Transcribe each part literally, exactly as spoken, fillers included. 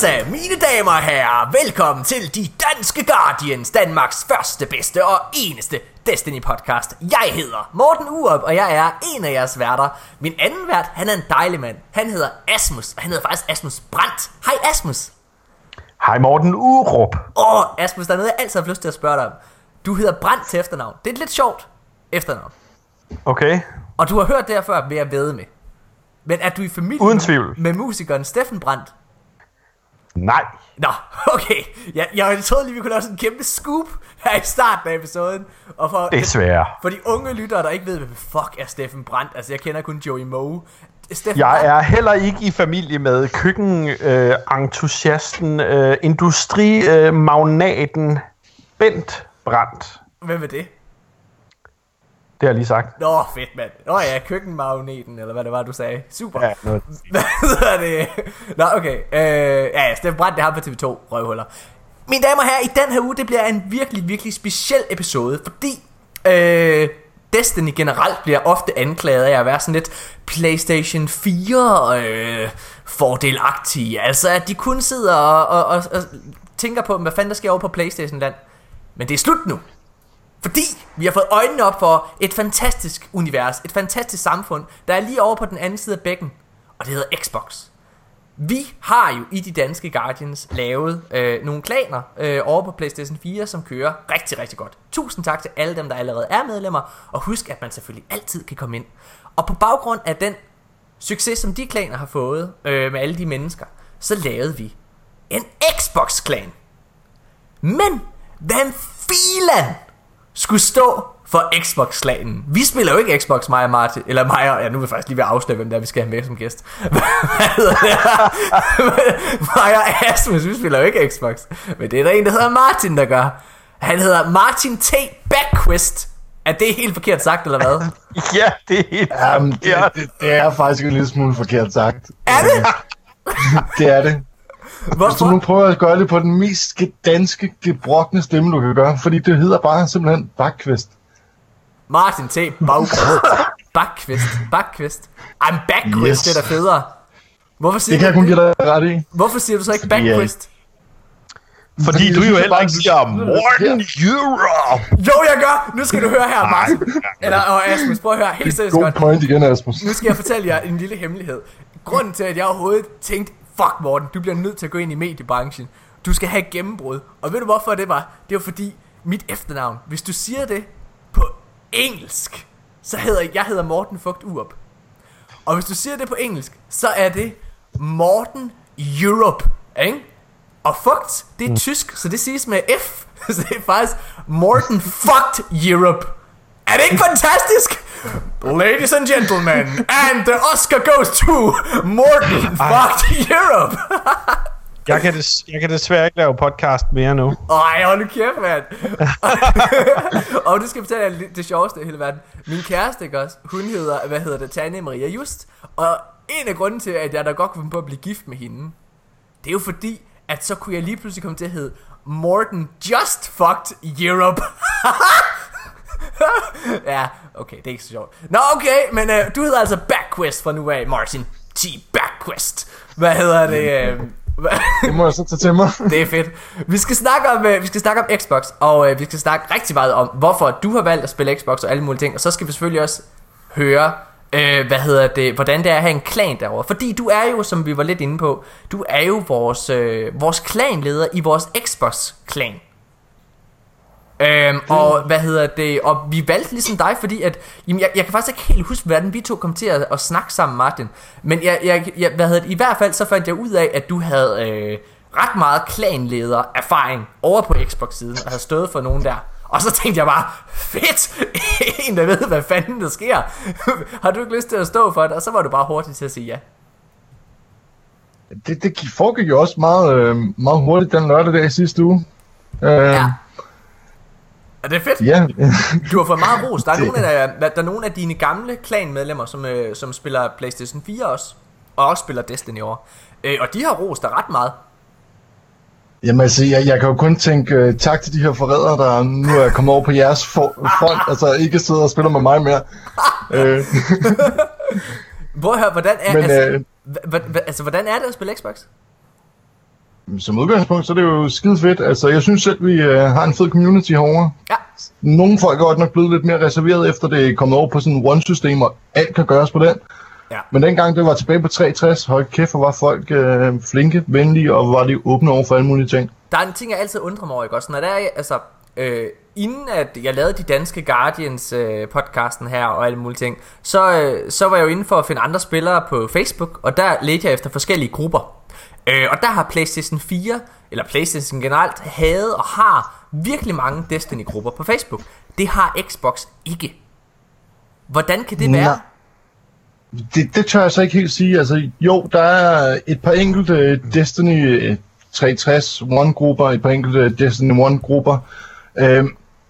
Så, mine damer og herrer, velkommen til De Danske Guardians, Danmarks første, bedste og eneste Destiny-podcast. Jeg hedder Morten Urup, og jeg er en af jeres værter. Min anden vært, han er en dejlig mand. Han hedder Asmus, og han hedder faktisk Asmus Brandt. Hej Asmus. Hej Morten Urup. Åh, oh, Asmus, der er noget, jeg altid har lyst til at spørge dig om. Du hedder Brandt til efternavn. Det er et lidt sjovt efternavn. Okay. Og du har hørt det her før, vil jeg vædde med. Men er du i familie Uden tvivl. med musikeren Steffen Brandt? Nej. Nå, okay. Jeg, jeg troede lige, vi kunne lave sådan en kæmpe scoop her i starten af episoden. Og for, Desværre. For de unge lyttere, der ikke ved, hvad fuck er Steffen Brandt. Altså, jeg kender kun Joey Moe. Steffen Jeg Brandt. er heller ikke i familie med køkkenentusiasten, øh, øh, industrimagnaten øh, Bent Brandt. Hvem er det? Det har jeg lige sagt. Nå, fedt mand. Nå ja, køkkenmagneten, eller hvad det var, du sagde. Super. Ja, noget. Hvad hedder det? Nå, okay. Øh, ja, ja, Steffen Brandt, det har på T V to, røvhuller. Mine damer og herrer, i den her uge, det bliver en virkelig, virkelig speciel episode, fordi øh, Destiny generelt bliver ofte anklaget af at være sådan lidt PlayStation fire øh, fordelagtige. Altså, at de kun sidder og, og, og, og tænker på, hvad fanden der sker over på PlayStation-land. Men det er slut nu. Fordi vi har fået øjnene op for et fantastisk univers, et fantastisk samfund, der er lige over på den anden side af bækken, og det hedder Xbox. Vi har jo i de danske Guardians lavet øh, nogle klaner øh, over på PlayStation fire, som kører rigtig, rigtig godt. Tusind tak til alle dem, der allerede er medlemmer, og husk, at man selvfølgelig altid kan komme ind. Og på baggrund af den succes, som de klaner har fået øh, med alle de mennesker, så lavede vi en Xbox-klan. Men hvem filan skulle stå for Xbox-klanen? Vi spiller jo ikke Xbox, mig og Martin. Eller mig og... Ja, nu er vi faktisk lige ved at afsløre, hvem der vi skal have med som gæst. Hvad hedder det? Mig og Asmus, vi spiller jo ikke Xbox. Men det er der en, der hedder Martin, der gør. Han hedder Martin T. Backquist. Er det helt forkert sagt, eller hvad? Ja, det er helt Jamen, det, det, det er faktisk en lille smule forkert sagt. Er det? Det er det. Hvorfor? Hvis du nu prøver at gøre det på den mest danske, gebrokne stemme, du kan gøre, fordi det hedder bare simpelthen Backquist. Martin T. Backquist. Backquist. Backquist. I'm Backquist, yes. Det er da federe. Hvorfor siger det kan jeg kun give dig ret i. Hvorfor siger du så ikke Backquist? Fordi, Fordi du jo heller ikke siger Morten Europe. Jo, jeg gør. Nu skal du høre her, Martin. Eller og Asmus, prøv at høre helt seriøst godt. God point igen, Asmus. Nu skal jeg fortælle jer en lille hemmelighed. Grunden til, at jeg overhovedet tænkte, fuck Morten, du bliver nødt til at gå ind i mediebranchen. Du skal have et gennembrud. Og ved du hvorfor det var? Det var fordi mit efternavn, hvis du siger det på engelsk, så hedder jeg, jeg hedder Morten Fugt Urup. Og hvis du siger det på engelsk, så er det Morten Europe, ikke? Og Fugt, det er mm. tysk, så det siges med F. Så det er faktisk Morten Fucked Europe. Er det ikke fantastisk? Ladies and gentlemen, and the Oscar goes to Morten Fucked Europe. jeg, kan des, jeg kan desværre ikke lave podcast mere nu. Ej, hold nu kæft, mand. Og du skal fortælle jer det sjoveste i hele verden. Min kæreste, ikke også? Hun hedder, hvad hedder det, Tanja Maria Just. Og en af grunden til, at jeg da godt kunne finde på at blive gift med hende, det er jo fordi, at så kunne jeg lige pludselig komme til at hedde Morten Just Fucked Europe. Ja, okay, det er ikke så sjovt. Nå, okay, men øh, du hedder altså Backquist fra nu af, Martin T. Backquist. Hvad hedder det? Øh, det må jeg så tage til mig. Det er fedt. Vi skal snakke om, øh, vi skal snakke om Xbox, og øh, vi skal snakke rigtig meget om, hvorfor du har valgt at spille Xbox og alle mulige ting. Og så skal vi selvfølgelig også høre, øh, hvad hedder det, hvordan det er at have en klan derovre. Fordi du er jo, som vi var lidt inde på, du er jo vores, øh, vores klanleder i vores Xbox-klan. Øhm, og hvad hedder det, og vi valgte ligesom dig, fordi at jamen, jeg, jeg kan faktisk ikke helt huske, hvordan vi to kom til at, at snakke sammen, Martin. Men jeg, jeg, jeg, hvad hedder det, i hvert fald så fandt jeg ud af, at du havde øh, ret meget klanleder erfaring over på Xbox-siden, og havde stået for nogen der. Og så tænkte jeg bare, fedt, en der ved, hvad fanden der sker. Har du ikke lyst til at stå for det? Og så var du bare hurtigt til at sige ja. Det, det foregik jo også meget, øh, meget hurtigt den lørdag der i sidste uge. Øh, ja. Er det fedt? Ja. Du har fået meget ros. Der er, nogle af, der, der er nogle af dine gamle klanmedlemmer, som, øh, som spiller PlayStation fire også, og også spiller Destiny over. Øh, og de har ros der ret meget. Jamen altså, jeg, jeg kan jo kun tænke uh, tak til de her forrædere, der nu er kommet over på jeres for, front, altså ikke sidder og spiller med mig mere. øh. Hvor hør, hvordan er, Men, altså, øh, h- h- h- altså, hvordan er det at spille Xbox? Som udgangspunkt, så er det jo skide fedt. Altså, jeg synes selv, vi øh, har en fed community herovre. Ja. Nogle folk er godt nok blevet lidt mere reserveret, efter det er kommet over på sådan en one-system, og alt kan gøres på den. Ja. Men dengang det var tilbage på tre tres, hold kæft, hvor var folk øh, flinke, venlige, og var de åbne over for alle mulige ting. Der er en ting, jeg altid undrer mig over, ikke også? Når der er, altså, øh, inden at jeg lavede de danske Guardians øh, podcasten her og alle mulige ting, så, øh, så var jeg jo inde for at finde andre spillere på Facebook, og der ledte jeg efter forskellige grupper. Øh, og der har PlayStation fire, eller PlayStation generelt, havde og har virkelig mange Destiny-grupper på Facebook. Det har Xbox ikke. Hvordan kan det være? Nej. Det, det tør jeg så ikke helt sige. Altså, jo, der er et par enkelte Destiny tre tres One-grupper, et par enkelte Destiny One-grupper. Øh,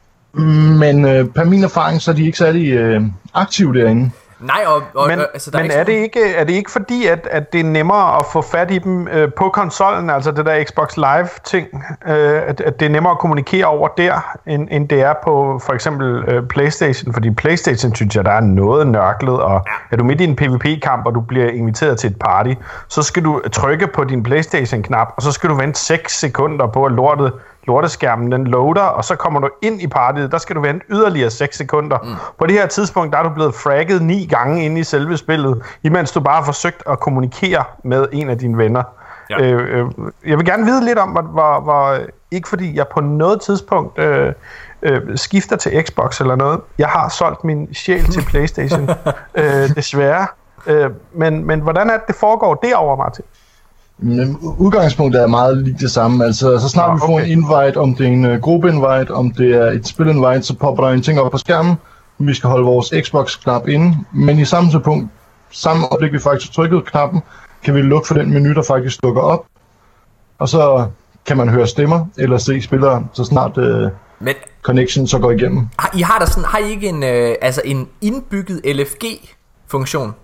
men øh, per min erfaring, så er de ikke særlig øh, aktive derinde. Nej, og, og men, altså, der men er, er, det ikke, er det ikke fordi, at, at det er nemmere at få fat i dem øh, på konsollen, altså det der Xbox Live-ting, øh, at, at det er nemmere at kommunikere over der, end, end det er på for eksempel øh, PlayStation? Fordi PlayStation synes jeg, der er noget nørklet, og er du midt i en PvP-kamp, og du bliver inviteret til et party, så skal du trykke på din PlayStation-knap, og så skal du vente seks sekunder på, at lortet lorteskærmen den loader, og så kommer du ind i partiet, der skal du vente yderligere seks sekunder. Mm. På det her tidspunkt, der er du blevet fragget ni gange inde i selve spillet, imens du bare har forsøgt at kommunikere med en af dine venner. Ja. Øh, øh, jeg vil gerne vide lidt om, hvor, hvor, hvor ikke fordi jeg på noget tidspunkt øh, øh, skifter til Xbox eller noget. Jeg har solgt min sjæl til PlayStation, øh, desværre. Øh, men, men hvordan er det, det foregår derovre, Martin? Men udgangspunktet er meget lige det samme. Altså, så snart ja, okay. vi får en invite, om det er en uh, gruppe-invite, om det er et spil-invite, så popper der en ting op på skærmen. Vi skal holde vores Xbox-knap inde, men i samme punkt, samme øjeblik vi faktisk trykkede knappen, kan vi lukke for den menu, der faktisk dukker op. Og så kan man høre stemmer eller se spillere, så snart uh, men, connection så går igennem. I har der sådan, har I ikke en, øh, altså en indbygget L F G-funktion?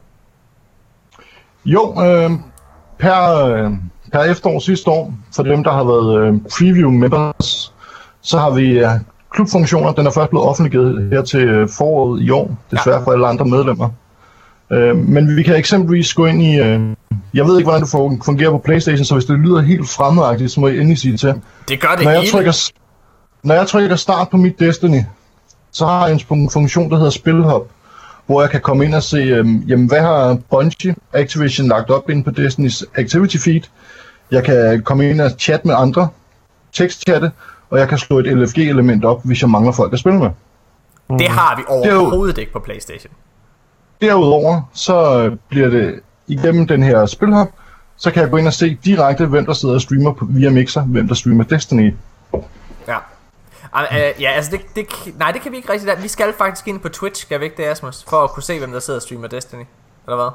Jo, øh, Per, øh, per efterår sidste år, for dem, der har været øh, preview members, så har vi øh, klubfunktioner. Den er først blevet offentliggjort her til øh, foråret i år, desværre ja. for alle andre medlemmer. Øh, men vi kan eksempelvis gå ind i, øh, jeg ved ikke, hvordan det fungerer på PlayStation, så hvis det lyder helt fremmedagtigt, så må jeg endelig sige det til. Det gør det når jeg hele. Trykker, når jeg trykker start på mit Destiny, så har jeg en funktion, der hedder Spilhub, hvor jeg kan komme ind og se, øhm, jamen, hvad har Bungie, Activision lagt op inde på Destinys Activity Feed. Jeg kan komme ind og chatte med andre, tekstchatte, og jeg kan slå et L F G-element op, hvis jeg mangler folk at spille med. Det har vi overhovedet ikke på PlayStation. Derudover, så bliver det igennem den her Spilhub, så kan jeg gå ind og se direkte, hvem der sidder og streamer på, via Mixer, hvem der streamer Destiny. Ja. Uh, ja, altså det, det, nej, det kan vi ikke rigtig. Vi skal faktisk ind på Twitch, skal vi ikke det, Asmus, for at kunne se, hvem der sidder og streamer Destiny, eller hvad?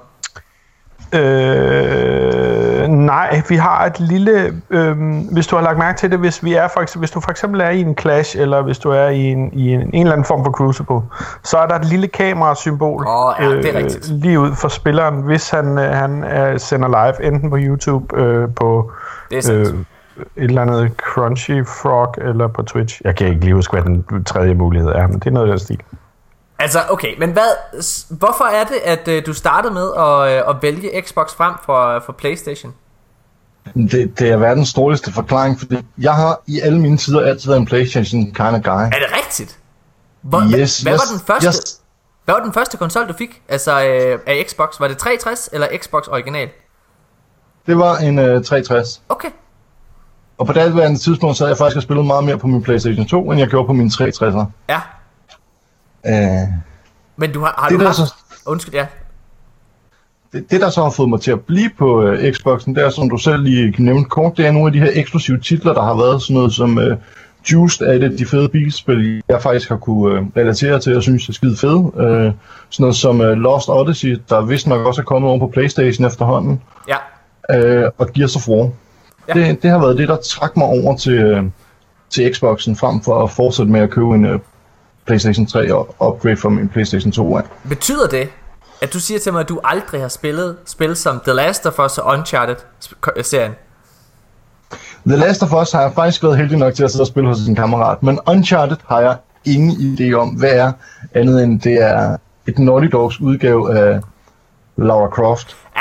Øh, nej, vi har et lille, øh, hvis du har lagt mærke til det, hvis vi er for eksempel, hvis du for eksempel er i en Clash, eller hvis du er i en, i en, en eller anden form for Crucible, så er der et lille kamerasymbol oh, ja, det er øh, lige ud for spilleren, hvis han, han er, sender live, enten på YouTube, øh, på det er øh, et eller andet Crunchy Frog, eller på Twitch. Jeg kan ikke lige huske, hvad den tredje mulighed er, men det er noget af den stil. Altså, okay, men hvad, hvorfor er det, at øh, du startede med at, øh, at vælge Xbox frem for, for PlayStation? Det, det er verdens dårligste forklaring, fordi jeg har i alle mine tider altid været en PlayStation kind of guy. Er det rigtigt? Hvor, yes, hvad, yes, hvad, var den første, yes. hvad var den første konsol, du fik altså, øh, af Xbox? Var det tre tres eller Xbox original? Det var en øh, tre tres. Okay. Og på det andet tidspunkt, så havde jeg faktisk spillet meget mere på min PlayStation to, end jeg gjorde på min tre tresser. Ja. Uh, Men du har, har det, du haft... Så, Undskyld, ja. det, det, der så har fået mig til at blive på uh, Xboxen, det er, som du selv lige nævnte kort, det er nogle af de her eksklusive titler, der har været sådan noget som uh, Juiced, er et af de fede bilspil, jeg faktisk har kunne uh, relatere til, og synes er skide fede. Uh, sådan noget som uh, Lost Odyssey, der vist nok også er kommet over på PlayStation efterhånden. Ja. Uh, og Gears of War. Ja. Det, det har været det, der trak mig over til, uh, til Xboxen, frem for at fortsætte med at købe en uh, PlayStation tre og upgrade fra min PlayStation to af. Betyder det, at du siger til mig, at du aldrig har spillet spil som The Last of Us og Uncharted-serien? The Last of Us har jeg faktisk været heldig nok til at sidde og spille hos en kammerat, men Uncharted har jeg ingen idé om, hvad er, andet end det er et Naughty Dogs udgave af Lara Croft. Ja,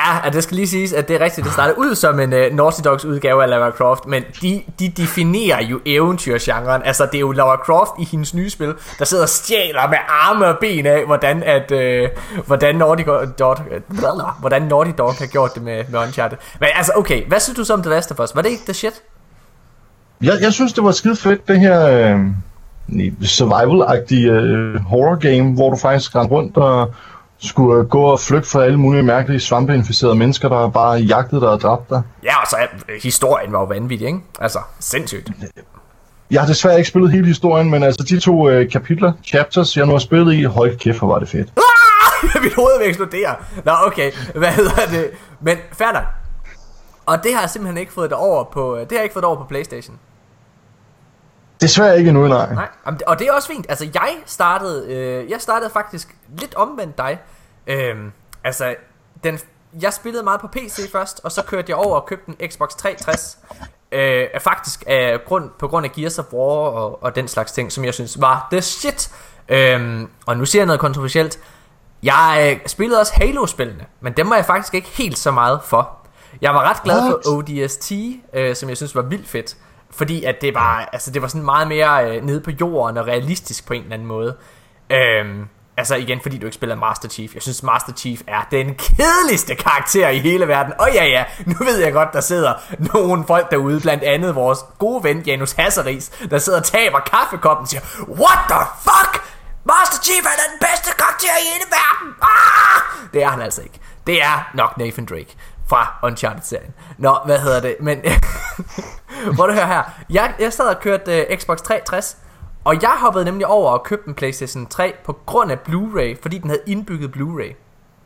Ja, det skal lige siges, at det er rigtigt. Det startede ud som en uh, Naughty Dogs udgave af Lara Croft, men de, de definerer jo eventyrgenren. Altså, det er jo Lara Croft i hendes nye spil, der sidder og stjæler med arme og ben af, hvordan at uh, hvordan Naughty Dog, hvordan Naughty Dog har gjort det med, med Uncharted. Men altså, okay, hvad synes du så om The Last of Us? Var det ikke the shit? Jeg, jeg synes, det var skide fedt, det her øh, survival-agtige øh, horror game, hvor du faktisk rendte rundt og skulle øh, gå og flygte fra alle mulige mærkelige svampeinficerede mennesker, der bare jagtede dig og dræbte dig. Ja, og så øh, historien var jo vanvittig, ikke? Altså, sindssygt. Jeg har desværre ikke spillet hele historien, men altså de to øh, kapitler, chapters, jeg nu har spillet i, hold kæft, hvor var det fedt. Mit hoved vil eksplodere. Nå, okay, hvad hedder det? Men fair nok. Og det har jeg simpelthen ikke fået det over på, det har jeg ikke fået det over på PlayStation. Desværre ikke endnu, nej. Nej, og det er også fint. Altså, jeg startede, øh, jeg startede faktisk lidt omvendt dig. Øh, altså, den, jeg spillede meget på P C først, og så kørte jeg over og købte en Xbox tre tres. Øh, faktisk af grund, på grund af Gears of War og, og den slags ting, som jeg synes var the shit. Øh, og nu siger jeg noget kontroversielt. Jeg øh, spillede også Halo-spillene, men dem var jeg faktisk ikke helt så meget for. Jeg var ret glad for O D S T, øh, som jeg synes var vildt fedt. Fordi at det var, altså det var sådan meget mere øh, nede på jorden og realistisk på en eller anden måde. Øhm, altså igen, fordi du ikke spiller Master Chief. Jeg synes Master Chief er den kedeligste karakter i hele verden. Og ja ja, nu ved jeg godt, der sidder nogle folk derude, blandt andet vores gode ven Janus Hasseris, der sidder og taber kaffekoppen og siger, what the fuck? Master Chief er den bedste karakter i hele verden. Ah! Det er han altså ikke. Det er nok Nathan Drake fra Uncharted-serien. Nå, hvad hedder det? Men hvor du hører her, jeg, jeg sad og kørte uh, Xbox tre tres, og jeg hoppede nemlig over og købte en PlayStation tre på grund af Blu-ray, fordi den havde indbygget Blu-ray.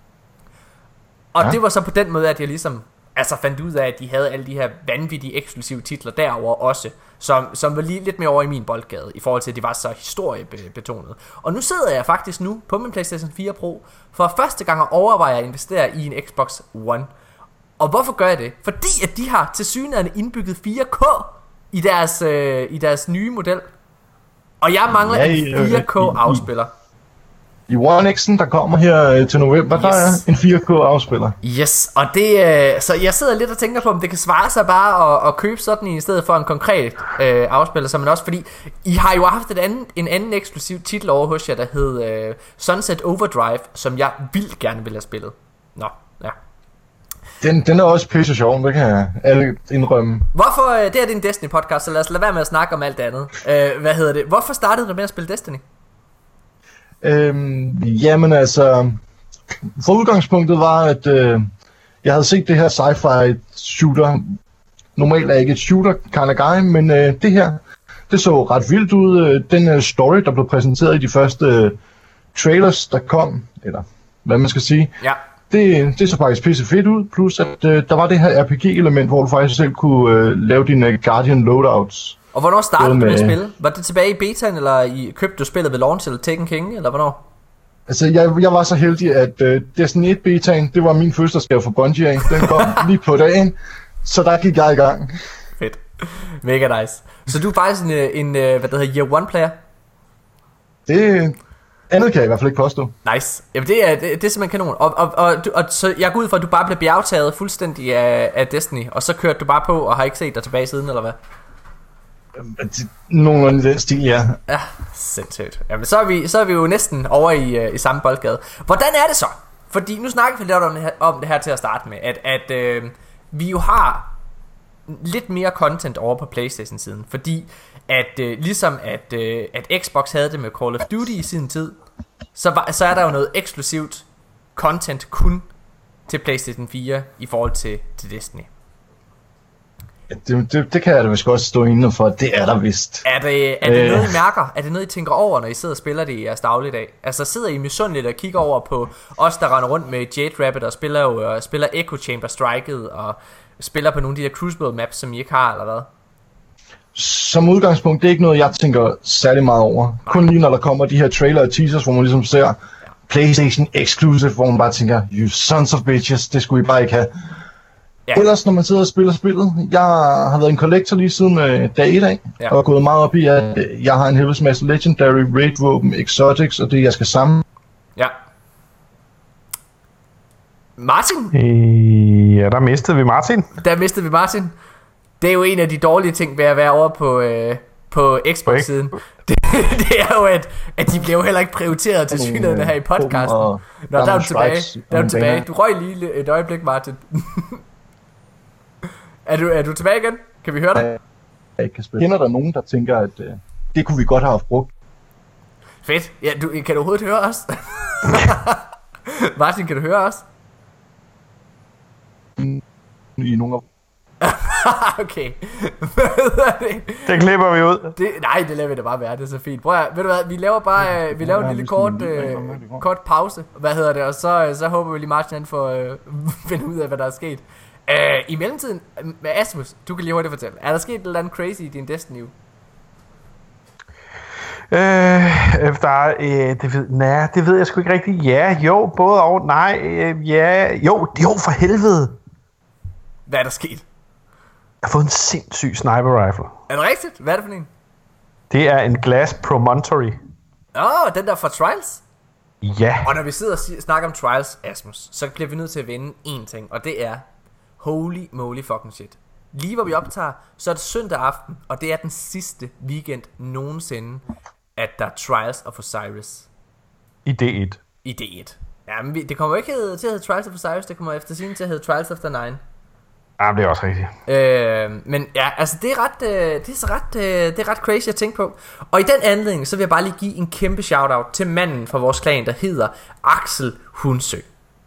Og ja. Det var så på den måde, at jeg ligesom altså fandt ud af, at de havde alle de her vanvittige eksklusive titler derover også, som, som var lige lidt mere over i min boldgade, i forhold til, at de var så historiebetonet. Og nu sidder jeg faktisk nu på min PlayStation fire Pro, for første gang at overveje at investere i en Xbox One. Og hvorfor gør jeg det? Fordi at de har tilsyneladende indbygget fire K i deres, øh, i deres nye model. Og jeg mangler ja, en fire K afspiller. I One X'en, der kommer her til november, yes. Der er en fire K afspiller. Yes, og det, øh, så jeg sidder lidt og tænker på, om det kan svare sig bare at, at købe sådan en i stedet for en konkret øh, afspiller, så men også fordi I har jo haft et anden, en anden eksklusiv titel over hos jer, der hed øh, Sunset Overdrive, som jeg vildt gerne ville have spillet. Nå, ja. Den, den er også pisse sjov, det kan jeg alle indrømme. Hvorfor, øh, det er din Destiny podcast, så lad os lade være med at snakke om alt det andet. øh, Hvad hedder det? Hvorfor startede du med at spille Destiny? Øhm, jamen altså, for udgangspunktet var, at øh, jeg havde set det her sci-fi shooter. Normalt er jeg ikke et shooter kind of guy, men øh, det her, det så ret vildt ud. Den øh, story, der blev præsenteret i de første øh, trailers, der kom, eller hvad man skal sige, ja. det, det så faktisk pisse fedt ud. Plus at øh, der var det her R P G-element, hvor du faktisk selv kunne øh, lave dine Guardian loadouts. Og hvornår startede du med at spille? Var det tilbage i betaen, eller i, købte du spillet ved launch, eller Taken King, eller hvornår? Altså, jeg, jeg var så heldig, at uh, Destiny et betaen, det var min fødselsdagsgave for Bungie, ikke? Den kom lige på dagen, så der gik jeg i gang. Fedt. Mega nice. Så du er faktisk en, en hvad det hedder, year one player? Det andet kan jeg i hvert fald ikke påstå. Nice. Jamen det er, det, det er simpelthen kanon. Og, og, og, og så jeg går ud fra, at du bare blev bjergtaget fuldstændig af, af Destiny, og så kørte du bare på, og har ikke set dig tilbage siden, eller hvad? Nogenlunde den stil, ja. Ja, sindssygt. Jamen så er vi, så er vi jo næsten over i, i samme boldgade. Hvordan er det så? Fordi nu snakker vi lidt om det her, om det her til at starte med, at, at øh, vi jo har lidt mere content over på PlayStation siden, fordi at øh, ligesom at, øh, at Xbox havde det med Call of Duty i sin tid, så, var, så er der jo noget eksklusivt content kun til PlayStation fire i forhold til, til Destiny. Det, det, det kan jeg da vist godt stå inde for. Det er der vist. Er det, er det øh. noget I mærker? Er det noget I tænker over, når I sidder og spiller det i jeres dagligdag? Altså sidder I misundeligt og kigger over på os, der render rundt med Jade Rabbit og spiller, jo, og spiller Echo Chamber Striket og spiller på nogle af de der Crucible maps, som I ikke har, eller hvad? Som udgangspunkt, det er ikke noget, jeg tænker særlig meget over. Kun lige når der kommer de her trailer og teasers, hvor man ligesom ser PlayStation Exclusive, hvor man bare tænker, you sons of bitches, det skulle I bare ikke have. Ja. Ellers når man sidder og spiller spillet, jeg har været en collector lige siden øh, dag et af, ja. Og gået meget op i, at øh, jeg har en helvedes masse Legendary, Raid-våben, Exotics og det jeg skal samle. Ja. Martin? Øh, ja, der mistede vi Martin. Der mistede vi Martin. Det er jo en af de dårlige ting ved at være over på, øh, på Xbox-siden. Det, det er jo, at, at de bliver jo heller ikke prioriteret til synligheden her i podcasten. Nå, der er du tilbage. Der er du tilbage. Du røg lige et øjeblik, Martin. er, du, er du tilbage igen? Kan vi høre dig? Jeg kan spille. Kender der nogen, der tænker, at øh, det kunne vi godt have haft brugt? Fedt. Ja, du, kan du overhovedet høre os? Martin, kan du høre os? I nogle af... Okay. det? det klipper vi ud. Det, nej, det lader vi da bare være. Det er så fint. Prøv at, ved du hvad, vi laver bare øh, vi laver en lille kort, øh, kort pause. Hvad hedder det? Og så, så håber vi lige Martin han får øh, finde ud af, hvad der er sket. Øh, I mellemtiden, med Asmus, du kan lige hurtigt fortælle. Er der sket et eller andet crazy i din Destiny? Øh, der er, øh, det ved, nej, det ved jeg sgu ikke rigtigt. Ja, jo, både og, nej, øh, ja, jo, jo, for helvede. Hvad er der sket? Jeg har fået en sindssyg sniper rifle. Er det rigtigt? Hvad er det for en? Det er en Glass Promontory. Åh, oh, den der fra Trials? Ja. Og når vi sidder og snakker om Trials, Asmus, så bliver vi nødt til at vende én ting, og det er holy moly fucking shit. Lige hvor vi optager, så er det søndag aften, og det er den sidste weekend nogensinde, at der er Trials of Osiris. I D et. I D et. Jamen, vi, det kommer jo ikke til at hedde Trials of Osiris, det kommer efter sin til at hedde Trials of the Nine. Ja, det er også rigtigt. Øh, men ja, altså det er ret, øh, det er så ret, øh, det er ret crazy at tænke på. Og i den anledning, så vil jeg bare lige give en kæmpe shoutout til manden fra vores klan, der hedder Axel Hunsø.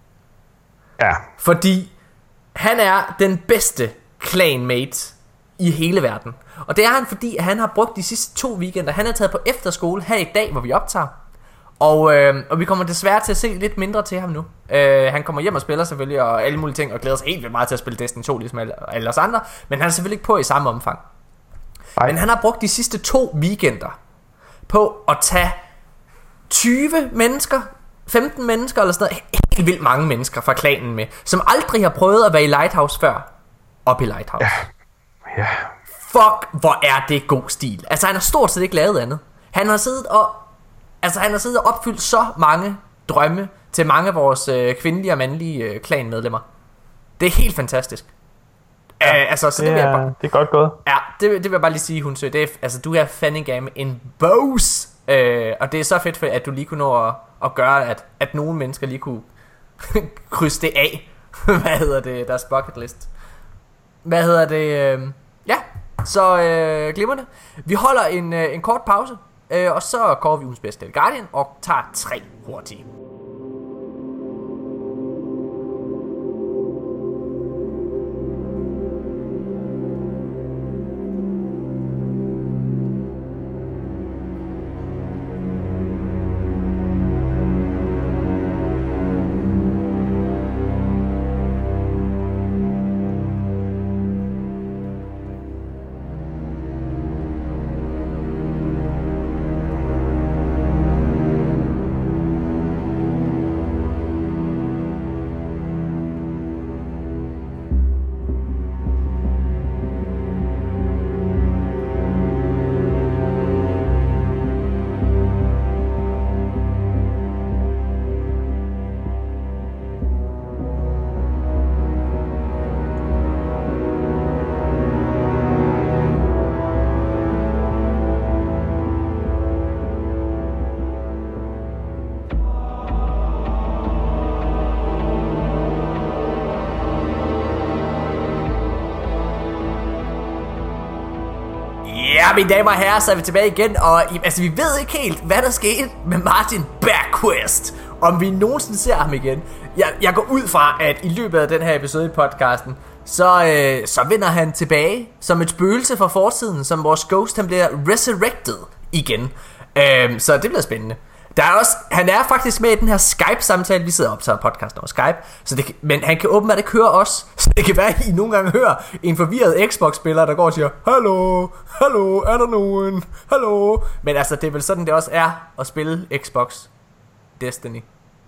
Ja. Fordi han er den bedste clanmate i hele verden. Og det er han, fordi han har brugt de sidste to weekender. Han er taget på efterskole her i dag, hvor vi optager. Og, øh, og vi kommer desværre til at se lidt mindre til ham nu. øh, Han kommer hjem og spiller selvfølgelig og alle mulige ting, og glæder sig helt vildt meget til at spille Destiny to, ligesom alle, alle os andre. Men han er selvfølgelig ikke på i samme omfang. Ej. Men han har brugt de sidste to weekender på at tage tyve mennesker, femten mennesker eller sådan noget, helt vildt mange mennesker fra klanen med, som aldrig har prøvet at være i Lighthouse før. Op i Lighthouse. Ja. Ja. Fuck, hvor er det god stil. Altså han har stort set ikke lavet andet. Han har siddet og Altså han har siddet og opfyldt så mange drømme til mange af vores øh, kvindelige og mandlige øh, klanmedlemmer. Det er helt fantastisk. Ja, uh, altså, så det, det, vil jeg bare, det er godt gået. Ja, det, det vil jeg bare lige sige, Hunsø. Det er, altså, du er fandme en boss. Uh, og det er så fedt, for, at du lige kunne nå at, at gøre, at, at nogle mennesker lige kunne krydse det af. Hvad hedder det? Deres bucket list. Hvad hedder det? Uh, ja, så uh, glimrende. Vi holder en, uh, en kort pause. Øh, og så går vi ugens bedste Guardian og tager tre hurtige. Ja, mine damer og herrer, så er vi tilbage igen. Og altså, vi ved ikke helt, hvad der skete med Martin Bergquist. Om vi nogensinde ser ham igen. Jeg, jeg går ud fra, at i løbet af den her episode i podcasten, så, øh, så vender han tilbage som et spøgelse fra fortiden. Som vores ghost, han bliver resurrected igen. øh, Så det bliver spændende. Der er også, han er faktisk med i den her Skype-samtale. Vi sidder og optager podcasten over Skype, så det, men han kan åbenbart ikke høre os. Så det kan være, at I nogle gange hører en forvirret Xbox-spiller, der går og siger Hallo, hallo, er der nogen? Hallo. Men altså, det er vel sådan, det også er at spille Xbox Destiny.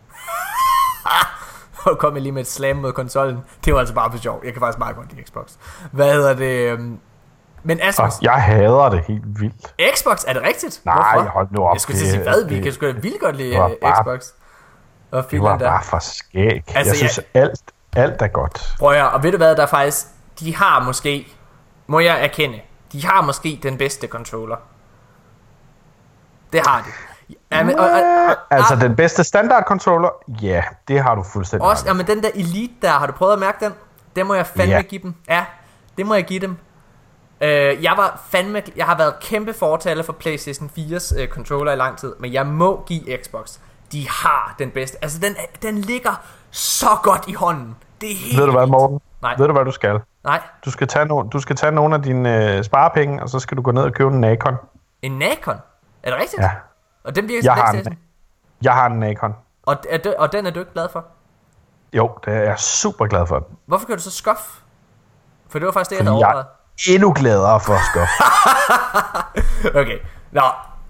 Og kom jeg lige med et slam mod konsollen. Det var altså bare for sjov. Jeg kan faktisk meget godt lide Xbox. Hvad hedder det? Men Asmus, jeg hader det helt vildt. Xbox, er det rigtigt? Nej, hold nu op. Jeg skulle til at sige hvad, vi kan sgu da vildt godt lide bare, Xbox. Og det var bare for skæg. Altså, jeg synes, ja. alt, alt er godt. Prøv at høre, og ved du hvad, der faktisk... De har måske... Må jeg erkende, de har måske den bedste controller. Det har de. Ja, men, og, og, og, altså den bedste standard controller? Ja, det har du fuldstændig. Også, ja, men den der Elite der, har du prøvet at mærke den? Det må jeg fandme ja. give dem. Ja, det må jeg give dem. Uh, jeg var fandme, jeg har været kæmpe fortaler for PlayStation fires uh, controller i lang tid, men jeg må give Xbox. De har den bedste. Altså den, den ligger så godt i hånden. Det er helt. Ved du hvad, Morten? Nej. Ved du hvad du skal? Nej. Du skal tage no- du skal tage nogle af dine uh, sparepenge, og så skal du gå ned og købe en Nacon. En Nacon? Er det rigtigt? Ja. Og den virker jeg til har PlayStation? En, jeg har en Nacon. Og, er du, og den er du ikke glad for? Jo, det er jeg super glad for. Hvorfor kan du så skuffe? For det var faktisk det, jeg Fordi havde overvejet. Jeg er endnu gladere for at skuffe. Okay, nå.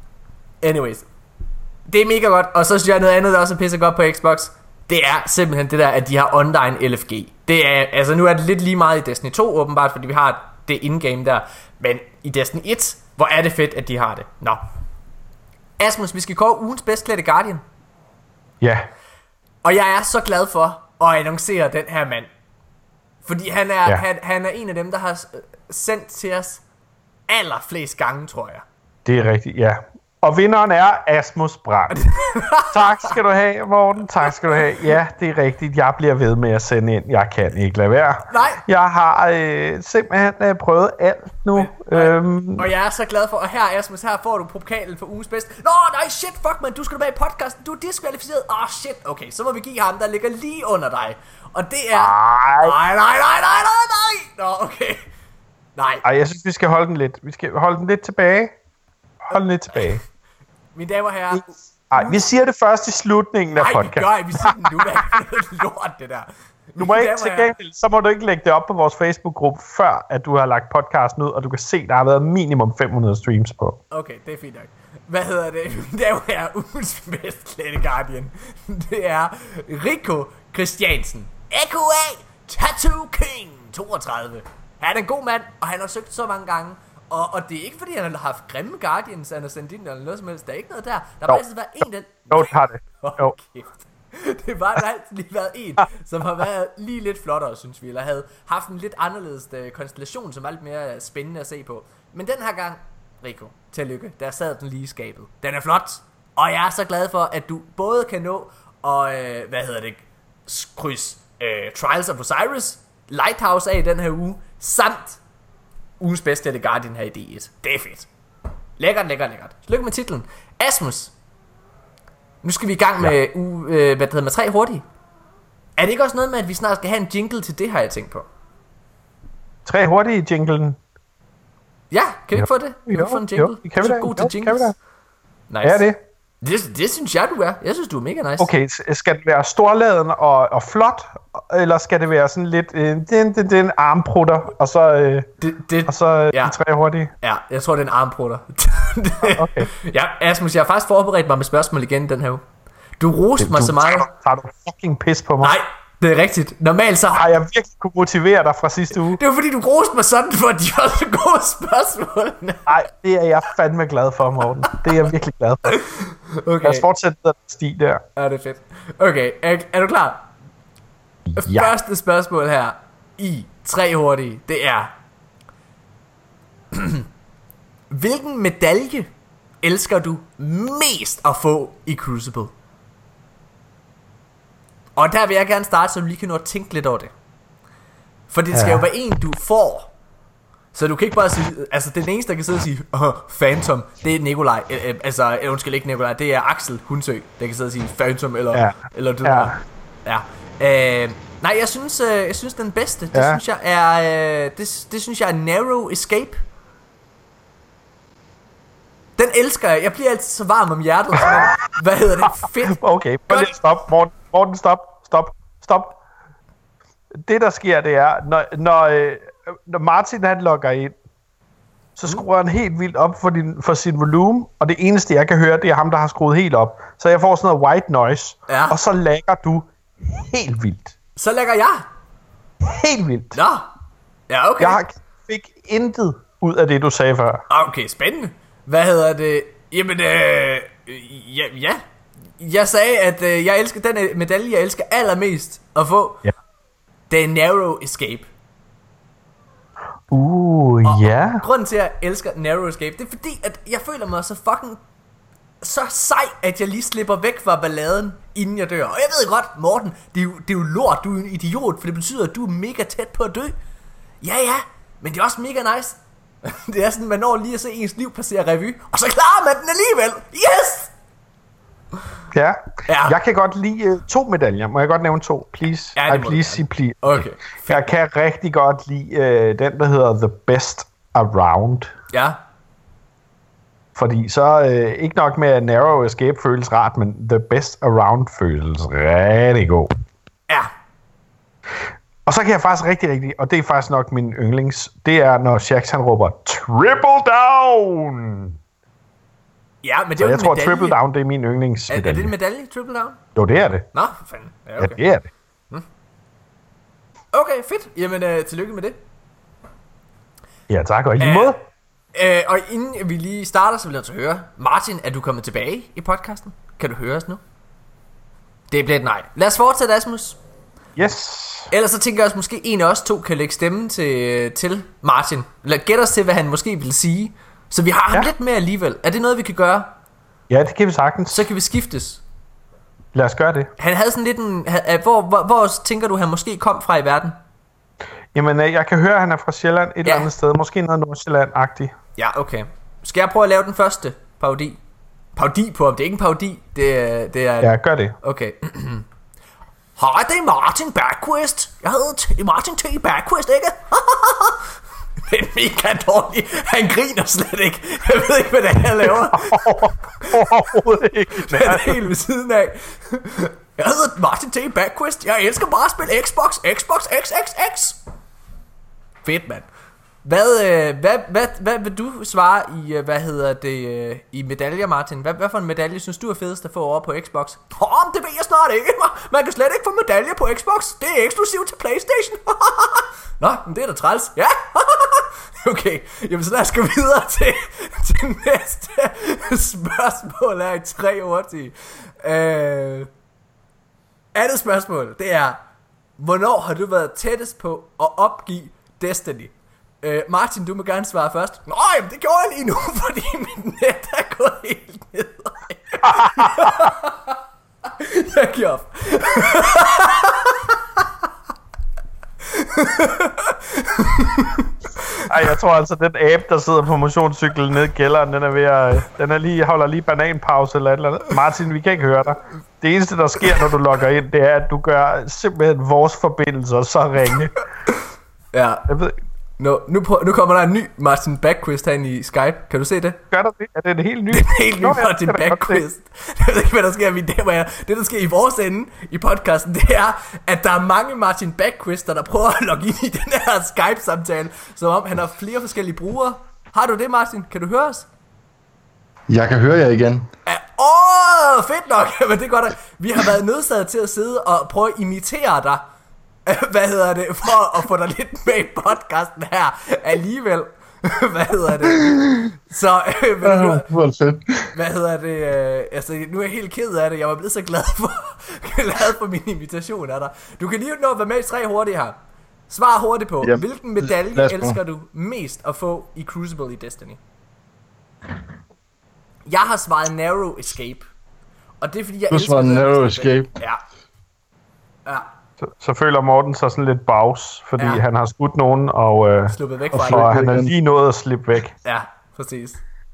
Anyways. Det er mega godt. Og så synes jeg noget andet, der også er pisse godt på Xbox. Det er simpelthen det der, at de har online L F G. Det er, altså nu er det lidt lige meget i Destiny to åbenbart, fordi vi har det in-game der. Men i Destiny et, hvor er det fedt, at de har det. Nå. Asmus, vi skal kåre ugens bedst klædte Guardian. Ja. Og jeg er så glad for at annoncere den her mand. Fordi han er, ja. han, han er en af dem, der har sendt til os allerflest gange, tror jeg. Det er rigtigt, ja. Og vinderen er Asmus Brandt. Tak skal du have, Morten. Tak skal du have. Ja, det er rigtigt. Jeg bliver ved med at sende ind. Jeg kan ikke lade være. Nej. Jeg har øh, simpelthen øh, prøvet alt nu. Øhm. Og jeg er så glad for, og her Asmus, her får du pokalen for ugens bedste. Nå, nej, shit, fuck man, du skal da med i podcasten. Du er diskvalificeret. Åh, oh, shit. Okay, så må vi give ham, der ligger lige under dig. Og det er... Ej. Nej, nej, nej, nej, nej, nej. Nå, okay. Nej. Ej, jeg synes, vi skal holde den lidt. Vi skal holde den lidt tilbage. Hold den lidt tilbage. Mine damer og herrer. Nej, vi siger det først i slutningen af podcasten. Nej, vi siger det nu. Hvad er det lort, det der? Du må ikke til gengæld, så må du ikke lægge det op på vores Facebook-gruppe, før at du har lagt podcasten ud, og du kan se, der har været minimum fem hundrede streams på. Okay, det er fint nok. Hvad hedder det? Det er ugens bedst klædte Guardian. Det er Rico Christiansen, a k a. Tattoo King toogtredive. Han er en god mand, og han har søgt så mange gange. Og, og det er ikke fordi han har haft grimme Guardians, han har sendt ind eller noget som helst. Der er ikke noget der. Der har bare altid været en, der... Jo, det har det. Jo. Oh, kæft. Det var der altid lige været en, som har været lige lidt flottere, synes vi. Eller havde haft en lidt anderledes uh, konstellation, som var lidt mere spændende at se på. Men den her gang, Rico, tillykke. Der sad den lige i skabet. Den er flot. Og jeg er så glad for, at du både kan nå og, øh, hvad hedder det, kryds øh, Trials of Osiris, Lighthouse af i den her uge, samt ugens bedste af The Guardian her i D et. Det er fedt. Lækkert, lækkert, lækkert. Lykke med titlen. Asmus, nu skal vi i gang med, ja. u, øh, hvad det hedder, med tre hurtige. Er det ikke også noget med, at vi snart skal have en jingle til det, har jeg tænkt på? Tre hurtige jinglen. Ja, kan vi ikke få det? Kan jo, vi få en jingle? Jo, kan vi så da. god til Jo, jingles. kan vi da. Nice. Er det? det? Det synes jeg, du er. Jeg synes, du er mega nice. Okay, skal det være storladen og, og flot, eller skal det være sådan lidt øh, den, den, den armprutter, og så, øh, det, det, og så øh, ja. de tre hurtige? Ja, jeg tror, det er en armprutter. Okay. Ja, Asmus, jeg har faktisk forberedt mig med spørgsmål igen den her uge. Du roste mig du, så meget. Tager, tager du fucking pis på mig? Nej, det er rigtigt. Normalt så har jeg virkelig kunne motivere dig fra sidste uge. Det var fordi, du roste mig sådan, for de var så gode spørgsmål. Nej, det er jeg fandme glad for, Morten. Det er jeg virkelig glad for. Okay. Lad os fortsætte den sti der. Ja, det er fedt. Okay, er, er du klar? Ja. Første spørgsmål her i tre hurtige, det er... Hvilken medalje elsker du mest at få i Crucible? Og der vil jeg gerne starte, så du lige kan nå at tænke lidt over det. For det skal ja. jo være en, du får. Så du kan ikke bare sige... Altså, den eneste, der kan sidde og sige oh, Phantom, det er Nikolaj. Øh, altså, undskyld, ikke Nikolaj. Det er Axel Hundsø, der kan sidde og sige Phantom, eller... Ja. Eller du ja. ja. Øh, nej, jeg synes, øh, jeg synes den bedste, det ja. synes jeg er... Øh, det, det synes jeg er Narrow Escape. Den elsker jeg. Jeg bliver altid så varm om hjertet. Sådan, hvad hedder det? Fedt. Okay, prøv lige at stoppe. Morten, Morten, stop, stop, stop. Det der sker, det er, når, når, øh, når Martin han logger ind, så skruer han helt vildt op for, din, for sin volumen, og det eneste jeg kan høre, det er ham, der har skruet helt op. Så jeg får sådan noget white noise, ja. Og så lagger du helt vildt. Så lægger jeg? Helt vildt. Nå, ja okay. Jeg fik intet ud af det, du sagde før. Okay, spændende. Hvad hedder det? Jamen, øh, ja, ja. Jeg sagde, at øh, jeg elsker den øh, medalje, jeg elsker allermest at få. Ja. Det er Narrow Escape. Uh, og, ja. og grunden til, at jeg elsker Narrow Escape, det er fordi, at jeg føler mig så fucking så sej, at jeg lige slipper væk fra balladen, inden jeg dør. Og jeg ved godt, Morten, det er jo, det er jo lort, du er en idiot, for det betyder, at du er mega tæt på at dø. Ja, ja, men det er også mega nice. Det er sådan, man når lige at se ens liv passere revy, og så klarer man den alligevel. Yes! Ja. Ja. Jeg kan godt lide uh, to medaljer. Må jeg godt nævne to? Please. Ja, I please sige please. Okay. Jeg kan rigtig godt lide uh, den, der hedder The Best Around. Ja. Fordi så uh, ikke nok med, at Narrow Escape føles rart, men The Best Around føles rigtig god. Ja. Og så kan jeg faktisk rigtig, rigtig, og det er faktisk nok min yndlings, det er, når Shax han råber, Triple Down! Ja, men det er jo jeg en tror, medalje. Triple Down, det er min yndlingsmedalje. Er, er det en medalje, Triple Down? Jo, det er det. Nå, for fanden. Ja, okay. Ja, det er det. Okay, fedt. Jamen, øh, tillykke med det. Ja, tak, og i lige Øh, måde. Øh, og inden vi lige starter, så vil jeg altså høre, Martin, er du kommet tilbage i podcasten? Kan du høre os nu? Det bliver et nej. Lad os fortsætte, Asmus. Yes. Ellers så tænker jeg også, måske en af os to kan lægge stemme til, til Martin. Lad gætte os til, hvad han måske vil sige. Så vi har ham Ja. lidt mere alligevel. Er det noget, vi kan gøre? Ja, det kan vi sagtens. Så kan vi skiftes. Lad os gøre det. Han havde sådan lidt en... ha- Hvor, hvor, hvor tænker du, han måske kom fra i verden? Jamen, øh, jeg kan høre, at han er fra Sjælland et Ja. eller andet sted. Måske noget Nordsjælland-agtigt. Ja, okay. Skal jeg prøve at lave den første parodi? Parodi på ham, det er ikke en parodi. Det er... Det er Ja, gør det. Okay. Hej, det er Martin Bergqvist. Jeg hedder T- Martin T. Bergqvist, ikke? Det er mega dårligt. Han griner slet ikke. Jeg ved ikke, hvad det er, jeg laver. Overhovedet ikke. Det er helt ved siden af. Jeg hedder Martin T. Bergqvist. Jeg elsker bare at spille Xbox. Xbox X X X. Fedt, mand. Hvad, øh, hvad, hvad, hvad vil du svare i, øh, hvad hedder det, øh, i medaljer, Martin? Hvad, hvad for en medalje synes du er fedest at få over på Xbox? Åh, oh, det ved jeg snart ikke. Man kan slet ikke få medaljer på Xbox. Det er eksklusivt til PlayStation. Nå, men det er da træls. Ja. Okay, jamen så lad os gå videre til, til næste spørgsmål her i tre hurtige. Øh, andet spørgsmål, det er, hvornår har du været tættest på at opgive Destiny? Øh, Martin, du må gerne svare først. Nå, jamen, det gjorde jeg lige nu, fordi mit net er gået helt ned. Jeg giver op. Ej, jeg tror altså, den abe, der sidder på motionscyklen nede i kælderen, den er ved at, den er lige, holder lige bananpause eller et eller andet. Martin, vi kan ikke høre dig. Det eneste, der sker, når du logger ind, det er, at du gør simpelthen vores forbindelser så ringe. Ja. Jeg ved, Nå, nu, prøv, nu kommer der en ny Martin Bergqvist herinde i Skype. Kan du se det? gør der det? Er det en helt ny? Det er en helt ny Nå, ja, Martin det kan jeg godt se. Bergqvist. Jeg ved ikke, hvad der sker. Det, der, hvor jeg, det, der sker i vores ende i podcasten, det er, at der er mange Martin Bergqvister, der prøver at logge ind i den her Skype-samtale, som om han har flere forskellige brugere. Har du det, Martin? Kan du høre os? Jeg kan høre jer igen. Ja, åh, fedt nok. Men det er godt, at vi har været nødsaget til at sidde og prøve at imitere dig. Hvad hedder det? For at få dig lidt med i podcasten her alligevel. Hvad hedder det? Så, øh, hvad, Uh, hvor er det fedt. hvad hedder det? Øh, altså, nu er jeg helt ked af det. Jeg var blevet så glad for, glad for min invitation af dig. Du kan lige nå at være med i tre hurtigt her. Svar hurtigt på, Yep. hvilken medalje Lad os prøve. elsker du mest at få i Crucible i Destiny? Jeg har svaret Narrow Escape. Og det er fordi, jeg Du elsker svarer den her Narrow medalje. Escape. Ja. Ja. Så, så føler Morten sig sådan lidt bags, fordi Ja. han har skudt nogen, og, øh, Sluppet væk Og fra flygtet. det. og han er igen. lige nået at slippe væk. Ja, præcis.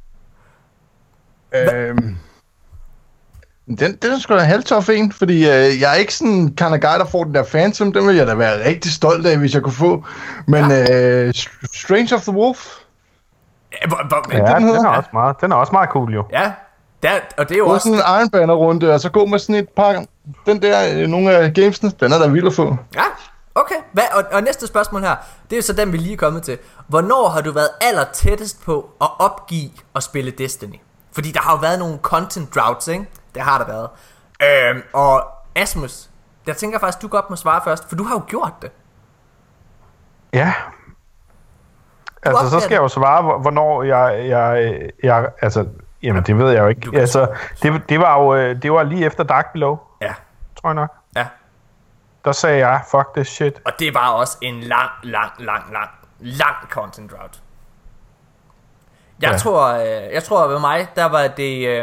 Øhm, den, den er sgu da en halvtof en, fordi øh, jeg er ikke sådan en kind of guy, der får den der Phantom. Den vil jeg da være rigtig stolt af, hvis jeg kunne få. Men øh, Strange of the Wolf, Ja, hvor, hvor, Ja, den den, hedder? er også meget, den er også meget cool jo. ja. Der, og det er jo både også... sådan en Iron Banner runde, og så gå med sådan et par, den der, øh, nogle af gamesene, den er da vild at få. Ja, okay. Hvad, og, og næste spørgsmål her, det er jo så den, vi lige er kommet til. Hvornår har du været aller tættest på at opgive at spille Destiny? Fordi der har jo været nogle content droughts, ikke? Det har der været. Øhm, og Asmus, jeg tænker faktisk, du godt må svare først, for du har jo gjort det. Ja. Altså, så opdager skal jeg jo svare, hvor- hvornår jeg, jeg, jeg altså, Jamen, det ved jeg jo ikke. Altså, det, det var jo øh, det var lige efter Dark Below. Ja. Tror jeg nok. Ja. Der sagde jeg, fuck this shit. Og det var også en lang, lang, lang, lang, lang content drought. Jeg ja. tror, øh, jeg tror ved mig, der var det, øh,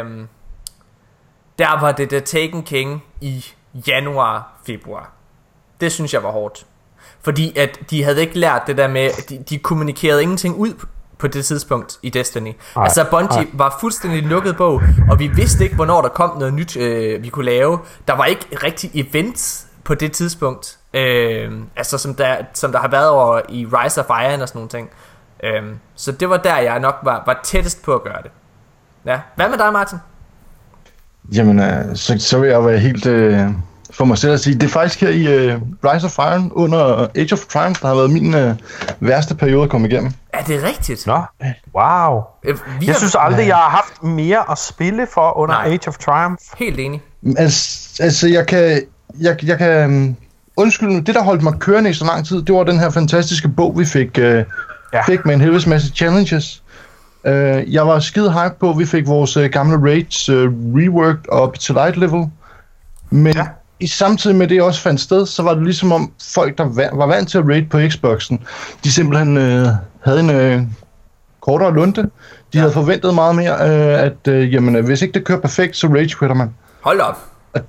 der var det The Taken King i januar, februar. Det synes jeg var hårdt. Fordi at de havde ikke lært det der med, de, de kommunikerede ingenting ud på det tidspunkt i Destiny. Ej, altså Bungie ej. var fuldstændig lukket bog, og vi vidste ikke, hvornår der kom noget nyt, øh, vi kunne lave. Der var ikke rigtig events på det tidspunkt, øh, altså som der, som der har været over i Rise of Iron og sådan nogle ting. Øh, så det var der, jeg nok var, var tættest på at gøre det. Ja. Hvad med dig, Martin? Jamen, øh, så, så vil jeg være helt øh, for mig selv at sige, det er faktisk her i øh, Rise of Iron under Age of Triumph, der har været min øh, værste periode at komme igennem. Er det rigtigt? Nå, wow. Øh, jeg har... synes aldrig, jeg har haft mere at spille for under Nej. Age of Triumph. Helt enig. Altså, altså jeg kan... Jeg, jeg kan um, undskylde, det der holdt mig kørende i så lang tid, det var den her fantastiske bog, vi fik, uh, ja. fik med en helvedes masse challenges. Uh, jeg var skide hype på, at vi fik vores uh, gamle raids uh, reworked op til light level. Men ja. i samtidig med det også fandt sted, så var det ligesom om folk, der va- var vant til at raid på Xboxen, de simpelthen uh, havde en uh, kortere lunte. De ja. havde forventet meget mere, uh, at uh, jamen, hvis ikke det kører perfekt, så rage quitter man. Hold op.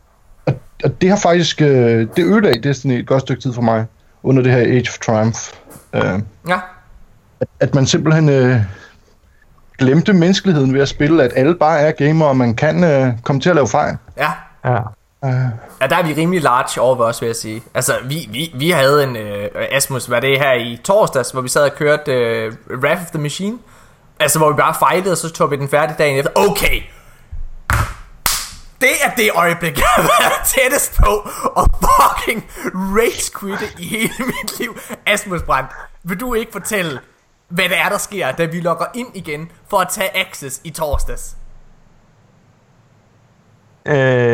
Og det har faktisk, øh, det ødelagde Destiny et godt stykke tid for mig, under det her Age of Triumph. Øh, ja. At, at man simpelthen øh, glemte menneskeligheden ved at spille, at alle bare er gamer, og man kan øh, komme til at lave fejl. Ja. Ja. Øh. Ja, der er vi rimelig large over os, vil jeg sige. Altså, vi, vi, vi havde en, øh, Asmus, var det her i torsdags, hvor vi sad og kørte øh, Wrath of the Machine. Altså, hvor vi bare fejlede, og så tog vi den færdig dagen efter. Okay! Det er det øjeblik, jeg har været tættest på og fucking rage quitte i hele mit liv. Asmus Brandt, vil du ikke fortælle, hvad det er, der sker, da vi logger ind igen for at tage access i torsdags? Øh,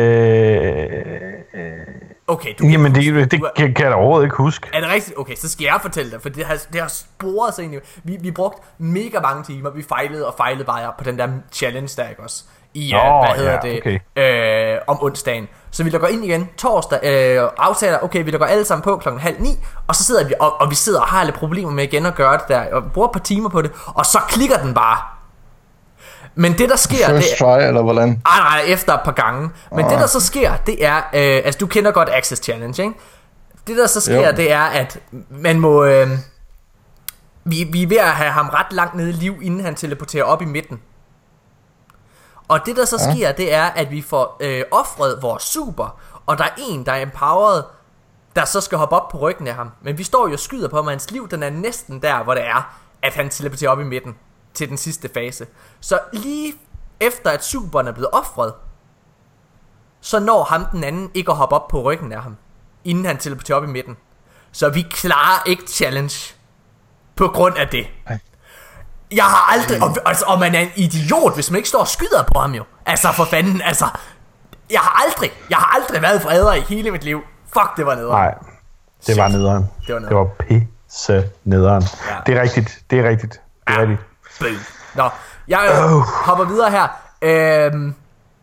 okay, du jamen, det, det, det kan, kan jeg da overhovedet ikke huske. Er det rigtigt? Okay, så skal jeg fortælle dig, for det har, det har sporet sig ind i... Vi, vi brugte mega mange timer, vi fejlede og fejlede bare på den der challenge der, ikke også? I, Nå, uh, hvad hedder ja, det, okay. øh, om onsdagen. Så vi logger ind igen torsdag, øh, aftaler, okay, vi logger alle sammen på klokken halv ni, og så sidder vi, og, og vi sidder og har alle problemer med igen at gøre det der, og bruger et par timer på det, og så klikker den bare. Men det der sker, First det try, eller hvordan? Nej, nej, efter et par gange. Men ah. det der så sker, det er, øh, altså du kender godt Access Challenge, ikke? Det der så sker, jo. det er, at man må, øh, vi, vi er ved at have ham ret langt nede i liv, inden han teleporterer op i midten. Og det der så ja. sker, det er, at vi får øh, offret vores super, og der er en, der er empowered, der så skal hoppe op på ryggen af ham. Men vi står jo og skyder på ham, og hans liv, den er næsten der, hvor det er, at han teleporterer op i midten til den sidste fase. Så lige efter at superen er blevet offret, så når ham den anden ikke at hoppe op på ryggen af ham, inden han teleporterer op i midten. Så vi klarer ikke challenge på grund af det. Ej. Jeg har aldrig, og, altså, og man er en idiot, hvis man ikke står og skyder på ham jo. Altså for fanden, altså. Jeg har aldrig, jeg har aldrig været vredere i hele mit liv. Fuck, det var nederen. Nej, det var nederen. Det var, nederen. Det var pisse nederen. Ja. Det er rigtigt, det er rigtigt. Det er ja. rigtigt. Nå, jeg øh, hopper videre her. Øhm,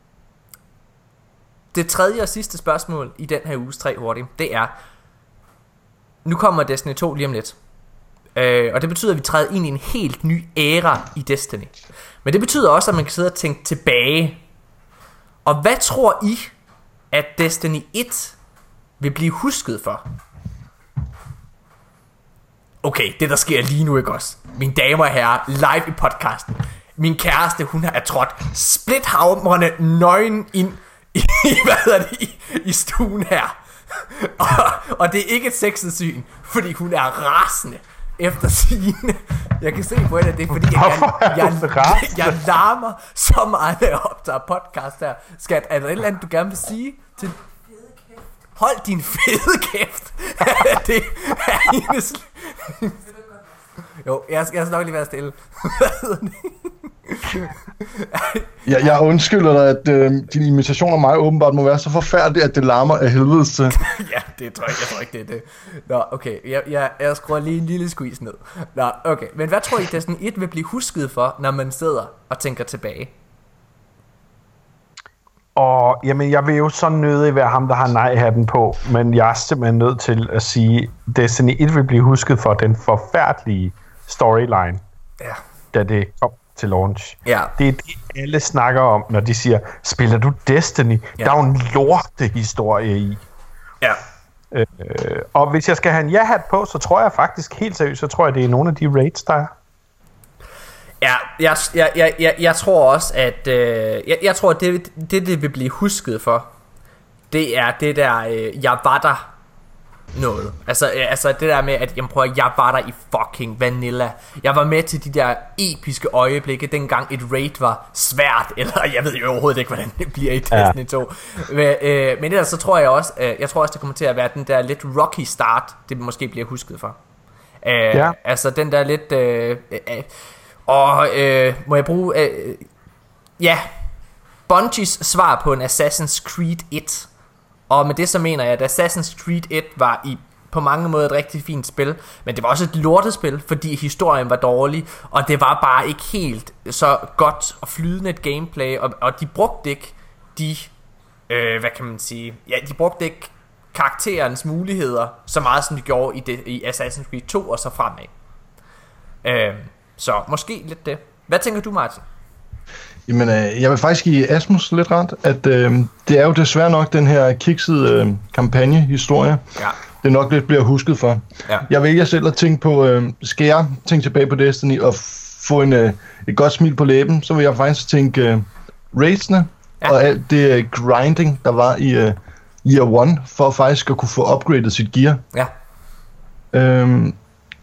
det tredje og sidste spørgsmål i den her uges tre hurtigt, det er, nu kommer Destiny to lige om lidt. Øh, og det betyder, at vi træder ind i en helt ny æra i Destiny. Men det betyder også, at man kan sidde og tænke tilbage. Og hvad tror I, at Destiny et vil blive husket for? Okay, det der sker lige nu, ikke også? Mine damer og herrer, live i podcasten. Min kæreste, hun er trådt splithamrende nøgen ind i, hvad hedder det, i, i stuen her. Og, og det er ikke et sexet syn, fordi hun er rasende efter sigende. Jeg kan se på hende, at det er fordi jeg, jeg, jeg, jeg, jeg larmer så meget, at jeg optager podcast her. Skat, er der et eller andet, du gerne vil sige til... Hold din fede kæft. Det er hendes... Jo, jeg skal, jeg skal nok lige være stille. jeg, jeg undskylder dig, at øh, din imitation af mig åbenbart må være så forfærdelig, at det larmer af helvede til. Ja, det tror jeg, jeg tror ikke, det er det. Nå, okay, jeg, jeg, jeg skruer lige en lille squeeze ned. Nå, okay, men hvad tror I, Destiny et vil blive husket for, når man sidder og tænker tilbage? Og jamen, jeg vil jo så nødig være ham, der har nej-hatten på, men jeg er simpelthen nødt til at sige, Destiny et vil blive husket for den forfærdelige storyline, Ja. da det kom til launch. Ja. Det er det, alle snakker om, når de siger, spiller du Destiny? Ja. Der er jo en lortehistorie i. Ja. Øh, og hvis jeg skal have en ja-hat på, så tror jeg faktisk helt seriøst, så tror jeg, det er nogle af de raids, der er. Ja, jeg, jeg, jeg, jeg, jeg tror også, at øh, jeg, jeg tror, at det, det, det vil blive husket for, det er det der, øh, jeg var der noget. Altså, øh, altså det der med, at jamen, prøv, at jeg var der i fucking Vanilla. Jeg var med til de der episke øjeblikke, dengang et raid var svært, eller jeg ved jo overhovedet ikke, hvordan det bliver i Destiny Ja. to. Men, øh, men ellers så tror jeg også, øh, jeg tror også, det kommer til at være den der lidt rocky start, det måske bliver husket for. Øh, Ja. Altså den der lidt... Øh, øh, Og øh, må jeg bruge øh, ja, Bungies svar på en Assassin's Creed et. Og med det så mener jeg, at Assassin's Creed et var i på mange måder et rigtig fint spil, men det var også et lortespil, fordi historien var dårlig, og det var bare ikke helt så godt og flydende et gameplay, og, og de brugte ikke de øh, hvad kan man sige, ja, de brugte ikke karakterens muligheder så meget som de gjorde i, det, i Assassin's Creed to og så fremad. øh, Så måske lidt det. Hvad tænker du, Martin? Jamen, øh, jeg vil faktisk give Asmus lidt ret, at øh, det er jo desværre nok den her kiksede øh, kampagnehistorie, Ja. det nok lidt bliver husket for. Ja. Jeg vælger selv at tænke på, øh, skal jeg tænke tilbage på Destiny og få en, øh, et godt smil på læben, så vil jeg faktisk tænke øh, raidsene Ja. og alt det øh, grinding, der var i øh, Year One, for faktisk at kunne få upgradet sit gear. Ja. Øhm,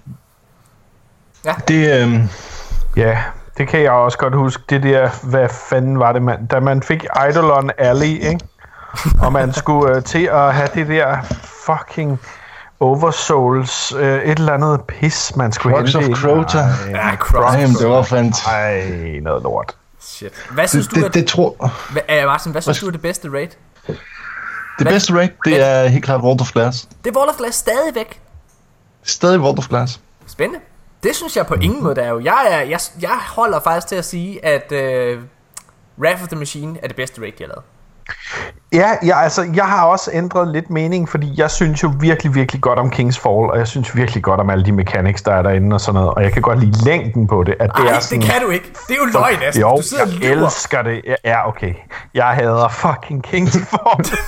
Ja. Det, øh, Ja, det kan jeg også godt huske. Det der, hvad fanden var det, man, da man fik Eidolon Alley, ikke? Og man skulle øh, til at have det der fucking Oversouls, øh, et eller andet pis, man skulle Crux hente. of Crota. Ja, Crux. Jamen, det var fandt. Ej, noget lort. Shit. Hvad synes Det, du er det, det tror Hva, uh, Martin, hvad synes du er det bedste raid? Det Hvad- bedste raid, det hvad- er helt klart World of Glass. Det er World of Glass stadigvæk. Stadig World of Glass. Spændende. Det synes jeg på ingen måde er jo. Jeg, er, jeg, jeg holder faktisk til at sige, at uh, Wrath of the Machine er det bedste raid, de har lavet. Ja, ja, altså, jeg har også ændret lidt mening, fordi jeg synes jo virkelig, virkelig godt om King's Fall, og jeg synes virkelig godt om alle de mechanics, der er derinde og sådan noget, og jeg kan godt lide længden på det. At det Nej, er det, sådan, det kan du ikke. Det er jo løgn, altså. Jo, Du sidder og jeg lyver. elsker det. Ja, Ja, okay. Jeg hader fucking King's Fall.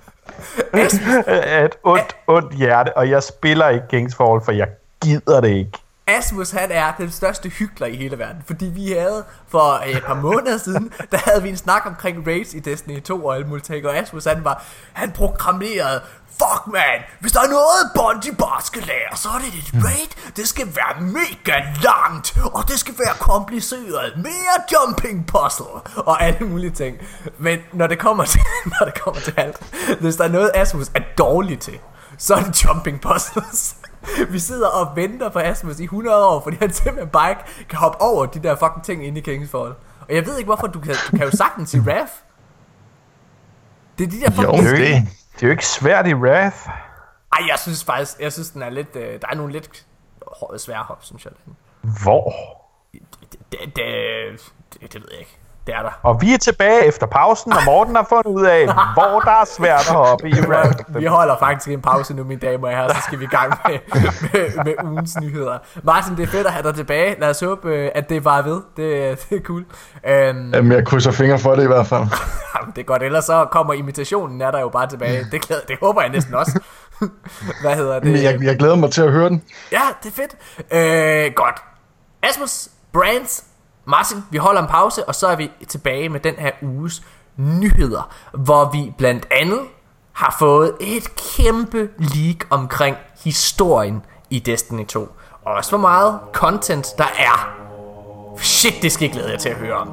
Et ondt, ondt hjerte, og jeg spiller ikke King's Fall, for jeg gider det ikke. Asmus, han er den største hykler i hele verden. Fordi vi havde for et par måneder siden, der havde vi en snak omkring raids i Destiny to og alt muligt. Og Asmus, han var, han programmerede, fuck man, hvis der er noget Bungie bare skal lære, så er det et raid. Det skal være mega langt, og det skal være kompliceret. Mere jumping puzzle, og alle mulige ting. Men når det kommer til, når det kommer til alt, hvis der er noget Asmus er dårlig til, så er det jumping puzzles. Vi sidder og venter på Asmus i hundrede år, fordi han simpelthen bare ikke kan hoppe over de der fucking ting inde i King's Fall. Og jeg ved ikke hvorfor, du kan, du kan jo sagtens sige Wrath. Det er de der fucking... Jo, Det er jo det. ikke, det er jo ikke svært i Wrath. Ej, jeg synes faktisk, jeg synes den er lidt, øh, der er nogle lidt hår- svære hop, synes jeg. Hvor? Det, det, det, det, det ved jeg ikke. Det er der. Og vi er tilbage efter pausen, og Morten har fundet ud af, hvor der er svært at hoppe i Wrath. Vi holder faktisk en pause nu, mine damer og herrer, så skal vi i gang med, med, med ugens nyheder. Martin, det er fedt at have dig tilbage. Lad os håbe, øh, at det bare ved. Det, det er cool. Øhm, Jamen, jeg krydser fingre for det i hvert fald. Jamen, det er godt, ellers så kommer imitationen er der jo bare tilbage. Det, glæder, det håber jeg næsten også. Hvad hedder Men det? jeg, jeg glæder mig til at høre den. Ja, det er fedt. Øh, godt. Asmus, Brands, Martin, vi holder en pause, og så er vi tilbage med den her uges nyheder, hvor vi blandt andet har fået et kæmpe leak omkring historien i Destiny to. Og også hvor meget content der er. Shit, det skal jeg glæde jer til at høre om.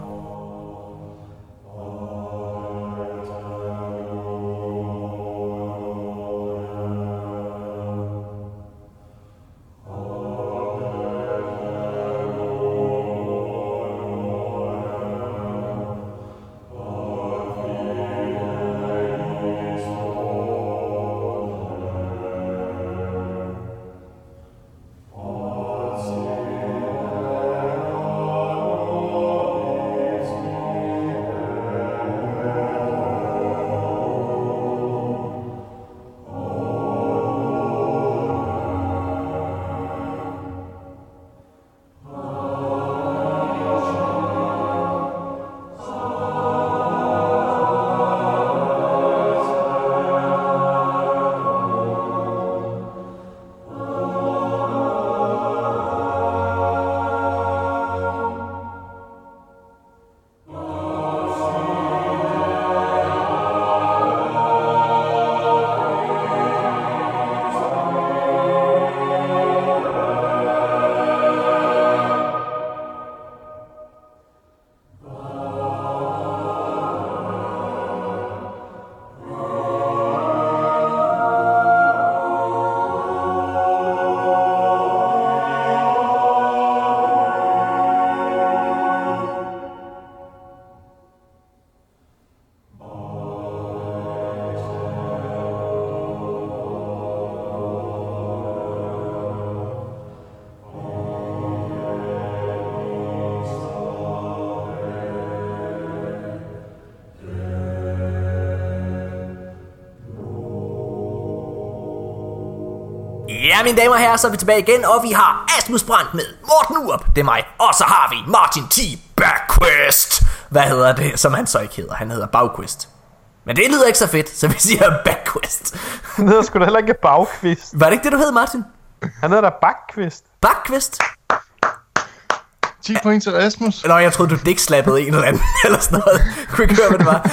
Ja, mine damer og herrer, så er vi tilbage igen, og vi har Asmus Brandt med, Morten Urup, det er mig, og så har vi Martin T. Backquist. Hvad hedder det, som han så ikke hedder? Han hedder Bagquist. Men det lyder ikke så fedt, så vi siger Backquist. Han hedder sgu da heller ikke Bagquist. Var det ikke det, du hed, Martin? Han hedder da Backquist. Backquist? ti point til Asmus. Nå, jeg troede, du dækslappede en eller anden, eller sådan noget. Kunne ikke høre, hvad det var.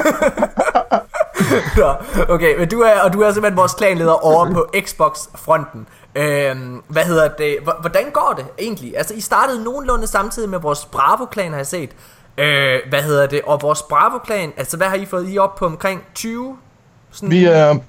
Nå, okay, men du er, og du er simpelthen vores klanleder over på Xbox-fronten. Øhm, hvad hedder det? Hvordan går det egentlig? Altså, I startede nogenlunde samtidig med vores Bravo-klan, har jeg set. Øh, hvad hedder det? Og vores Bravo-klan, altså hvad har I fået? I er oppe på omkring tyve? Sådan, Vi er...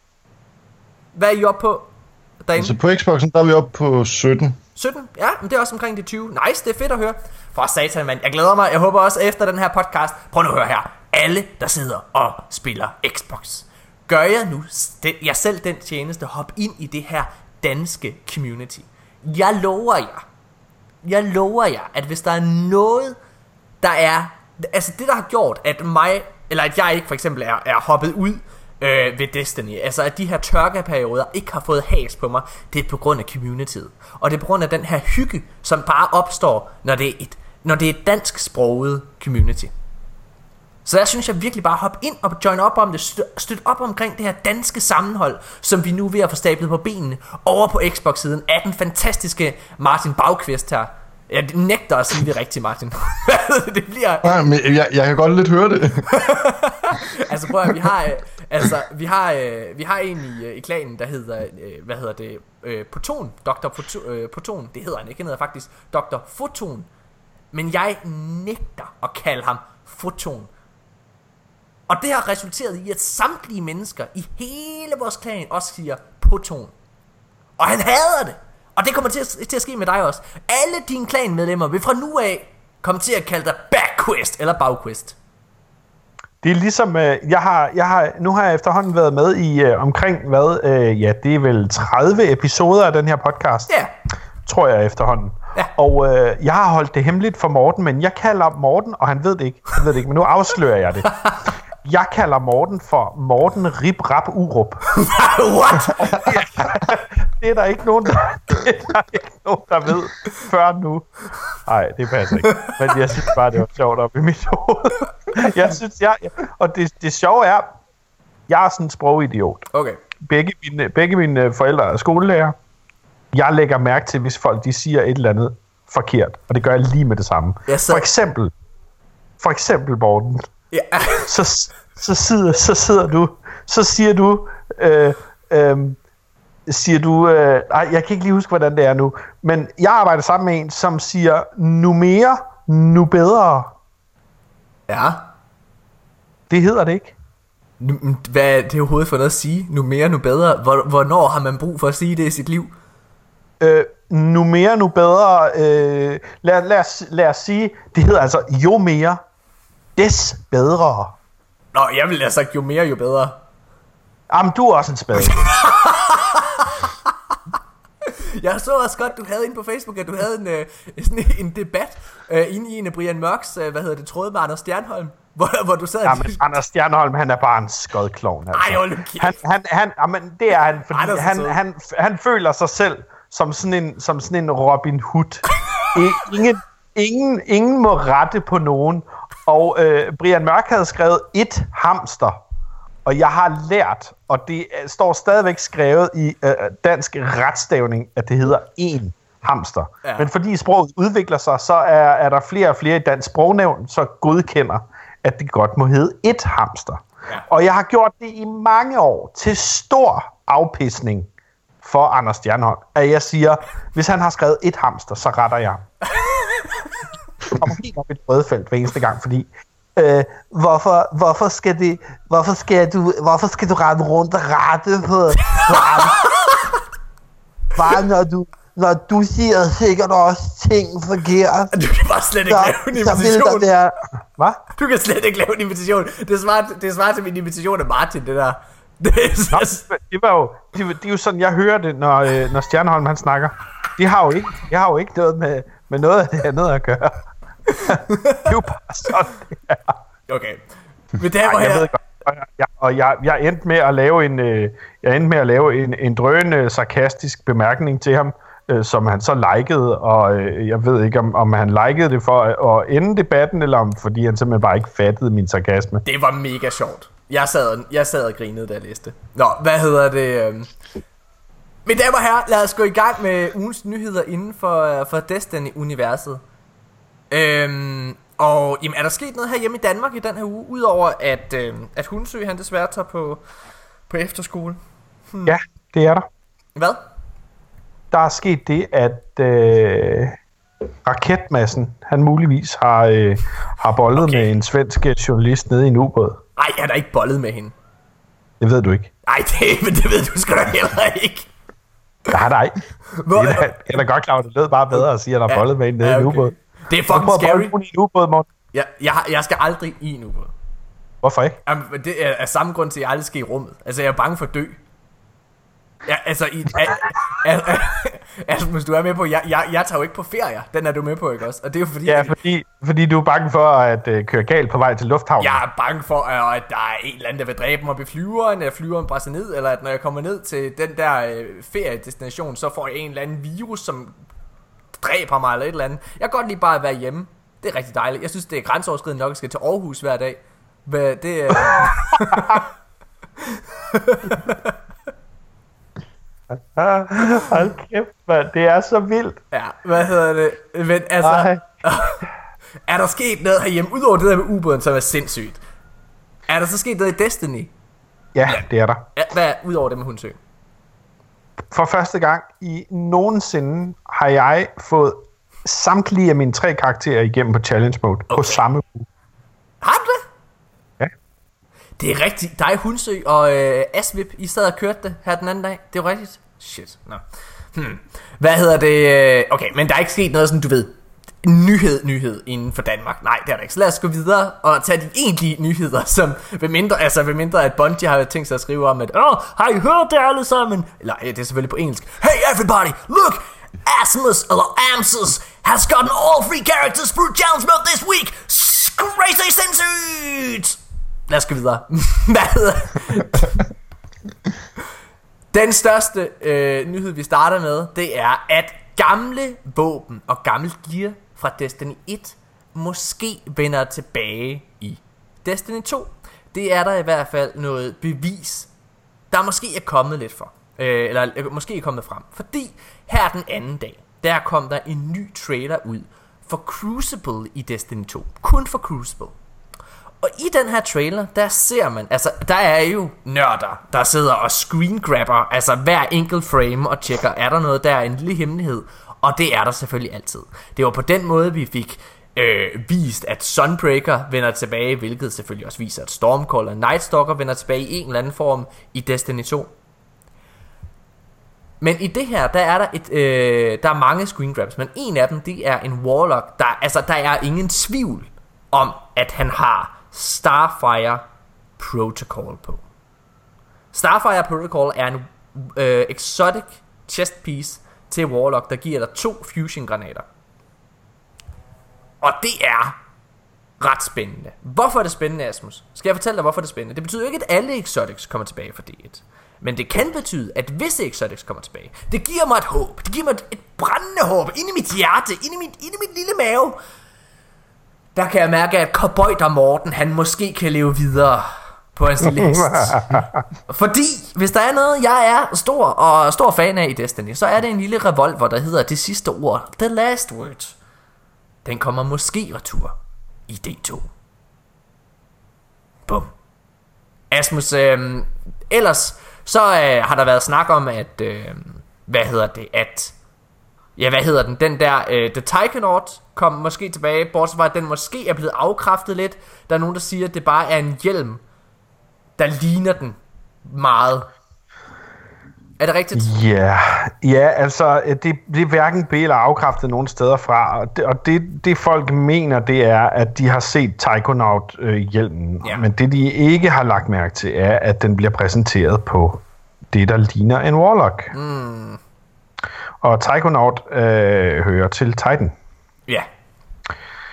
hvad er I oppe på derinde? Altså på Xboxen, der er vi oppe på sytten. sytten? Ja, men det er også omkring de tyve. Nice, det er fedt at høre. For satan, mand. Jeg glæder mig. Jeg håber også efter den her podcast. Prøv nu at høre her. Alle, der sidder og spiller Xbox, gør jeg nu jeg selv den tjeneste. Hop ind i det her danske community. Jeg lover jer. Jeg lover jer, at hvis der er noget, der er... Altså det, der har gjort, at mig... Eller at jeg ikke for eksempel er, er hoppet ud øh, ved Destiny. Altså at de her tørkeperioder ikke har fået has på mig. Det er på grund af communityet. Og det er på grund af den her hygge, som bare opstår, når det er et, når det er et dansksproget community. Så der synes jeg virkelig bare hop ind og join op om det. Støt op omkring det her danske sammenhold, som vi nu er ved at få stablet på benene over på Xbox-siden af den fantastiske Martin Bagquist her. Jeg nægter at sige det rigtigt, Martin. Det bliver... Nej, men jeg, jeg kan godt lidt høre det. Altså prøv at vi har altså vi har vi har en i, i klanen, der hedder hvad hedder det øh, Poton, doktor Poton, øh, Poton. Det hedder han ikke, han hedder faktisk doktor Foton. Men jeg nægter at kalde ham Foton. Og det har resulteret i, at samtlige mennesker i hele vores klan også siger Poton. Og han hader det. Og det kommer til at, til at ske med dig også. Alle dine klanmedlemmer vil fra nu af komme til at kalde dig Backquist eller Bagquist. Det er ligesom, øh, jeg har, jeg har, nu har jeg efterhånden været med i øh, omkring, hvad, øh, ja, det er vel tredive episoder af den her podcast. Ja. Tror jeg efterhånden. Ja. Og øh, jeg har holdt det hemmeligt for Morten, men jeg kalder Morten, og han ved det ikke, han ved det ikke, men nu afslører jeg det. Jeg kalder Morten for Morten Rip Rap Urup. What? Det er der ikke nogen, der, det er der ikke nogen, der ved før nu. Nej, det passer ikke. Men jeg synes bare, det var sjovt op i mit hoved. Jeg synes, jeg... Og det, det sjove er, jeg er sådan en sprogidiot. Okay. Begge mine, begge mine forældre er skolelærer. Jeg lægger mærke til, hvis folk de siger et eller andet forkert. Og det gør jeg lige med det samme. Ja, så... For eksempel... For eksempel, Morten. Ja. så, så, sidder, så sidder du... Så siger du... Øh, øh, siger du, øh, ej, jeg kan ikke lige huske, hvordan det er nu, men jeg arbejder sammen med en, som siger, nu mere, nu bedre. Ja. Det hedder det ikke. Nu, hvad er det overhovedet for noget at sige? Nu mere, nu bedre. Hvor, hvornår har man brug for at sige det i sit liv? Øh, nu mere, nu bedre. Øh, lad, lad, os, lad os sige, det hedder altså, jo mere, des bedre. Nå, jeg ville have sagt, jo mere, jo bedre. Jamen, du er også en spade. Jeg så også godt, du havde inde på Facebook, at du havde en, øh, sådan en debat øh, inde i en af Brian Mørks, øh, hvad hedder det, tråd med Anders Stjernholm, hvor, hvor du sad... Jamen, Anders Stjernholm, han er bare en skodklovn, altså. Ej, hold nu kæft. Han, han, han, jamen, det er han, fordi Anders er han, sød. han, han føler sig selv som sådan en, som sådan en Robin Hood. I- ingen, ingen, ingen må rette på nogen. Og øh, Brian Mørk havde skrevet et hamster. Og jeg har lært, og det står stadigvæk skrevet i øh, dansk retstavning, at det hedder en hamster. Ja. Men fordi sproget udvikler sig, så er, er der flere og flere i dansk sprognævn, så godkender, at det godt må hedde et hamster. Ja. Og jeg har gjort det i mange år til stor afpisning for Anders Stjernholm, at jeg siger, hvis han har skrevet et hamster, så retter jeg. Jeg kommer helt op i et rødfelt hver eneste gang, fordi Øh, hvorfor, hvorfor skal det, hvorfor skal du, hvorfor skal du rette rundt og rette på, på bare når du, når du siger sikkert også ting forkert. Du kan bare slet ikke så, lave en så vil der invitation. være, hvad? Du kan slet ikke lave en invitation. Det svarer, det svarer til min invitation af Martin, det der. Det, Nå, det var jo, det, det er jo sådan, jeg hører det, når, øh, når Stjernholm han snakker. Det har jo ikke, det har jo ikke noget med, med noget af det andet at gøre. Det er jo bare sådan, det er. Okay. Men damer og Ej, jeg herrer, ved godt. Og jeg, og jeg, jeg endte med at lave en, øh, jeg endte med at lave en, en drønende sarkastisk bemærkning til ham, øh, som han så likede, og øh, jeg ved ikke, om, om han likede det for at, at ende debatten, eller om fordi han simpelthen bare ikke fattede min sarkasme. Det var mega sjovt. Jeg sad, jeg sad og grinede, da jeg læste. Nå, hvad hedder det? Øh... Mine damer og herrer, lad os gå i gang med ugens nyheder inden for, for Destiny-universet. Øhm, og jamen, er der sket noget her hjemme i Danmark i den her uge, udover at, øh, at Hundsø han desværre tager på, på efterskole? Hmm. Ja, det er der. Hvad? Der er sket det, at øh, Raketmassen, han muligvis har, øh, har bollet okay. med en svensk journalist nede i en ubåd. Nej, han har ikke bollet med hende. Det ved du ikke. Nej, det, men det ved du sgu da heller ikke. Nej, nej. Hvor, jeg, er, jeg er da godt klar, at det lød bare bedre at sige, at han har ja, bollet med en nede ja, okay. i en ubåd. Det er fucking scary. Prøv at i en ubåd, Morten. Ja, jeg, jeg skal aldrig i en ubåd. Hvorfor ikke? Jamen, det er af samme grund til, at jeg aldrig skal i rummet. Altså, jeg er bange for at dø. Ja, altså, i, al, al, al, altså, hvis du er med på, jeg, jeg, jeg tager jo ikke på ferier. Den er du med på, ikke også? Og det er jo fordi... Ja, fordi, fordi du er bange for at uh, køre galt på vej til lufthavnen. Jeg er bange for, at der er en eller anden, der vil dræbe mig op i flyveren, eller flyveren brænder ned, eller at når jeg kommer ned til den der øh, feriedestination, så får jeg en eller anden virus, som dræber mig, eller et eller andet. Jeg kan godt lide bare at være hjemme. Det er rigtig dejligt. Jeg synes, det er grænseoverskridende nok, at jeg skal til Aarhus hver dag. Men det er... Hold kæft, man. Det er så vildt. Ja, hvad hedder det? Men altså, er der sket noget herhjemme, udover det der med ubåden, som er sindssygt? Er der så sket noget i Destiny? Ja, ja. Det er der. Ja, hvad er udover det med Hundsø? For første gang i nogensinde har jeg fået samtlige af mine tre karakterer igennem på challenge mode okay. på samme uge. Har du det? Ja. Det er rigtigt. Dig, Hundsø og øh, Asvip, I sad og kørte det her den anden dag. Det er jo rigtigt. Shit, nå. No. Hmm. Hvad hedder det? Okay, men der er ikke sket noget sådan, du ved, nyhed, nyhed inden for Danmark. Nej, det er der ikke. Så lad os gå videre og tage de egentlige nyheder, som ved mindre, altså ved mindre at Bungie har tænkt sig at skrive om, at åh, har I hørt det alle sammen? Eller det er selvfølgelig på engelsk. Hey everybody, look! Asmus, eller Amsus, has gotten all three characters through challenge mode this week. Crazy sindssygt! Lad os gå videre. Hvad hedder den største øh, nyhed, vi starter med, det er, at gamle våben og gammel gear fra Destiny et måske vender tilbage i Destiny to. Det er der i hvert fald noget bevis, der måske er kommet lidt for. Øh, eller øh, måske er kommet frem. Fordi her den anden dag, der kom der en ny trailer ud for Crucible i Destiny to. Kun for Crucible. Og i den her trailer, der ser man, altså der er jo nørder, der sidder og screengrabber, altså hver enkelt frame og tjekker, er der noget, der er en lille hemmelighed. Og det er der selvfølgelig altid. Det var på den måde, vi fik øh, vist, at Sunbreaker vender tilbage, hvilket selvfølgelig også viser, at Stormcaller og Nightstalker vender tilbage i en eller anden form i Destiny to. Men i det her, der er der et, øh, der er mange screengrabs, men en af dem, det er en Warlock, der, altså der er ingen tvivl om, at han har Starfire Protocol på. Starfire Protocol er en øh, exotic chest piece til Warlock, der giver dig to fusion granater. Og det er ret spændende. Hvorfor er det spændende, Asmus? Skal jeg fortælle dig, hvorfor det er spændende? Det betyder jo ikke, at alle exotics kommer tilbage for D et. Men det kan betyde, at visse exotics kommer tilbage. Det giver mig et håb. Det giver mig et, et brændende håb inde i mit hjerte, inde i mit, inde i mit lille mave. Der kan jeg mærke, at Cowboy der Morten, han måske kan leve videre på hans lille hest. Fordi, hvis der er noget, jeg er stor og stor fan af i Destiny, så er det en lille revolver, der hedder det sidste ord, The Last Word. Den kommer måske retur i D to. Bum. Asmus, øh, ellers så øh, har der været snak om, at, øh, hvad hedder det, at, ja, hvad hedder den, den der, øh, The Tychonaut kom måske tilbage, bortset fra, at den måske er blevet afkræftet lidt. Der er nogen, der siger, at det bare er en hjelm, der ligner den meget. Er det rigtigt? Ja, yeah. ja, altså det, det er hverken be- eller afkræftet nogen steder fra, og det, og det, det folk mener, det er, at de har set Tychonaut-hjelmen, ja. Men det de ikke har lagt mærke til, er, at den bliver præsenteret på det, der ligner en Warlock. Mm. Og Tychonaut øh, hører til Titan. Ja.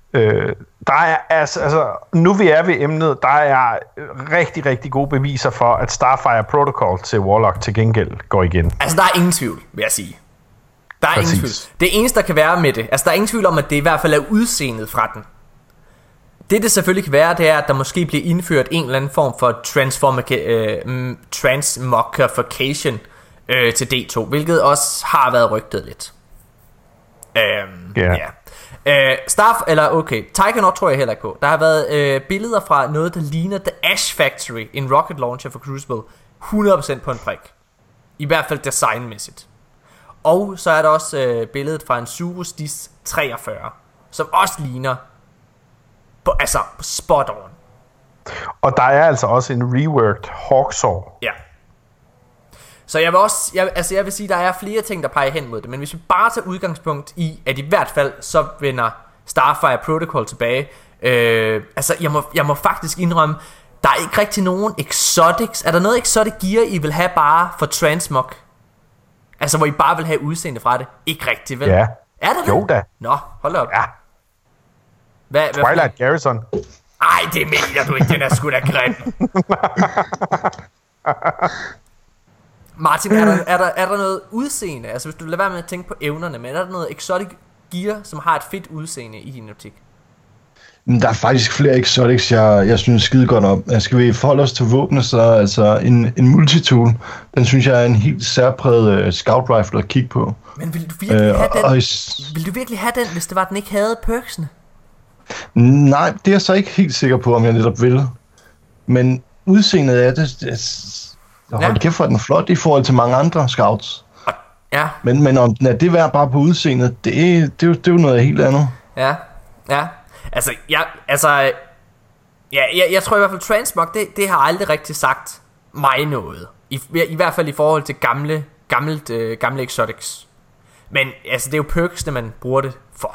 Øh, der er altså, altså, nu vi er ved emnet, der er rigtig, rigtig gode beviser for, at Starfire Protocol til Warlock til gengæld går igen. Altså, der er ingen tvivl, vil jeg sige. Der er Præcis. ingen tvivl. Det eneste, der kan være med det, altså, der er ingen tvivl om, at det i hvert fald er udseendet fra den. Det, det selvfølgelig kan være, det er, at der måske bliver indført en eller anden form for transformica- øh, transmogrification øh, til D to, hvilket også har været rygtet lidt. Øhm, yeah. ja. Øh, Staff, eller okay, Taikonaut tror jeg heller ikke på. Der har været øh, billeder fra noget, der ligner The Ash Factory, en rocket launcher for Crucible, hundrede procent på en prik. I hvert fald designmæssigt. Og så er der også øh, billedet fra en Surus Dis treogfyrre, som også ligner på, altså spot on. Og der er altså også en reworked Hawksaw. Ja. Så jeg vil også, jeg, altså jeg vil sige, der er flere ting, der peger hen mod det. Men hvis vi bare tager udgangspunkt i, at i hvert fald så vender Starfire Protocol tilbage. Øh, altså jeg må, jeg må faktisk indrømme, der er ikke rigtig nogen exotics. Er der noget exotic gear, I vil have bare for Transmog? Altså hvor I bare vil have udseende fra det? Ikke rigtigt, vel? Ja. Er der det? Jo da. Nå, hold op. Ja. Hvad, hvad Twilight Garrison. Ej, det mener du ikke, den er sgu da grim. Martin, er der, er, der, er der noget udseende? Altså hvis du lader være med at tænke på evnerne, men er der noget exotic gear, som har et fedt udseende i din optik? Der er faktisk flere exotics, jeg, jeg synes skide godt om. Skal vi forholde os til våbne, så altså en, en multitool, den synes jeg er en helt særpræget uh, scout rifle at kigge på. Men vil du virkelig øh, have den? og, Vil du virkelig have den, hvis det var, den ikke havde perksene? Nej, det er jeg så ikke helt sikker på, om jeg netop vil. Men udseendet af det, det hold ja. kæft for, den er flot i forhold til mange andre scouts. Ja. Men, men om den er det værd bare på udseendet, det er, det, er jo, det er jo noget helt andet. Ja, ja. Altså, jeg, altså, ja, jeg, jeg tror i hvert fald, Transmog, det, det har aldrig rigtig sagt mig noget. I, i hvert fald i forhold til gamle, gammelt, øh, gamle exotics. Men altså, det er jo perksene, man bruger det for.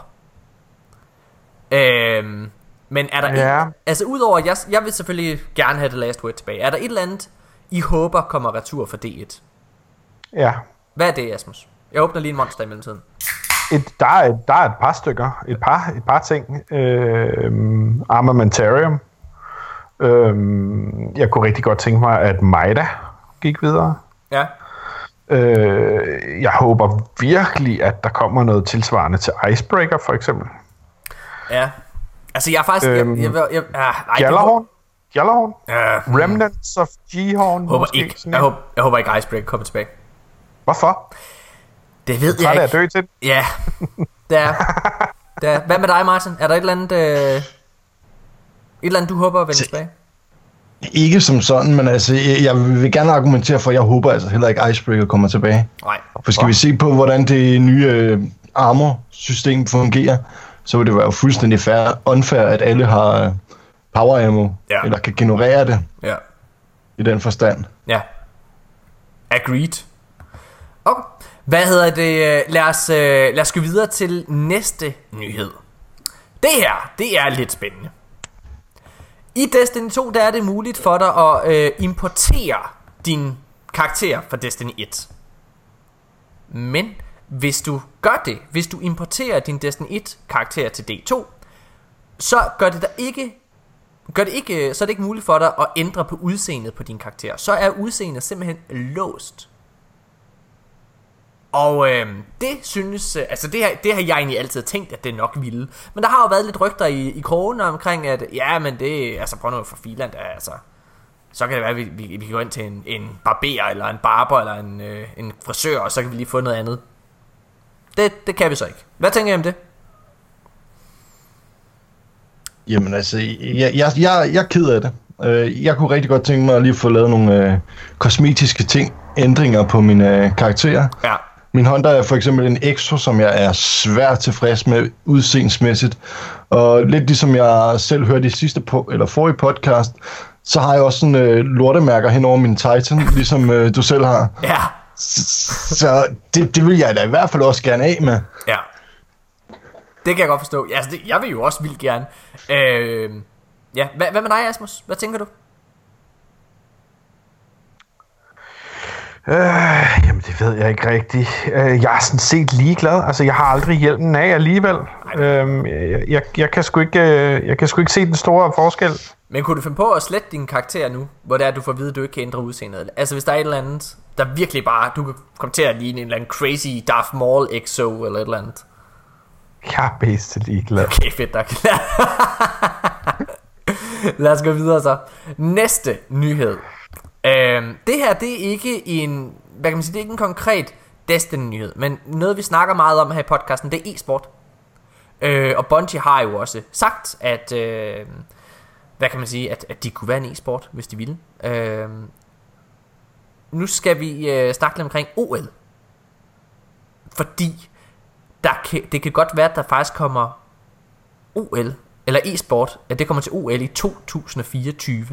Øhm, men er der ja. et, altså udover jeg, jeg vil selvfølgelig gerne have det last word tilbage. Er der et eller andet I håber kommer retur for D et? Ja. Hvad er det, Asmus? Jeg åbner lige en monster i mellemtiden. Et, der, er, der er et par stykker, et par, et par ting. Øhm, Armamentarium. Øhm, jeg kunne rigtig godt tænke mig, at Maida gik videre. Ja. Øh, jeg håber virkelig, at der kommer noget tilsvarende til Icebreaker, for eksempel. Ja. Altså, jeg er faktisk... Øhm, jeg, jeg, jeg, jeg, nej, Gjallarhorn? Gjallarhorn? Uh, Remnants of G-Horn? Håber ikke, jeg, håber, jeg håber ikke Icebreaker kommer tilbage. Hvorfor? Det ved jeg ikke. Er dø til? Ja, det er. Det er. Hvad med dig, Martin? Er der et eller andet, øh, et eller andet du håber at vende tilbage? Ikke som sådan, men altså, jeg, jeg vil gerne argumentere for, at jeg håber altså heller ikke Icebreaker kommer tilbage. Nej. For skal vi se på, hvordan det nye øh, armor-system fungerer, så vil det være fuldstændig fair, unfair, at alle har øh, power ammo, ja. eller kan generere det, ja. i den forstand. Ja. Agreed. Okay. Hvad hedder det? Lad os, øh, lad os gå videre til næste nyhed. Det her, det er lidt spændende. I Destiny to, der er det muligt for dig at øh, importere din karakter fra Destiny et. Men hvis du gør det, hvis du importerer din Destiny et karakter til D to, så gør det der ikke, gør det ikke, så er det ikke muligt for dig at ændre på udseendet på din karakter. Så er udseendet simpelthen låst. Og øh, det synes, altså det har, det har jeg egentlig altid tænkt, at det nok ville. Men der har jo været lidt rygter i, i krogen omkring, at ja, men det, altså prøv nu for filan, altså, så kan det være, at vi, vi, vi kan gå ind til en, en barber, eller en barber, eller en, øh, en frisør, og så kan vi lige få noget andet. Det, det kan vi så ikke. Hvad tænker I om det? Jamen altså, jeg, jeg, jeg, jeg er ked af det. Jeg kunne rigtig godt tænke mig at lige få lavet nogle øh, kosmetiske ting, ændringer på mine øh, karakterer. Ja. Min Hunter er for eksempel en Exo, som jeg er svært tilfreds med udseendsmæssigt. Og lidt ligesom jeg selv hørte i sidste po- eller forrige podcast, så har jeg også sådan øh, lortemærker hen over min Titan, ligesom øh, du selv har. Ja. Så, så det, det vil jeg da i hvert fald også gerne af med. Ja. Det kan jeg godt forstå. Altså, det, jeg vil jo også vildt gerne. Øh, ja, hvad, hvad med dig, Asmus? Hvad tænker du? Øh, jamen det ved jeg ikke rigtigt. Øh, jeg er sådan set ligeglad. Altså jeg har aldrig hjelmen af alligevel. Øh, jeg, jeg, jeg, kan sgu ikke, jeg kan sgu ikke se den store forskel. Men kunne du finde på at slette din karakter nu, hvor det er, at du får at vide, at du ikke kan ændre udseendet? Altså hvis der er et eller andet, der virkelig bare, du kan komme til at ligne en eller anden crazy Darth Maul exo eller et eller andet. Jeg er bedst ligeglad. Okay, fedt nok. Lad os gå videre så. Næste nyhed. Øhm, det her, det er ikke en, hvad kan man sige, det er ikke en konkret Destiny-nyhed, men noget vi snakker meget om her i podcasten, det er e-sport. Øh, og Bungie har jo også sagt, at, øh, hvad kan man sige, at, at de kunne være en e-sport, hvis de ville. Øh, nu skal vi øh, snakke lidt omkring O L. Fordi der kan, det kan godt være, at der faktisk kommer O L, eller e-sport, at det kommer til O L i to tusind og fireogtyve.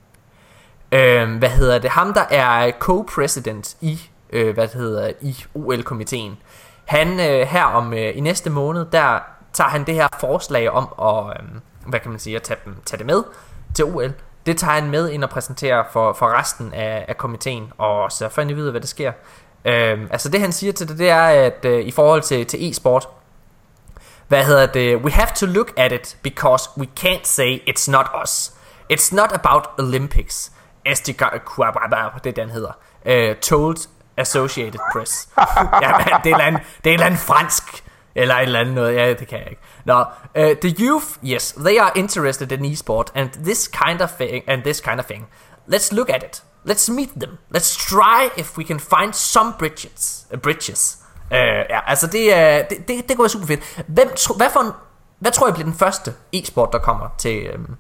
Øh, hvad hedder det? Ham, der er co-president i, øh, hvad hedder, i O L-komiteen. Han øh, her om øh, i næste måned, der tager han det her forslag om at, øh, hvad kan man sige, at tage, dem, tage det med til O L. Det tager han med ind og præsenterer for, for resten af, af komiteen, og så får han vide, hvad der sker. Øh, altså det han siger til det, det er, at øh, i forhold til, til e-sport, hvad hedder det? We have to look at it because we can't say it's not us. It's not about Olympics. S D K, det den hedder. Uh, told Associated Press. Ja, det er et eller andet, det er et eller andet fransk eller et eller andet noget. Ja, det kan jeg ikke. Nå, uh, the youth, yes, they are interested in e-sport and this kind of thing and this kind of thing. Let's look at it. Let's meet them. Let's try if we can find some bridges. Uh, bridges. Uh, ja, altså det, uh, det, det, det kunne være super fedt. Hvem tro, hvad, for en, hvad tror jeg bliver den første e-sport, der kommer til, um,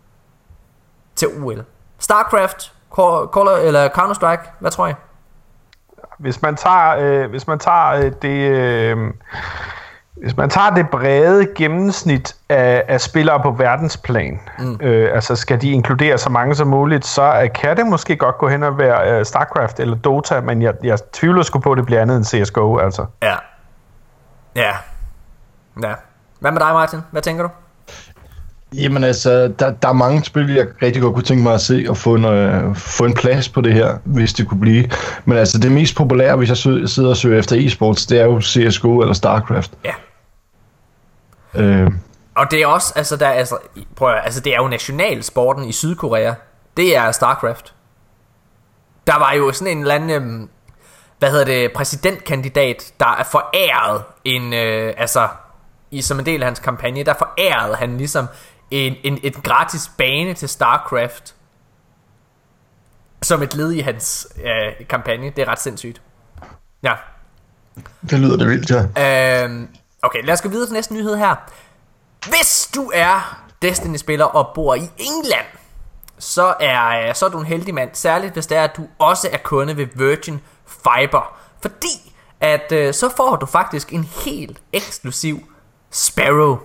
til O L? Starcraft, Call, eller Counter-Strike, hvad tror jeg? Hvis man tager, øh, hvis man tager øh, det, øh, hvis man tager det brede gennemsnit af, af spillere på verdensplan, mm. øh, altså skal de inkludere så mange som muligt, så øh, kan det måske godt gå hen og være øh, Starcraft eller Dota, men jeg, jeg tvivler sgu på, at det bliver andet end C S G O, altså. Ja. Ja. Ja. Hvad med dig, Martin? Hvad tænker du? Jamen altså, der, der er mange spil, jeg rigtig godt kunne tænke mig at se og få en, øh, få en plads på det her, hvis det kunne blive. Men altså, det mest populære, hvis jeg sø- sidder og søger efter e-sports, det er jo C S G O eller Starcraft. Ja. Øh. Og det er også, altså, der, altså, prøv at, altså, det er jo nationalsporten i Sydkorea. Det er Starcraft. Der var jo sådan en eller anden, øh, hvad hedder det, præsidentkandidat, der er foræret en, øh, altså, i, som en del af hans kampagne, der forærede han ligesom en, en, et gratis bane til Starcraft som et led i hans øh, kampagne. Det er ret sindssygt. Ja. Det lyder det vildt, ja. øhm, Okay, lad os gå videre til næste nyhed her. Hvis du er Destiny-spiller og bor i England, så er, så er du en heldig mand. Særligt hvis det er, at du også er kunde ved Virgin Fiber. Fordi at øh, så får du faktisk en helt eksklusiv Sparrow.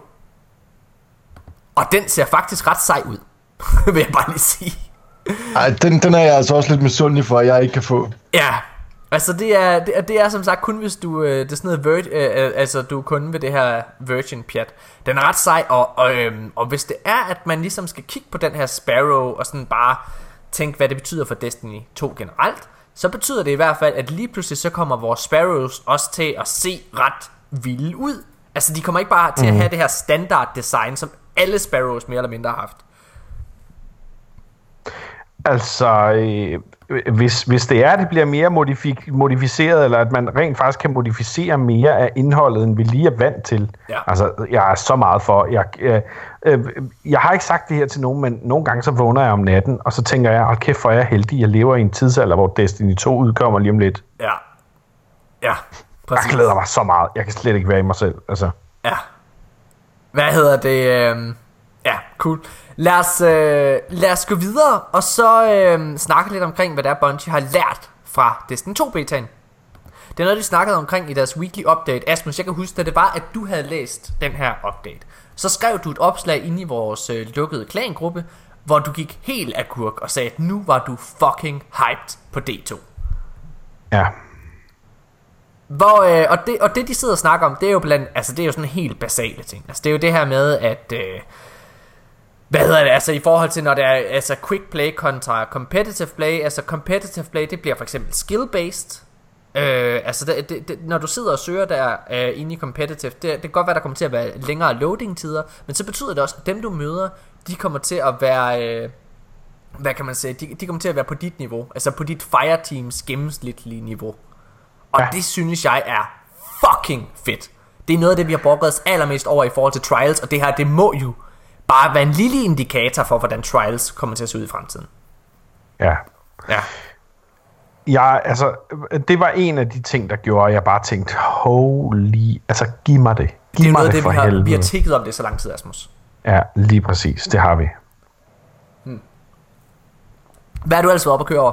Og den ser faktisk ret sej ud. Vil jeg bare lige sige. Ej, den, den er jeg altså også lidt misundelig for, at jeg ikke kan få. Ja, altså det er, det er, det er som sagt kun hvis du, øh, det er sådan noget Vir- øh, altså du er kunde ved det her Virgin pjat. Den er ret sej, og, og, øh, og hvis det er, at man ligesom skal kigge på den her Sparrow, og sådan bare tænke, hvad det betyder for Destiny to generelt, så betyder det i hvert fald, at lige pludselig så kommer vores Sparrows også til at se ret vilde ud. Altså de kommer ikke bare til at have det her standard design, som alle Sparrows mere eller mindre har haft. Altså, øh, hvis, hvis det er, at det bliver mere modifik- modificeret, eller at man rent faktisk kan modificere mere af indholdet, end vi lige er vant til. Ja. Altså, jeg er så meget for. Jeg, øh, øh, jeg har ikke sagt det her til nogen, men nogle gange så vågner jeg om natten, og så tænker jeg, hold kæft, hvor er jeg heldig. Jeg lever i en tidsalder, hvor Destiny to udkommer lige om lidt. Ja. Ja, præcis. Jeg glæder mig så meget. Jeg kan slet ikke være i mig selv. Altså. Ja. Hvad hedder det? Øh... Ja, cool. Lad os, øh, lad os gå videre, og så øh, snakke lidt omkring, hvad der Bungie har lært fra Destiny to betaen. Det er noget, de snakkede omkring i deres weekly update. Asmus, jeg kan huske, at det var, at du havde læst den her update. Så skrev du et opslag inde i vores øh, lukkede klangruppe, hvor du gik helt agurk og sagde, at nu var du fucking hyped på D to. Ja. Hvor, øh, og, det, og det de sidder og snakker om, det er jo blandt, altså det er jo sådan helt basale ting. Altså det er jo det her med, at... Øh, Hvad hedder det, altså i forhold til når det er altså quick play kontra competitive play. Altså competitive play, det bliver for eksempel skill based. øh, Altså det, det, det, når du sidder og søger der øh, inde i competitive, det, det kan godt være der kommer til at være længere loading tider, men så betyder det også at dem du møder, de kommer til at være øh, hvad kan man sige, de, de kommer til at være på dit niveau. Altså på dit fireteams gennemsnitlige niveau. Og ja. Det synes jeg er fucking fedt. Det er noget af det vi har brugt os allermest over i forhold til Trials. Og det her, det må jo bare være en lille indikator for hvordan Trials kommer til at se ud i fremtiden. Ja. Ja. Ja, altså det var en af de ting der gjorde at jeg bare tænkte holy, altså giv mig det. Giv Det er mig noget af det det for vi har, helvede. vi har tikket om det så lang tid, Asmus. Ja, lige præcis, det har vi. hmm. Hvad har du ellers været op at køre over?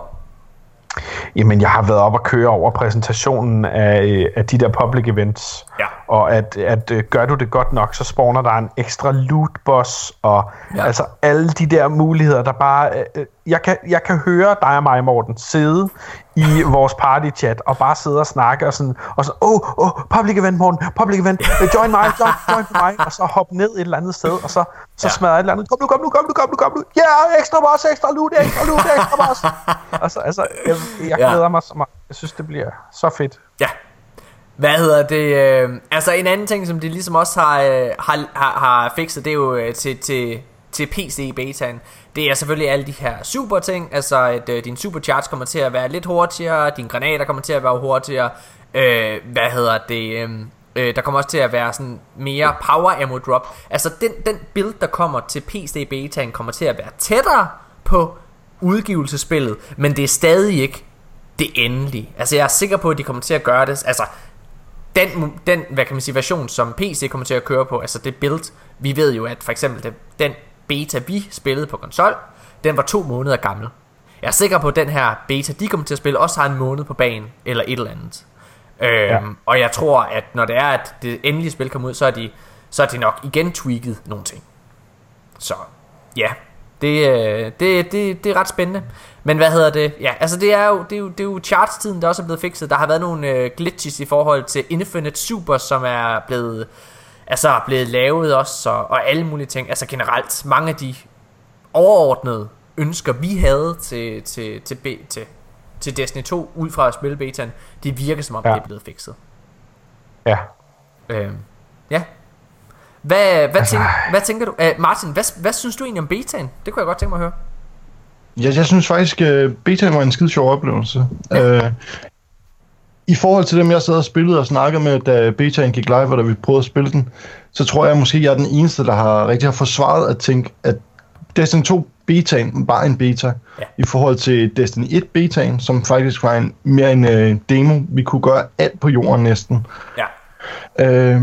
Jamen, jeg har været op og køre over præsentationen af, af de der public events. Ja. Og at, at gør du det godt nok, så spawner der en ekstra loot boss, og ja. altså alle de der muligheder, der bare... Øh, jeg, kan, jeg kan høre dig og mig, Morten, sidde i vores party-chat, og bare sidde og snakke, og sådan, og så, åh, oh, oh, public event, Morten, public event, join mig, join, join mig, og så hoppe ned et eller andet sted, og så, så ja. smadre et eller andet, kom nu, kom nu, kom nu, kom nu, kom nu, ja, yeah, ekstra boss, ekstra loot, ekstra loot, ekstra boss. Altså, altså, jeg, jeg glæder ja. mig så meget. Jeg synes, det bliver så fedt. Ja. Hvad hedder det? Øh, altså en anden ting, som de ligesom også har, øh, har, har, har fikset, det er jo øh, til, til, til P C-betaen. Det er selvfølgelig alle de her super ting. Altså at øh, din supercharge kommer til at være lidt hurtigere, dine granater kommer til at være hurtigere. Øh, hvad hedder det? Øh, øh, der kommer også til at være sådan mere power ammo drop. Altså den, den build, der kommer til P C-betaen, kommer til at være tættere på udgivelsespillet, men det er stadig ikke det endelige. Altså jeg er sikker på at de kommer til at gøre det. Altså den, den hvad kan man sige, version som P C kommer til at køre på, altså det build, vi ved jo at for eksempel det, den beta vi spillede på konsol, den var to måneder gammel. Jeg er sikker på at den her beta de kommer til at spille også har en måned på banen eller et eller andet. Ja. øhm, Og jeg tror at når det er at det endelige spil kommer ud, så er de, så er de nok igen tweaked nogle ting. Så ja, det, det, det, det er ret spændende. Men hvad hedder det? Ja, altså det er jo, det er jo, det er jo charts-tiden, der også er blevet fikset. Der har været nogle øh, glitches i forhold til Infinite Super, som er blevet, altså blevet lavet også, og, og alle mulige ting. Altså generelt, mange af de overordnede ønsker, vi havde til, til, til, til, til, til Destiny to, ud fra at spille betaen, det virker som om ja. det er blevet fikset. Ja. Øhm, ja. Hvad, hvad, altså... tænker, hvad tænker du? Uh, Martin, hvad, hvad synes du egentlig om betaen? Det kunne jeg godt tænke mig at høre. Ja, jeg synes faktisk, at betaen var en skide sjov oplevelse. Ja. Uh, I forhold til dem, jeg sad og spillede og snakkede med, da betaen gik live, og da vi prøvede at spille den, så tror jeg måske, jeg er den eneste, der har rigtig har forsvaret at tænke, at Destiny to betaen var en beta, ja. I forhold til Destiny et betaen, som faktisk var en, mere en uh, demo. Vi kunne gøre alt på jorden næsten. Ja. Uh,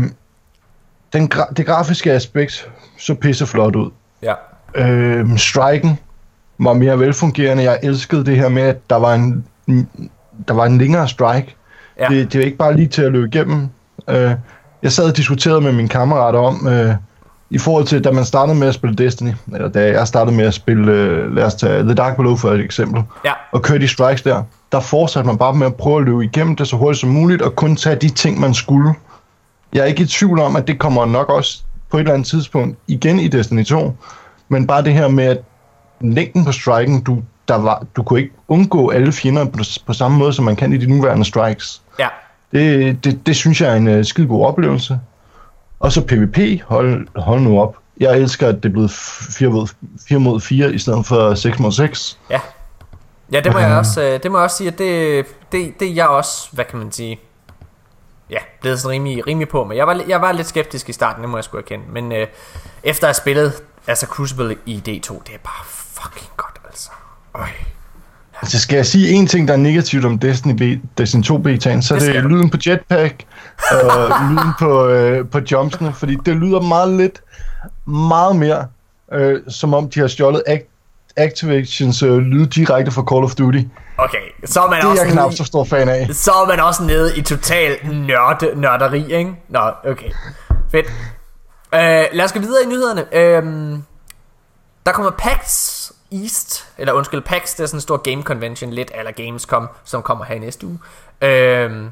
den gra- det grafiske aspekt så pisseflot ud. Ja. Uh, striken var mere velfungerende. Jeg elskede det her med, at der var en, der var en længere strike. Ja. Det, det er ikke bare lige til at løbe igennem. Uh, jeg sad og diskuterede med mine kammerater om, uh, i forhold til, da man startede med at spille Destiny, eller da jeg startede med at spille, uh, lad os tage The Dark Below for et eksempel, ja. Og køre de strikes der, der fortsatte man bare med at prøve at løbe igennem det så hurtigt som muligt, og kun tage de ting, man skulle. Jeg er ikke i tvivl om, at det kommer nok også på et eller andet tidspunkt igen i Destiny to, men bare det her med, at længden på striken, du, der var, du kunne ikke undgå alle fjender på, på samme måde, som man kan i de nuværende strikes. Ja. Det, det, det synes jeg er en uh, skide god oplevelse. Og så PvP, hold, hold nu op. Jeg elsker, at det er blevet fire mod fire i stedet for seks mod seks. Ja, ja det, må jeg også, det må jeg også sige, at det, det, det er jeg også, hvad kan man sige, ja, blevet sådan rimelig, rimelig på. Men jeg var, jeg var lidt skeptisk i starten, det må jeg sgu erkende. Men øh, efter at have spillet altså Crucible i D to, det er bare fucking godt, altså. Øj. Altså skal jeg sige en ting, der er negativt om Destiny, B, Destiny to betaen, så det er det lyden på jetpack, og lyden på, øh, på jumpsene, fordi det lyder meget lidt, meget mere, øh, som om de har stjålet Act- Activations øh, lyd direkte fra Call of Duty. Okay, så er man det er også jeg knap så stor fan af. Så er man også nede i total nørde, nørderi, ikke? Nå, okay, fedt. øh, Lad os gå videre i nyhederne. øh, Der kommer PAX East, eller undskyld, PAX, det er sådan en stor game convention, lidt eller Gamescom, som kommer her i næste uge. Øhm,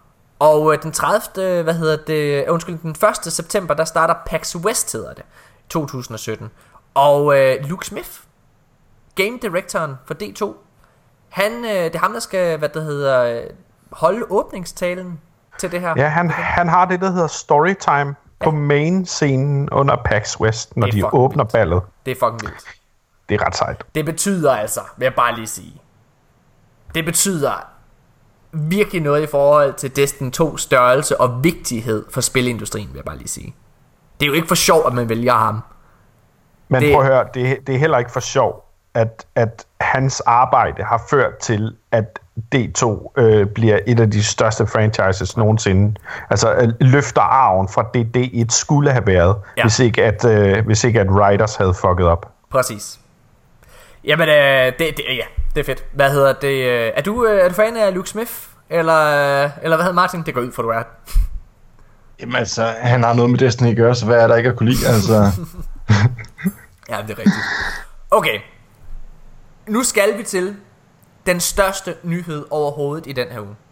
og den tredivte, hvad hedder det, undskyld, den første september, der starter PAX West, hedder det, to tusind og sytten. Og øh, Luke Smith, game directoren for D to, han, øh, det er ham der skal, hvad det hedder, holde åbningstalen til det her. Ja, han, han har det der hedder storytime på main-scenen under PAX West, når de åbner vildt. ballet. Det er fucking vildt. Det er ret sejt. Det betyder altså, vil jeg bare lige sige, det betyder virkelig noget i forhold til Destiny to størrelse og vigtighed for spilindustrien, vil jeg bare lige sige. Det er jo ikke for sjov, at man vælger ham. Men det... prøv at høre, det, det er heller ikke for sjov, at, at hans arbejde har ført til, at D to øh, bliver et af de største franchises nogensinde. Altså øh, løfter arven fra det D et skulle have været, ja. hvis, ikke at, øh, hvis ikke at Riders havde fucket op. Præcis. Jamen, øh, det, det, ja, det er fedt. Hvad hedder det? Øh, er du, øh, er du fan af Luke Smith? Eller, øh, eller hvad hedder Martin? Det går ud for, du er. Jamen altså, han har noget med Destiny at gøre, så hvad er der ikke at kunne lide, altså? Ja, det er rigtigt. Okay. Nu skal vi til den største nyhed overhovedet i den her uge.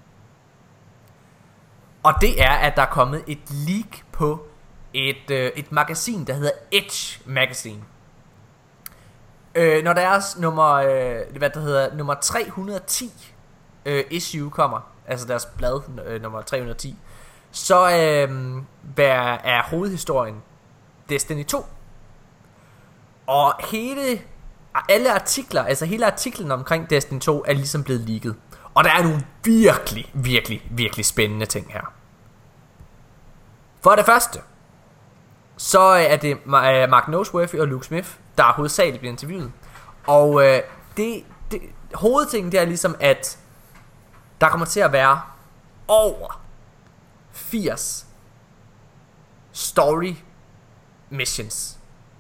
Og det er, at der er kommet et leak på et, øh, et magasin, der hedder Edge Magazine. Øh, når deres nummer, øh, hvad der hedder, nummer tre hundrede og ti øh, issue kommer, altså deres blad øh, nummer tre hundrede og ti, så øh, er hovedhistorien Destiny to. Og hele alle artikler, altså hele artiklen omkring Destiny to er ligesom blevet leaget. Og der er nogle virkelig, virkelig, virkelig spændende ting her. For det første, så er det Mark Noseworthy og Luke Smith, der hovedsageligt bliver interviewet. Og øh, det, det hovedtingen, det er ligesom, at der kommer til at være over firs story missions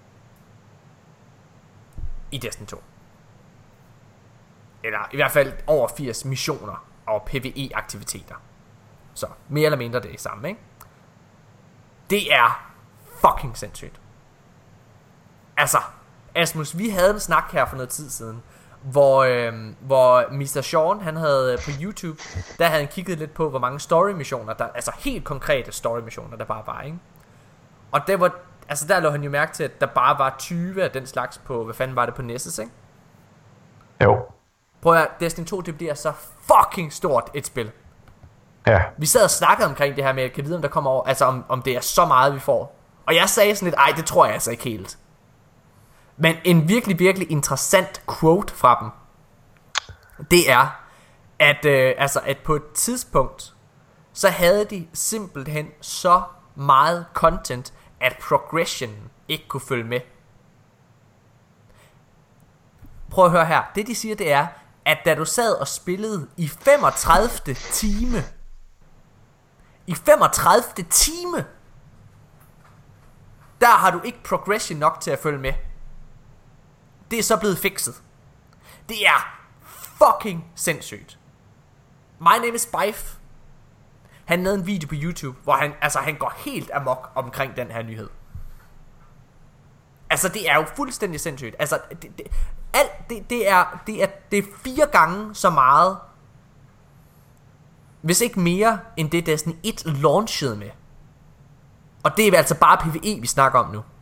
i Destiny to. Eller i hvert fald over firs missioner og PvE aktiviteter. Så mere eller mindre det samme, ikke? Det er fucking sindssygt. Altså, Asmus, vi havde en snak her for noget tid siden, hvor, øh, hvor mister Sean, han havde på YouTube, der havde han kigget lidt på, hvor mange story missioner der, altså helt konkrete story missioner der bare var, ikke? Og det var, altså der lå han jo mærke til, at der bare var tyve af den slags på, hvad fanden var det på Nessus, ikke? Jo. Prøv at Destiny to, det bliver så fucking stort et spil. Ja. Vi sad og snakkede omkring det her med, at kan vide, om der kommer over, altså om, om det er så meget, vi får. Og jeg sagde sådan lidt, ej, det tror jeg altså ikke helt. Men en virkelig, virkelig interessant quote fra dem, det er, at, øh, altså, at på et tidspunkt, så havde de simpelthen så meget content, at progression ikke kunne følge med. Prøv at høre her. Det de siger, det er, at da du sad og spillede i femogtredivte time, i femogtredivte time, der har du ikke progression nok til at følge med. Det er så blevet fikset. Det er fucking sindssygt. My name is Bife. Han lavede en video på YouTube, hvor han, altså, han går helt amok omkring den her nyhed. Altså det er jo fuldstændig sindssygt. Altså det, det, alt, det, det, er, det, er, det er fire gange så meget, hvis ikke mere, end det Destiny et launchede med. Og det er altså bare PvE vi snakker om nu.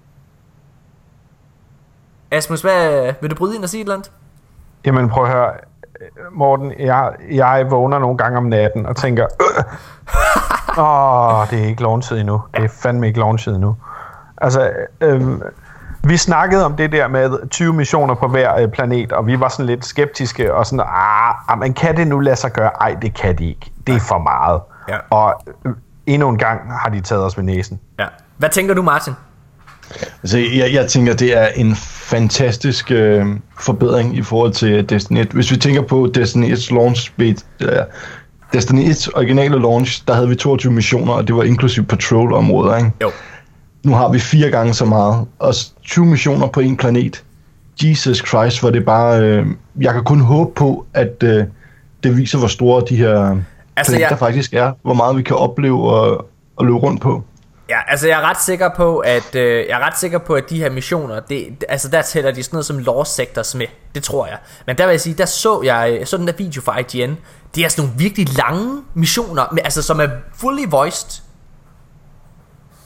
Asmus, hvad, vil du bryde ind og sige et eller andet? Jamen prøv at høre, Morten, jeg, jeg vågner nogle gange om natten og tænker, åh, oh, det er ikke launchet endnu. Det er fandme ikke launchet endnu. Altså, øhm, vi snakkede om det der med tyve missioner på hver øh, planet, og vi var sådan lidt skeptiske, og sådan, ah, men kan det nu lade sig gøre? Ej, det kan de ikke. Det er for meget. Ja. Og øh, endnu en gang har de taget os ved næsen. Ja. Hvad tænker du, Martin? Altså, jeg, jeg tænker, det er en fantastisk øh, forbedring i forhold til Destiny et. Hvis vi tænker på Destiny et's launch speed, øh, Destiny et's originale launch, der havde vi toogtyve missioner, og det var inklusive patrol-områder, ikke? Jo. Nu har vi fire gange så meget, og tyve missioner på en planet. Jesus Christ, hvor det bare... Øh, jeg kan kun håbe på, at øh, det viser, hvor store de her altså, planeter jeg... faktisk er. Hvor meget vi kan opleve og, og løbe rundt på. Ja, altså jeg er ret sikker på, at øh, jeg er ret sikker på, at de her missioner, det, altså der tæller de sådan noget som Lost Sectors med. Det tror jeg. Men der vil jeg sige, der så jeg, jeg så den der video fra I G N. Det er sådan nogle virkelig lange missioner, altså som er fully voiced.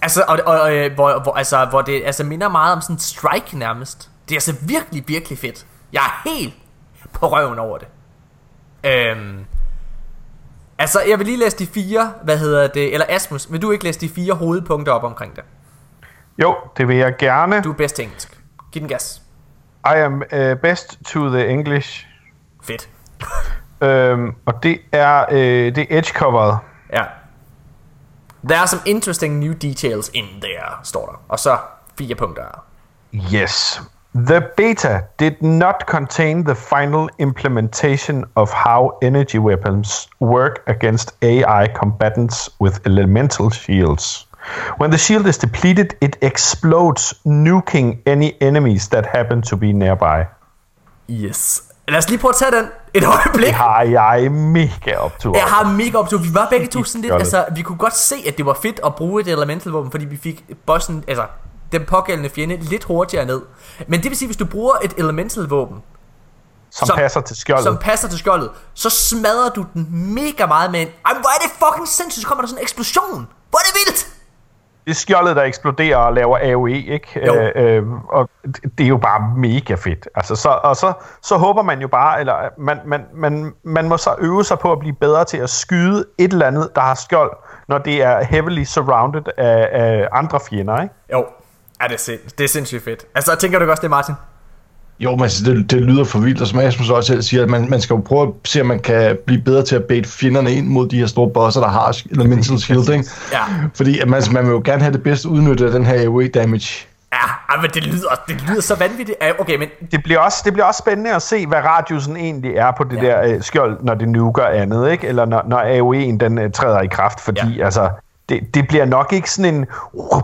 Altså, og, og, og hvor, hvor, altså, hvor det altså minder meget om sådan en strike nærmest. Det er altså virkelig, virkelig fedt. Jeg er helt på røven over det. Øhm, altså, jeg vil lige læse de fire, hvad hedder det, eller Asmus, vil du ikke læse de fire hovedpunkter op omkring det? Jo, det vil jeg gerne. Du er bedst til engelsk. Giv den gas. I am uh, best to the English. Fedt. øhm, og det er, uh, det er edge-coveret. Ja. There are some interesting new details in there, står der. Og så fire punkter. Yes. The beta did not contain the final implementation of how energy weapons work against A I combatants with elemental shields. When the shield is depleted, it explodes, nuking any enemies that happen to be nearby. Yes. Lad os lige prøve at tage den et øjeblik. Det har jeg mega optur. Jeg har mega optur. Vi var begge to sådan lidt, altså vi kunne godt se, at det var fedt at bruge et elemental våben, fordi vi fik bossen, altså den pågældende fjende lidt hurtigere ned. Men det vil sige, hvis du bruger et elemental våben, som, som passer til skjoldet, som passer til skjoldet, så smadrer du den mega meget med en, ej, hvor er det fucking sindssygt, så kommer der sådan en eksplosion. Hvor er det vildt. Det er skjoldet, der eksploderer og laver A O E, ikke? Øh, øh, og det er jo bare mega fedt. Altså, så, og så, så håber man jo bare, eller man, man, man, man må så øve sig på at blive bedre til at skyde et eller andet, der har skjold, når det er heavily surrounded af, af andre fjender, ikke? Jo, ja, det er, sind, det er sindssygt fedt. Altså, tænker du også det, Martin? Jo, men altså, det, det lyder for vildt, og som Asmus også selv siger, at man, man skal jo prøve at se, om man kan blive bedre til at bait fjenderne ind mod de her store bosser, der har elemental shield, ikke? Ja. Fordi at man, man vil jo gerne have det bedste udnyttet af den her A O E damage. Ja, men det lyder, det lyder så vanvittigt. Okay, men det bliver også det bliver også spændende at se, hvad radiusen egentlig er på det ja. der øh, skjold, når det nuker andet, ikke? Eller når, når A O E'en den øh, træder i kraft, fordi ja. altså det, det bliver nok ikke sådan en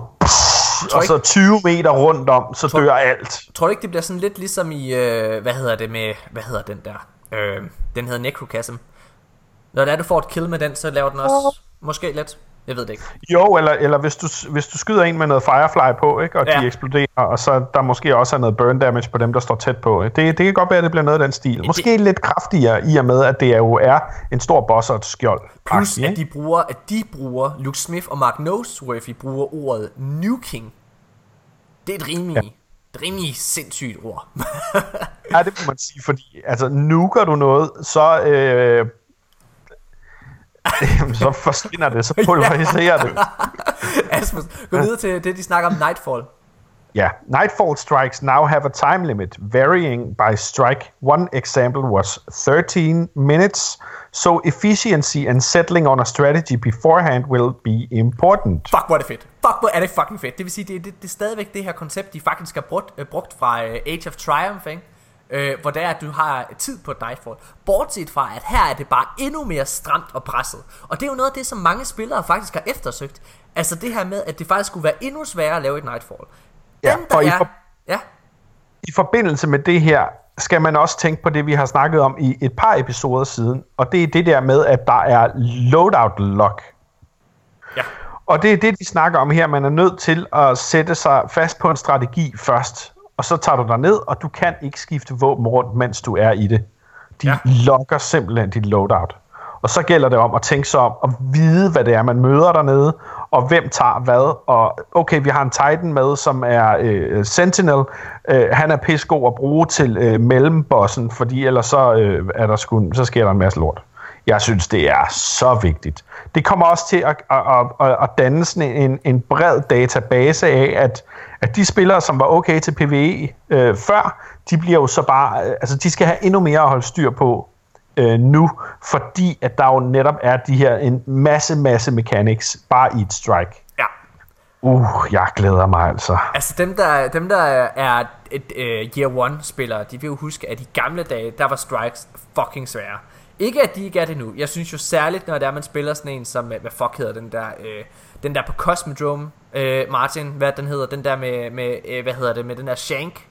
og så tyve meter rundt om, så tror, dør alt. Tror du ikke, det bliver sådan lidt ligesom i, øh, hvad hedder det med, hvad hedder den der? Øh, den hedder Necrochasm. Når det er, du får et kill med den, så laver den også måske lidt. Jeg ved det ikke. Jo, eller, eller hvis, du, hvis du skyder en med noget Firefly på, ikke, og ja. de eksploderer, og så der måske også er noget burn damage på dem, der står tæt på. Ikke? Det, det kan godt være, at det bliver noget af den stil. Måske det, lidt kraftigere i og med, at det jo er en stor boss og et skjold. Plus, at de bruger, at de bruger, Luke Smith og Mark Noseworthy bruger ordet nuking. Det er et rimelig, ja. et rimelig sindssygt ord. Ja, det må man sige, fordi altså, nuker du noget, så... Øh, så forsvinder det, så pulveriserer det. Asmus, gå videre til det, de snakker om Nightfall. Ja, yeah. Nightfall strikes now have a time limit varying by strike. One example was thirteen minutes, so efficiency and settling on a strategy beforehand will be important. Fuck, hvor er det fedt. Fuck, hvor er det fucking fedt. Det vil sige, det, det, det er stadigvæk det her koncept, de faktisk har brugt, uh, brugt fra uh, Age of Triumph, ikke? Øh, hvor det er, at du har tid på Nightfall. Bortset fra, at her er det bare endnu mere stramt og presset. Og det er jo noget af det, som mange spillere faktisk har eftersøgt. Altså det her med, at det faktisk skulle være endnu sværere at lave et Nightfall. Ja, Den, der og i, er, for, ja. i forbindelse med det her, skal man også tænke på det, vi har snakket om i et par episoder siden. Og det er det der med, at der er loadout lock. Ja. Og det er det, de snakker om her. Man er nødt til at sætte sig fast på en strategi først. Og så tager du dig ned, og du kan ikke skifte våben rundt, mens du er i det. De ja. lokker simpelthen dit loadout. Og så gælder det om at tænke sig om at vide, hvad det er, man møder dernede, og hvem tager hvad. Og okay, vi har en Titan med, som er øh, Sentinel. Øh, han er pissegod at bruge til øh, mellembossen, fordi ellers så, øh, er der sku, så sker der en masse lort. Jeg synes, det er så vigtigt. Det kommer også til at, at, at, at danne sådan en, en bred database af, at, at de spillere, som var okay til PvE øh, før, de bliver jo så bare, øh, altså de skal have endnu mere at holde styr på øh, nu, fordi at der jo netop er de her en masse, masse mechanics bare i et strike. Ja. Uh, jeg glæder mig altså. Altså dem der, dem der er et uh, Year One spillere, de vil jo huske, at i gamle dage, der var strikes fucking svære. Ikke at de ikke er det nu. Jeg synes jo særligt, når det er, man spiller sådan en som, hvad fuck hedder den der, øh, den der på Cosmodrome, øh, Martin, hvad den hedder, den der med, med øh, hvad hedder det, med den der Shank.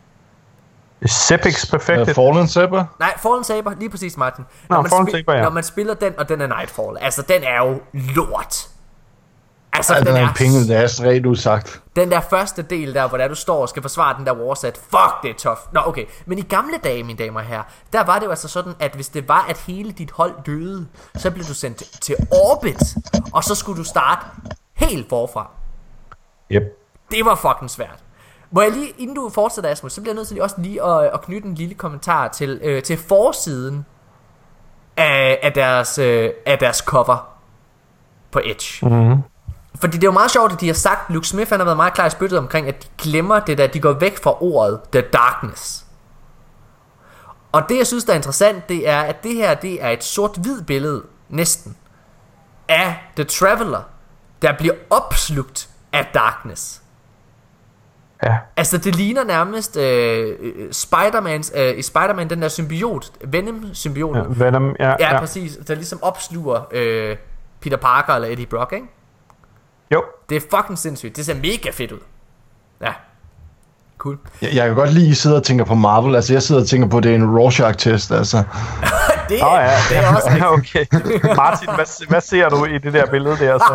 Sepix Perfected. Uh, Fallen Saber? Nej, Fallen Saber, lige præcis, Martin. Nå, når, man Fallen spil- Saber, ja. når man spiller den, og den er Nightfall, altså den er jo lort. Altså, ja, den, den er en penge, det er stræt udsagt. Den der første del der, hvor der du står og skal forsvare den der warsat, fuck, det er tough. Nå, okay. Men i gamle dage, mine damer og herrer, der var det jo altså sådan, at hvis det var, at hele dit hold døde, så blev du sendt til orbit, og så skulle du starte helt forfra. Yep. Det var fucking svært. Må jeg lige, inden du fortsætter, Asmus, så bliver jeg nødt til også lige at, at knytte en lille kommentar til, øh, til forsiden af, af, deres, øh, af deres cover på Edge. Mm-hmm. Fordi det er jo meget sjovt, at de har sagt, Luke Smith han har været meget klar i spyttet omkring, at de glemmer det der, de går væk fra ordet The Darkness. Og det jeg synes der er interessant, det er, at det her, det er et sort-hvid billede, næsten, af The Traveler, der bliver opslugt af Darkness. Ja. Altså det ligner nærmest øh, Spider-Mans, øh, i Spider-Man, den der symbiot, Venom-symbiot. Ja, Venom, ja, ja, ja. præcis, der ligesom opsluger øh, Peter Parker eller Eddie Brock, ikke? Jo. Det er fucking sindssygt, det ser mega fedt ud. Ja, cool. Jeg, jeg kan godt lige sidde og tænke på Marvel, altså jeg sidder og tænker på, at det er en Rorschach-test, altså. det, oh, ja. det er også ja, okay. Martin, hvad, hvad ser du i det der billede der så?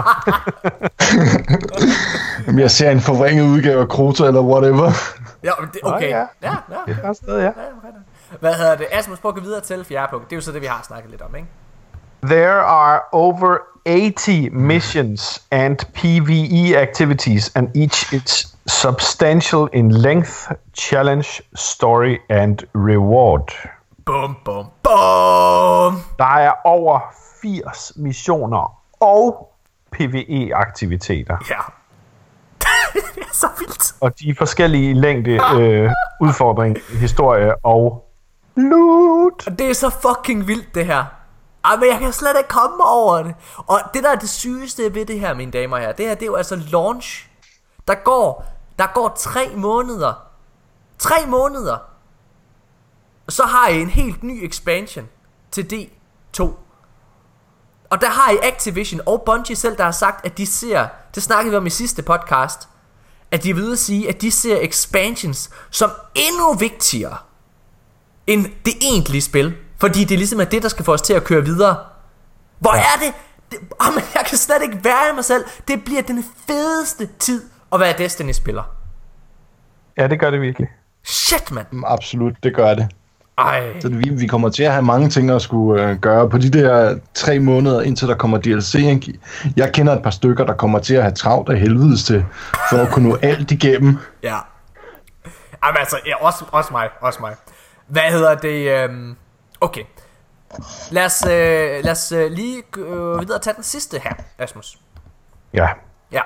Jamen, jeg ser en forvrænget udgave af Krota eller whatever. Ja, det, okay. Oh, ja. Ja, ja, okay. Det er et sted, ja. Hvad hedder det? Asmus, prøv at gå videre til fjerde punkt. Det er jo så det, vi har snakket lidt om, ikke? There are over eighty missions and PvE activities, and each is substantial in length, challenge, story and reward. Bum, bum, bum! Der er over firs missioner og PvE-aktiviteter. Ja. Det er så vildt. Og de er forskellige i længde, øh, udfordring, historie og loot. Og det er så fucking vildt, det her. Ej, men jeg kan slet ikke komme over det. Og det der er det sygeste ved det her, mine damer og herrer, det her, det er jo altså launch. Der går, der går tre måneder. Tre måneder. Så har I en helt ny expansion til D to. Og der har I Activision og Bungie selv, der har sagt, at de ser, det snakkede vi om i sidste podcast, at de vil sige, at de ser expansions som endnu vigtigere end det egentlige spil. Fordi det ligesom er det, der skal få os til at køre videre. Hvor ja. er det? det oh, men jeg kan slet ikke være i mig selv. Det bliver den fedeste tid at være Destiny-spiller. Ja, det gør det virkelig. Shit, mand. Absolut, det gør det. Ej. Så vi, vi kommer til at have mange ting at skulle øh, gøre på de der tre måneder, indtil der kommer D L C. Ikke? Jeg kender et par stykker, der kommer til at have travlt af helvedes til, for at kunne nå alt igennem. Ja. Jamen altså, ja, også, også mig, også mig. Hvad hedder det? Øhm, okay. Lad os, øh, lad os øh, lige øh, videre tage den sidste her, Asmus. Ja. Ja.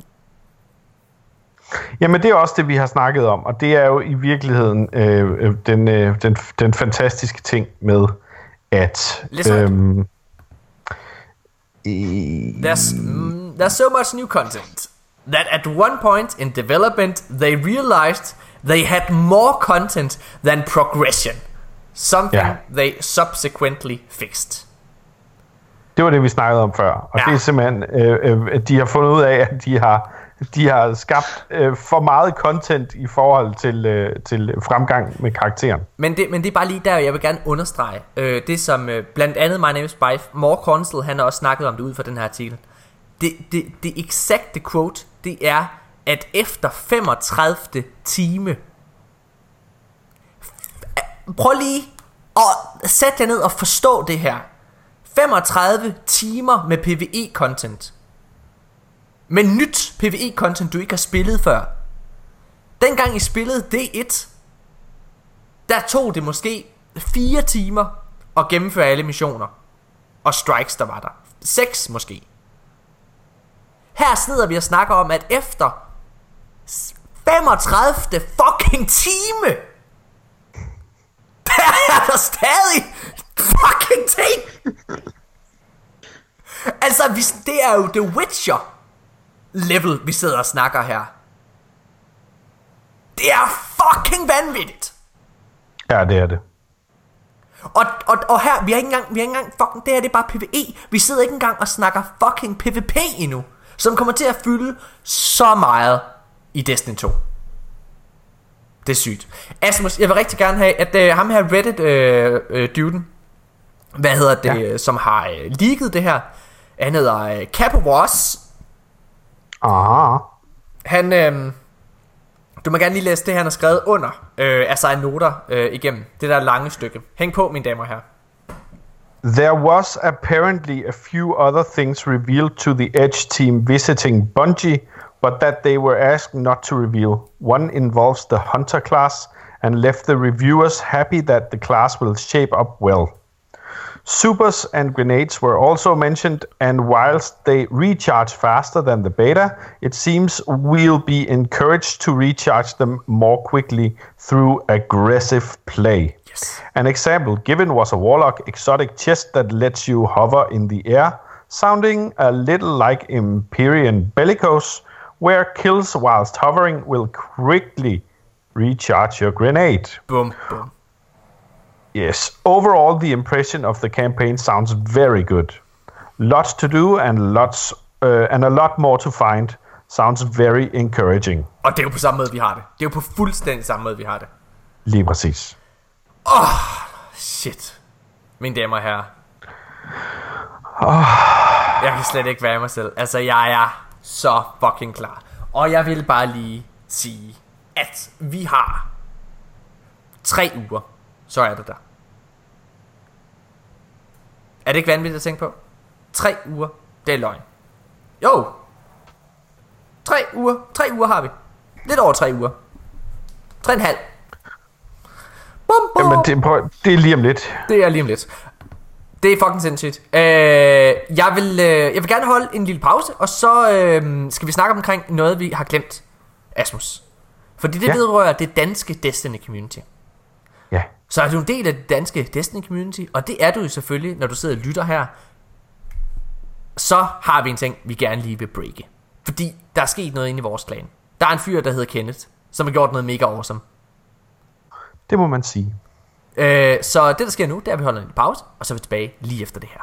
Jamen det er også det, vi har snakket om, og det er jo i virkeligheden øh, den, øh, den, den fantastiske ting med, at... Øhm, there's, mm, there's so much new content that at one point in development they realized they had more content than progression. Something yeah. they subsequently fixed. Det var det, vi snakkede om før, og ja. det er simpelthen, øh, øh, de har fundet ud af, at de har... De har skabt øh, for meget content i forhold til, øh, til fremgang med karakteren. Men det, men det er bare lige der, jeg vil gerne understrege øh, det som øh, blandt andet My Name is Bife, More Console, han har også snakket om det ud fra den her artikel. Det, det, det eksakte quote, det er, at efter femogtredive time, prøv lige at sætte jer ned og forstå det her. femogtredive timer med PvE-content. Men nyt PvE-content, du ikke har spillet før. Dengang I spillede D et, der tog det måske fire timer at gennemføre alle missioner og strikes, der var der. Seks måske. Her sidder vi og snakker om, at efter femogtredive fucking time, der er der stadig fucking ting. Altså, det er jo The Witcher level, vi sidder og snakker her. Det er fucking vanvittigt. Ja, det er det. Og, og, og her, vi har ikke engang, vi har ikke engang fucking, det her det er bare PvE. Vi sidder ikke engang og snakker fucking PvP endnu, som kommer til at fylde så meget i Destiny to. Det er sygt. Asmus, jeg vil rigtig gerne have, at øh, ham her Reddit øh, øh, duden, hvad hedder det, ja. som har øh, leaget det her, han hedder øh, Capo Wars. Aha. Han, øh, du må gerne lige læse det, han har skrevet under øh, af sine noter øh, igennem det der lange stykke. Hæng på, mine damer og herrer. There was apparently a few other things revealed to the Edge team visiting Bungie, but that they were asked not to reveal. One involves the Hunter class and left the reviewers happy that the class will shape up well. Supers and grenades were also mentioned, and whilst they recharge faster than the beta, it seems we'll be encouraged to recharge them more quickly through aggressive play. Yes. An example given was a Warlock exotic chest that lets you hover in the air, sounding a little like Empyrean Bellicose, where kills whilst hovering will quickly recharge your grenade. Boom, boom. Yes, overall the impression of the campaign sounds very good. Lots to do and lots uh, and a lot more to find. Sounds very encouraging. Og det er jo på samme måde vi har det. Det er jo på fuldstændig samme måde vi har det. Lige præcis. Åh, oh, shit. Mine damer og herrer. Oh. Jeg kan slet ikke være mig selv. Altså jeg er så fucking klar. Og jeg vil bare lige sige, at vi har tre uger. Så er det der. Er det ikke vanvittigt at tænke på? Tre uger, det er løgn. Jo. Tre uger, tre uger har vi. Lidt over tre uger. Tre og en halv. Bum, bum. Jamen det, prøv, det er lige om lidt. Det er lige om lidt. Det er fucking sindssygt. øh, jeg, vil, øh, jeg vil gerne holde en lille pause. Og så øh, skal vi snakke omkring noget vi har glemt, Asmus. Fordi det ja. vedrører det danske Destiny community. Ja. Så er du en del af det danske Destiny community. Og det er du jo selvfølgelig, når du sidder og lytter her. Så har vi en ting vi gerne lige vil breake. Fordi der er sket noget inde i vores klan. Der er en fyr der hedder Kenneth, som har gjort noget mega awesome. Det må man sige. øh, Så det der sker nu, det er at vi holder en pause. Og så er vi tilbage lige efter det her.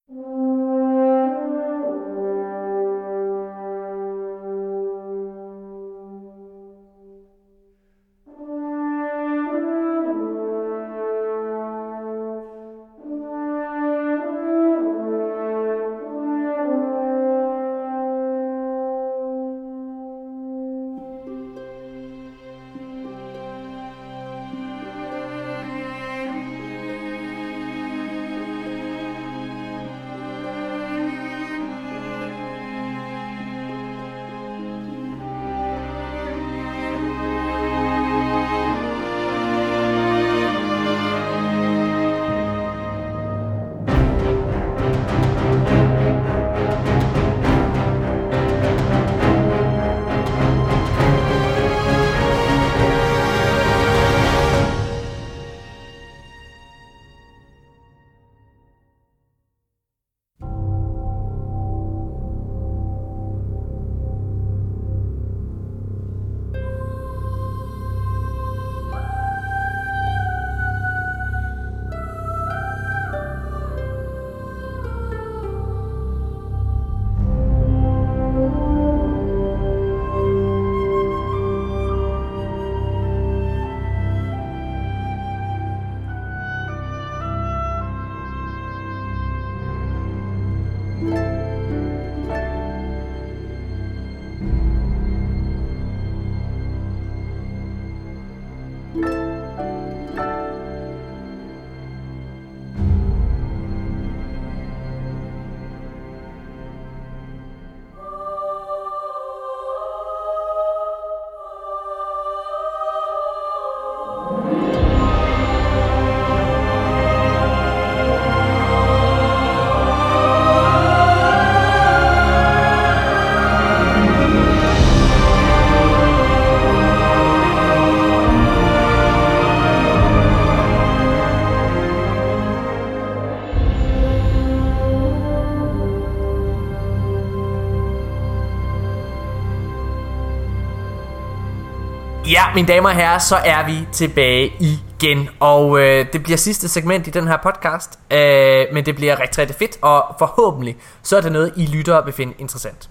Ja, mine damer og herrer, så er vi tilbage igen. Og øh, det bliver sidste segment i den her podcast, øh, men det bliver rigtig, rigtig fedt. Og forhåbentlig, så er det noget, I lyttere vil finde interessant.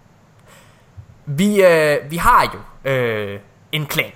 Vi, øh, vi har jo øh, en klan.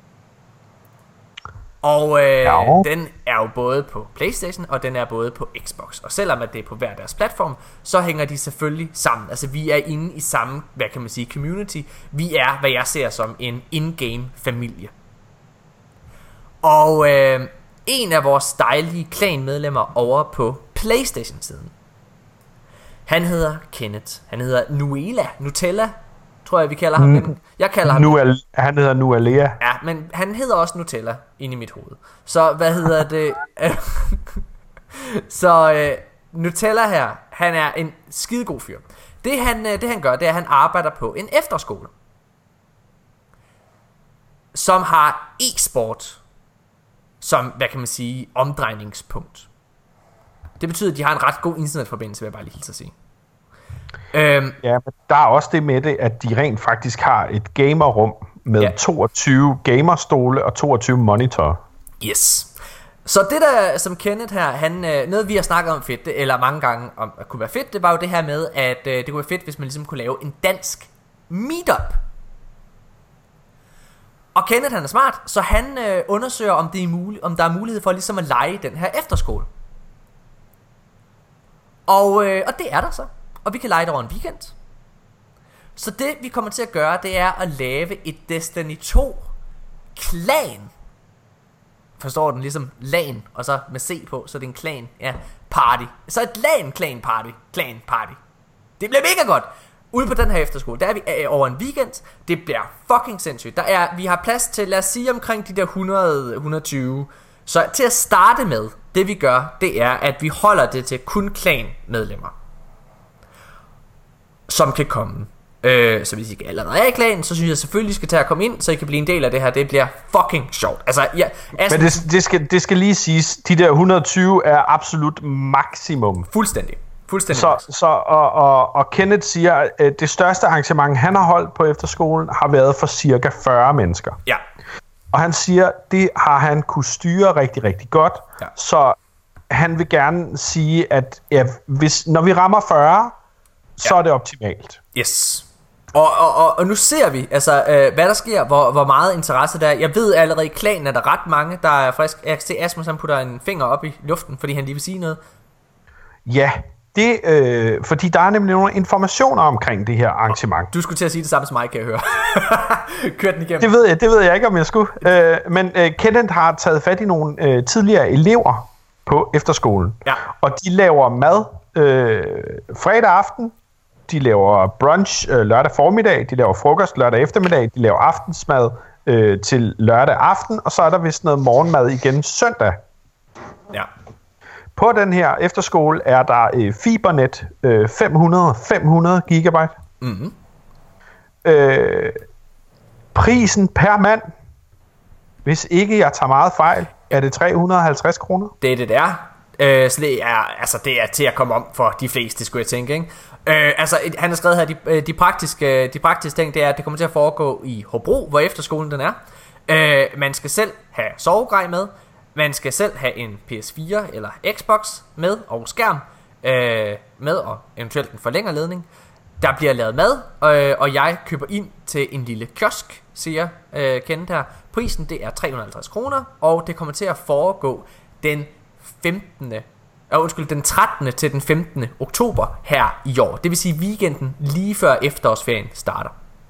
Og øh, ja. den er jo både på PlayStation, og den er både på Xbox. Og selvom at det er på hver deres platform, så hænger de selvfølgelig sammen. Altså vi er inde i samme, hvad kan man sige, community. Vi er, hvad jeg ser som en in-game familie. Og øh, en af vores dejlige klanmedlemmer over på P PlayStation-siden. Han hedder Kenneth. Han hedder Nuela. Nutella, tror jeg vi kalder ham. Men jeg kalder ham... Nual, han hedder Nualea. Ja, men han hedder også Nutella inde i mit hoved. Så hvad hedder det? Så øh, Nutella her, han er en skidegod fyr. Det han, det han gør, det er, at han arbejder på en efterskole, som har e-sport som, hvad kan man sige, omdrejningspunkt. Det betyder, at de har en ret god internetforbindelse, vil jeg bare lige hilse at sige. Øhm, ja, men der er også det med det, at de rent faktisk har et gamerrum med ja. toogtyve gamerstole og toogtyve monitorer. Yes. Så det der, som Kenneth her, han, noget vi har snakket om fedt, eller mange gange om at kunne være fedt, det var jo det her med, at det kunne være fedt, hvis man ligesom kunne lave en dansk meetup. Og Kenneth, han er smart, så han øh, undersøger, om, det er muligt, om der er mulighed for ligesom at lege den her efterskole. Og, øh, og det er der så. Og vi kan lege det over en weekend. Så det vi kommer til at gøre, det er at lave et Destiny to klan. Forstår den, ligesom LAN, og så med C på, så det er en klan, ja, party. Så et LAN klan party, klan party. Det bliver mega godt. Ude på den her efterskole, der er vi øh, over en weekend. Det bliver fucking sindssygt. Der er, vi har plads til, lad os sige, omkring de der hundrede til hundrede og tyve. Så til at starte med, det vi gør, det er, at vi holder det til kun klan-medlemmer, som kan komme. Øh, så hvis I ikke allerede er i klanen, så synes jeg selvfølgelig, I skal tage at komme ind, så I kan blive en del af det her. Det bliver fucking sjovt. Altså, ja, altså, men det, det, skal, det skal lige siges, de der hundrede og tyve er absolut maksimum. Fuldstændig. Fuldstændig. Så, så og, og, og Kenneth siger, at det største arrangement, han har holdt på efterskolen, har været for cirka fyrre mennesker. Ja. Og han siger, det har han kunne styre rigtig, rigtig godt. Ja. Så han vil gerne sige, at ja, hvis, når vi rammer fyrre, så ja. er det optimalt. Yes. Og, og, og, og nu ser vi, altså, øh, hvad der sker, hvor, hvor meget interesse der er. Jeg ved allerede i klanen, at der er ret mange, der er frisk. Jeg kan se, Asmus, han putter en finger op i luften, fordi han lige vil sige noget. Ja, det, øh, fordi der er nemlig nogle informationer omkring det her arrangement. Du skulle til at sige det samme som mig, kan jeg høre. Kør den igennem. Det ved jeg, det ved jeg ikke, om jeg skulle. Øh, men øh, Kenneth har taget fat i nogle øh, tidligere elever på efterskolen. Ja. Og de laver mad øh, fredag aften. De laver brunch øh, lørdag formiddag, de laver frokost lørdag eftermiddag, de laver aftensmad øh, til lørdag aften, og så er der vist noget morgenmad igen søndag. Ja. På den her efterskole er der øh, fibernet øh, fem hundrede gigabyte. Mm-hmm. Øh, prisen per mand, hvis ikke jeg tager meget fejl, er det tre hundrede og halvtreds kroner. Det er det der. Øh, så det er, altså, det er til at komme om for de fleste, skulle jeg tænke, ikke? Øh, altså, han har skrevet her, de, de, praktiske, de praktiske ting, det er, at det kommer til at foregå i Hobro, hvor efterskolen den er. Øh, man skal selv have sovegrej med. Man skal selv have en P S fire eller Xbox med og skærm øh, med, og eventuelt en forlængerledning. Der bliver lavet mad, øh, og jeg køber ind til en lille kiosk, siger øh, Kenneth her. Prisen, det er tre hundrede og halvtreds kroner, og det kommer til at foregå den femtende Uh, undskyld, den trettende til den femtende oktober her i år. Det vil sige weekenden lige før efterårsferien starter.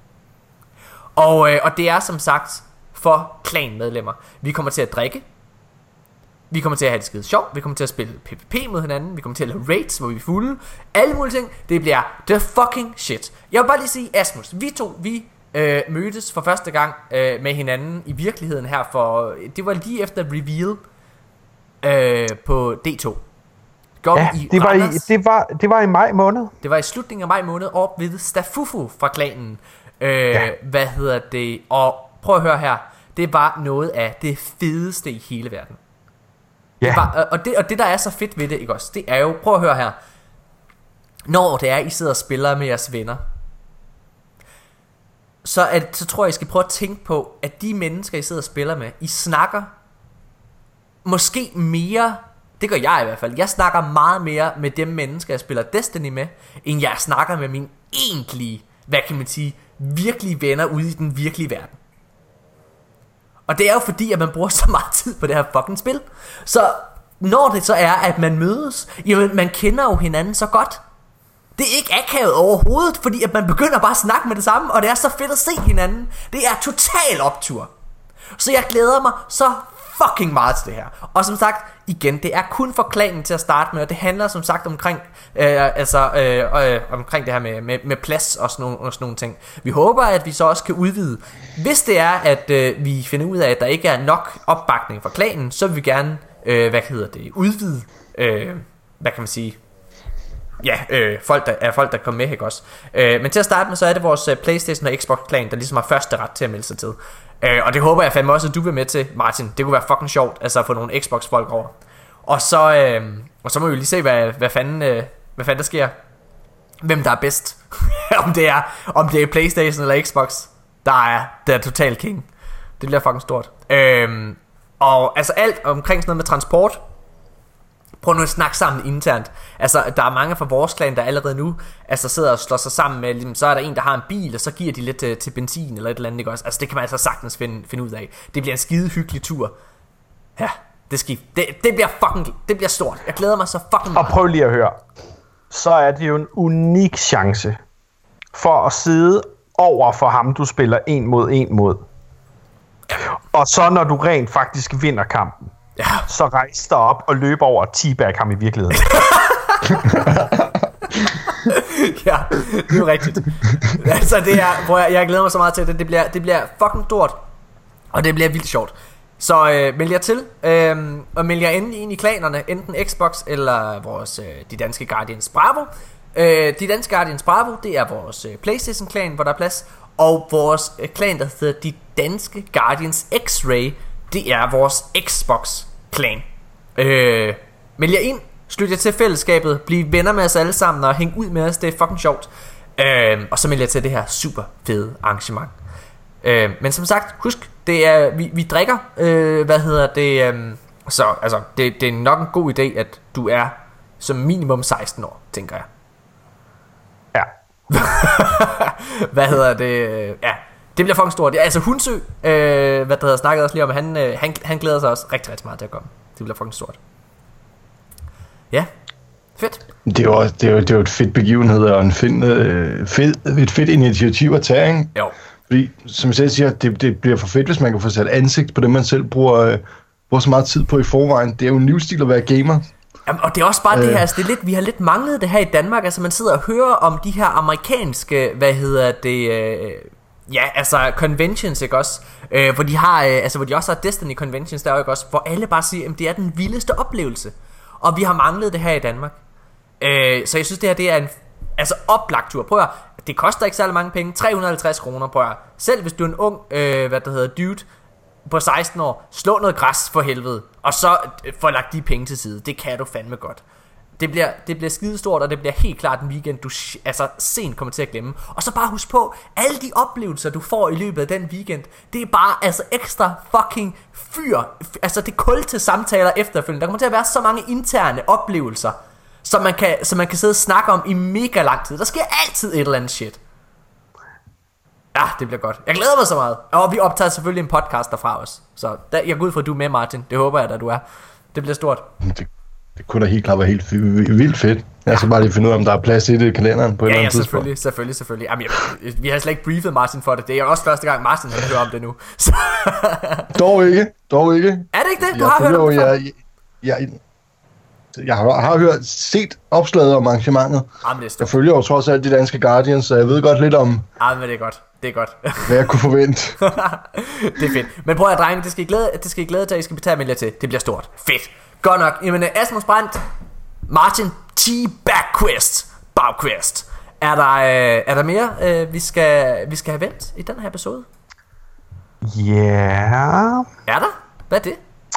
Og, øh, og det er som sagt for klanmedlemmer. Vi kommer til at drikke. Vi kommer til at have det skide sjovt. Vi kommer til at spille PvP mod hinanden. Vi kommer til at lave raids, hvor vi er fulde. Alle mulige ting. Det bliver the fucking shit. Jeg vil bare lige sige, Asmus, vi to, vi øh, mødtes for første gang øh, med hinanden i virkeligheden her for... Det var lige efter reveal øh, på D to. Ja, i det, var i, det, var, det var i maj måned. Det var i slutningen af maj måned op ved Stafufu fra klanen. øh, ja. Hvad hedder det? Og prøv at høre her. Det var noget af det fedeste i hele verden. Ja. Det var, og, det, og det der er så fedt ved det, ikke også? Det er jo, prøv at høre her. Når det er I sidder og spiller med jeres venner, Så, at, så tror jeg I skal prøve at tænke på, at de mennesker I sidder og spiller med, I snakker måske mere. Det gør jeg i hvert fald. Jeg snakker meget mere med dem mennesker jeg spiller Destiny med, end jeg snakker med mine egentlige, hvad kan man sige, virkelige venner ude i den virkelige verden. Og det er jo fordi at man bruger så meget tid på det her fucking spil. Så når det så er at man mødes, jamen man kender jo hinanden så godt. Det er ikke akavet overhovedet, fordi at man begynder bare at snakke med det samme, og det er så fedt at se hinanden. Det er total optur. Så jeg glæder mig så fucking meget til det her. Og som sagt, igen, det er kun for klanen til at starte med, og det handler som sagt omkring øh, altså øh, øh, omkring det her med, med, med plads og sådan, nogle, og sådan nogle ting. Vi håber, at vi så også kan udvide. Hvis det er, at øh, vi finder ud af, at der ikke er nok opbakning fra klanen, så vil vi gerne øh, hvad hedder det, udvide øh, hvad kan man sige, ja, øh, folk der, er folk der kommer med, ikke også? øh, Men til at starte med, så er det vores øh, PlayStation og Xbox klan, der ligesom har første ret til at melde sig til. øh, Og det håber jeg fandme også, at du vil med til, Martin. Det kunne være fucking sjovt, altså at få nogle Xbox folk over. Og så, øh, og så må vi lige se, hvad, hvad, fanden, øh, hvad fanden der sker. Hvem der er bedst. om, det er, om det er PlayStation eller Xbox, der er, der er total king. Det bliver fucking stort. øh, Og altså alt omkring sådan noget med transport, prøv nu at snakke sammen internt. Altså der er mange fra vores klan, der allerede nu altså sidder og slår sig sammen med ligesom, så er der en, der har en bil, og så giver de lidt uh, til benzin eller et eller andet, ikke også? Altså det kan man altså sagtens finde, finde ud af. Det bliver en skide hyggelig tur. Ja, det, skal, det, det bliver fucking, det bliver stort. Jeg glæder mig så fucking meget. Og prøv lige at høre. Så er det jo en unik chance for at sidde over for ham, du spiller en mod en mod. Og så når du rent faktisk vinder kampen, ja, så rejs dig op og løb over og teabag ham i virkeligheden. Ja, det er rigtigt. Altså det er, prøv at, jeg glæder mig så meget til det. Det bliver, det bliver fucking stort. Og det bliver vildt sjovt. Så øh, meld jer til øh, og meld jer endelig ind i klanerne, enten Xbox eller vores, øh, de danske Guardians Bravo. øh, De danske Guardians Bravo, det er vores øh, PlayStation klan, hvor der er plads. Og vores øh, klan, der hedder de danske Guardians X-Ray, det er vores Xbox klan. øh, Meld jer ind, slut jer til fællesskabet, bliv venner med os alle sammen og hæng ud med os, det er fucking sjovt. øh, Og så meld jer til det her super fede arrangement. øh, Men som sagt, husk, det er, vi, vi drikker, øh, hvad hedder det, øh, så altså, det, det er nok en god idé, at du er som minimum seksten år, tænker jeg. Ja. Hvad hedder det, ja, det bliver fucking stort. Ja, altså Hundsø, øh, hvad der hedder, snakkede også lige om, han, øh, han, han glæder sig også rigtig, rigtig meget til at komme. Det bliver fucking stort. Ja, fedt. Det er jo, det er jo, det er jo et fedt begivenhed og en fed, øh, fed, et fedt initiativ at tage, ikke? Jo. Fordi, som jeg selv siger, det, det bliver for fedt, hvis man kan få sat ansigt på det, man selv bruger, øh, bruger så meget tid på i forvejen. Det er jo en livsstil at være gamer. Jamen, og det er også bare øh. det her, altså det er lidt, vi har lidt manglet det her i Danmark. Altså man sidder og hører om de her amerikanske, hvad hedder det, øh, ja, altså conventions, ikke også? Øh, hvor de har, øh, altså hvor de også har Destiny conventions der, ikke også? Hvor alle bare siger, at det er den vildeste oplevelse. Og vi har manglet det her i Danmark. øh, Så jeg synes det her, det er en altså oplagt tur. Prøv at, det koster ikke særlig mange penge, tre hundrede og halvtreds kroner, prøv at. Selv hvis du er en ung, øh, hvad der hedder, dude på seksten år, slå noget græs for helvede, og så få lagt de penge til side. Det kan du fandme godt. Det bliver, det bliver skidestort, og det bliver helt klart en weekend, du altså sent kommer til at glemme. Og så bare husk på, alle de oplevelser, du får i løbet af den weekend, det er bare altså ekstra fucking fyr. Altså det er kul til samtaler efterfølgende. Der kommer til at være så mange interne oplevelser, som man kan, som man kan sidde og snakke om i mega lang tid. Der sker altid et eller andet shit. Ja, det bliver godt. Jeg glæder mig så meget. Og vi optager selvfølgelig en podcast derfra os. Så der, jeg går ud fra, at du er med, Martin. Det håber jeg, at du er. Det bliver stort. Det, det kunne da helt klart være helt vildt fedt. Jeg skal bare lige finde ud af, om der er plads i det i kalenderen på et ja, eller andet ja, tidspunkt. selvfølgelig, selvfølgelig, selvfølgelig. Jamen, jeg, vi har slet ikke briefet Martin for det. Det er også første gang, Martin har hørt om det nu. Så. Dog ikke, dog ikke. Er det ikke det? Du jeg har hørt om det før? Jeg, jeg, jeg, jeg har, har hørt, set opslaget om arrangementet. Jamen, det er jeg følger jo trods alt de danske Guardians, så jeg ved godt lidt om, jamen, det er godt. Det er godt. hvad jeg kunne forvente. Det er fedt. Men prøv at drenge, det skal I glæde, det skal I glæde til, at I skal betale med til. Det bliver stort. Fedt. Godt nok. Jamen, Asmus Brandt, Martin T. Backquest, Bagquest. Er der, øh, er der mere, øh, vi, skal, vi skal have vendt i den her episode? Ja. Yeah. Er der? Hvad er det?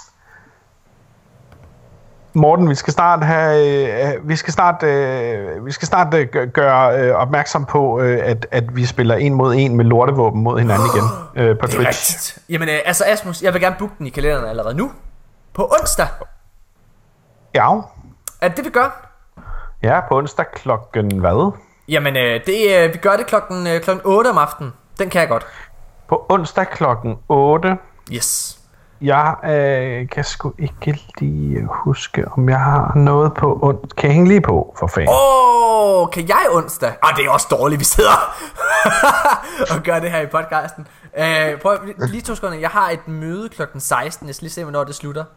Morten, vi skal snart have, øh, vi skal snart, øh, vi skal snart øh, gøre øh, opmærksom på, øh, at, at vi spiller en mod en med lortevåben mod hinanden igen øh, på Twitch. Rigtigt. Jamen øh, altså Asmus, jeg vil gerne booke den i kalenderen allerede nu. På onsdag. Ja. Er det det vi gør? Ja, på onsdag klokken hvad? Jamen øh, det, øh, vi gør det klokken, øh, klokken otte om aftenen. Den kan jeg godt. På onsdag klokken otte. Yes. Jeg øh, kan sgu ikke lige huske, om jeg har noget på ond. Kan jeg hænge lige på, for fanden? Åh, oh, kan jeg onsdag? Ah, det er også dårligt, vi sidder og gør det her i podcasten. Uh, prøv lige to sekunder. Jeg har et møde klokken seksten. Jeg skal lige se, hvornår det slutter.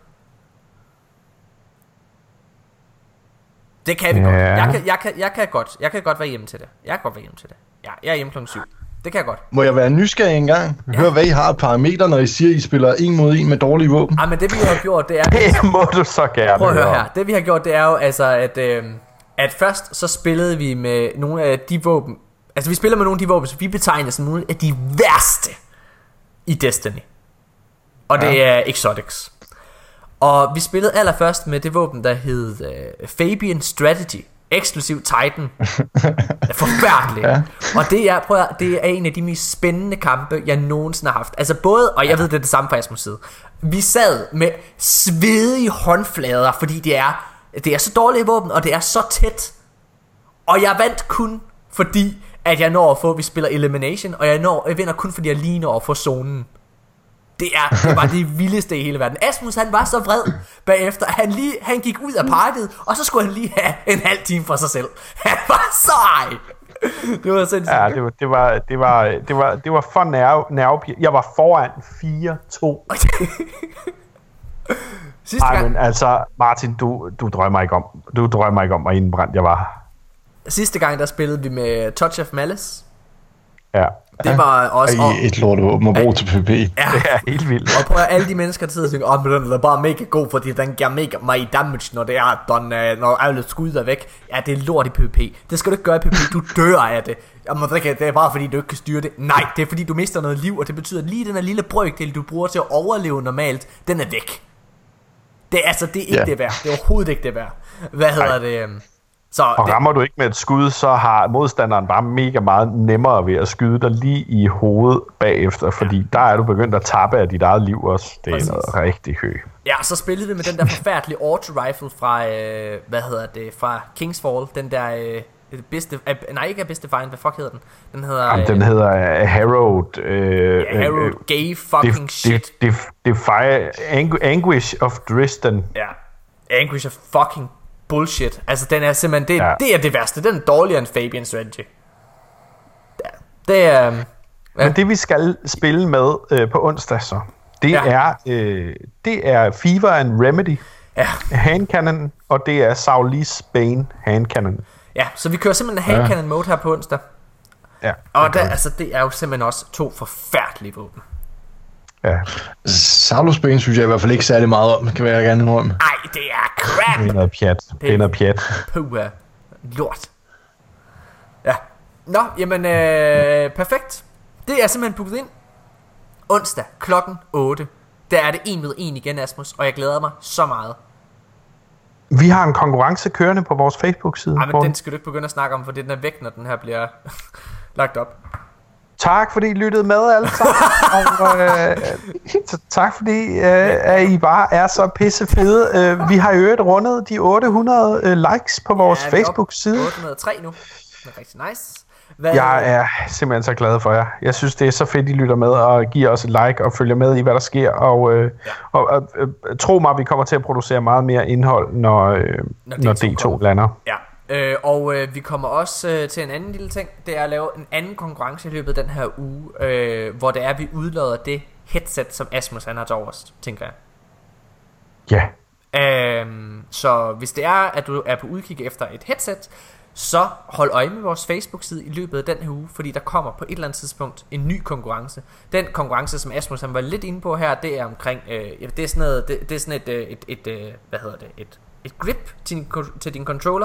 Det kan vi ja. godt. Jeg kan, jeg, kan, jeg kan godt. Jeg kan godt være hjemme til det. Jeg kan godt være hjemme til det. Ja, jeg er hjemme klokken syv. Det kan jeg godt. Må jeg være nysgerrig engang? Ja. Hør, hvad I har af parametre, når I siger, at I spiller en mod en med dårlige våben. Ej, men det vi har gjort, det er... Det må du så gerne. Prøv at høre her. Det vi har gjort, det er jo altså, at, øh, at først så spillede vi med nogle af de våben... Altså, vi spiller med nogle af de våben, som vi betegner som nogle af de værste i Destiny. Og det ja. er Exotics. Og vi spillede allerførst med det våben, der hed øh, Fabian Strategy. Eksklusiv Titan. Forfærdeligt. Ja. Og det er, prøv at, det er en af de mest spændende kampe, jeg nogensinde har haft. Altså både, og jeg ved det er det samme for Asmus side. Vi sad med svedige håndflader, fordi det er, det er så dårligt våben, og det er så tæt. Og jeg vandt kun fordi, at jeg når at få, vi spiller Elimination, og jeg, når, jeg vinder kun fordi jeg lige når at få zonen. Det er det var det vildeste i hele verden. Asmus, han var så vred bagefter. Han lige han gik ud af partiet, og så skulle han lige have en halv time for sig selv. Han var så ej. Det var sindssygt. Ja, det var det var det var det var det var for nerve nerve. Jeg var foran fire to. Sidste Ej, gang. men altså Martin, du du drømmer ikke om. Du drømmer ikke om hvor indbrændt jeg var. Sidste gang der spillede vi med Touch of Malice. Ja. Det var også og, et lortevåben at bruge til PvP. Ja, det er helt vildt. Og prøv at alle de mennesker der sidder og tænker, åh, men den er bare mega god, fordi den giver mega meget damage, når det er, den, når alle skud er væk. Ja, det er lort i PvP. Det skal du ikke gøre i PvP, du dør af det. Jamen, det er bare fordi du ikke kan styre det. Nej, det er fordi du mister noget liv, og det betyder, at lige den her lille brøkdel, du bruger til at overleve normalt, den er væk. Det er altså, det er ikke yeah. det værd. Det er overhovedet ikke det værd. Hvad hedder det? Så og det, rammer du ikke med et skud, så har modstanderen bare mega meget nemmere ved at skyde dig lige i hovedet bagefter, fordi ja. der er du begyndt at tappe af dit eget liv også. Det er Præcis. noget rigtig høj. Ja, så spillede vi med den der forfærdelige auto-rifle fra, øh, hvad hedder det, fra Kingsfall, den der, øh, bedste, øh, nej ikke bedste Defiant, hvad fuck hedder den? Den hedder, Jamen, den øh, hedder uh, Harrowed. Øh, ja, Harrowed, øh, gay fucking def, shit. Def, def, Defy, Angu, Anguish of Dresden. Ja, Anguish of fucking bullshit. Altså den er simpelthen det, ja. det er det værste. Den er dårligere end Fabian Strategy. Ja, det er ja. Men det vi skal spille med øh, på onsdag så, det ja. er øh, det er Fever and Remedy ja. handcannon, og det er Saulis Bane handcannon. Ja, så vi kører simpelthen en handcannon mode her på onsdag. Ja. Og der, altså det er jo simpelthen også to forfærdelige våben. Ja. Saulus Bane synes jeg i hvert fald ikke særlig meget om, kan jeg gerne indrømme. Ej, det er crap. Det er noget pjat. Det er noget pjat. Puh, lort. Ja. Nå, jamen øh, perfekt. Det er simpelthen booket ind. Onsdag klokken otte. Der er det en ved en igen, Asmus, og jeg glæder mig så meget. Vi har en konkurrence kørende på vores Facebook-side. Ej, men den skal du ikke begynde at snakke om, for den er væk, når den her bliver lagt op. Tak fordi I lyttede med alle sammen. Og, øh, t- tak fordi øh, at I bare er så pisse fede. Øh, vi har jo øvrigt rundet de otte hundrede øh, likes på vores ja, Facebook-side. otte hundrede og tre nu. Det er rigtig nice. Hvad? Jeg er simpelthen så glad for jer. Jeg synes det er så fedt I lytter med og giver os et like og følger med i hvad der sker. Og, øh, ja. og, og øh, tro mig, vi kommer til at producere meget mere indhold når, øh, når, når D to lander. Ja. Øh, og øh, vi kommer også øh, til en anden lille ting. Det er at lave en anden konkurrence i løbet af den her uge, øh, hvor det er vi udlader det headset som Asmus han har til overs, tænker jeg. Ja. Yeah. øh, Så hvis det er at du er på udkig efter et headset, så hold øje med vores Facebook-side i løbet af den her uge, fordi der kommer på et eller andet tidspunkt en ny konkurrence. Den konkurrence som Asmus han var lidt inde på her, det er omkring øh, det er sådan noget, det, det er sådan et, et, et, et hvad hedder det et et grip til din, til din controller.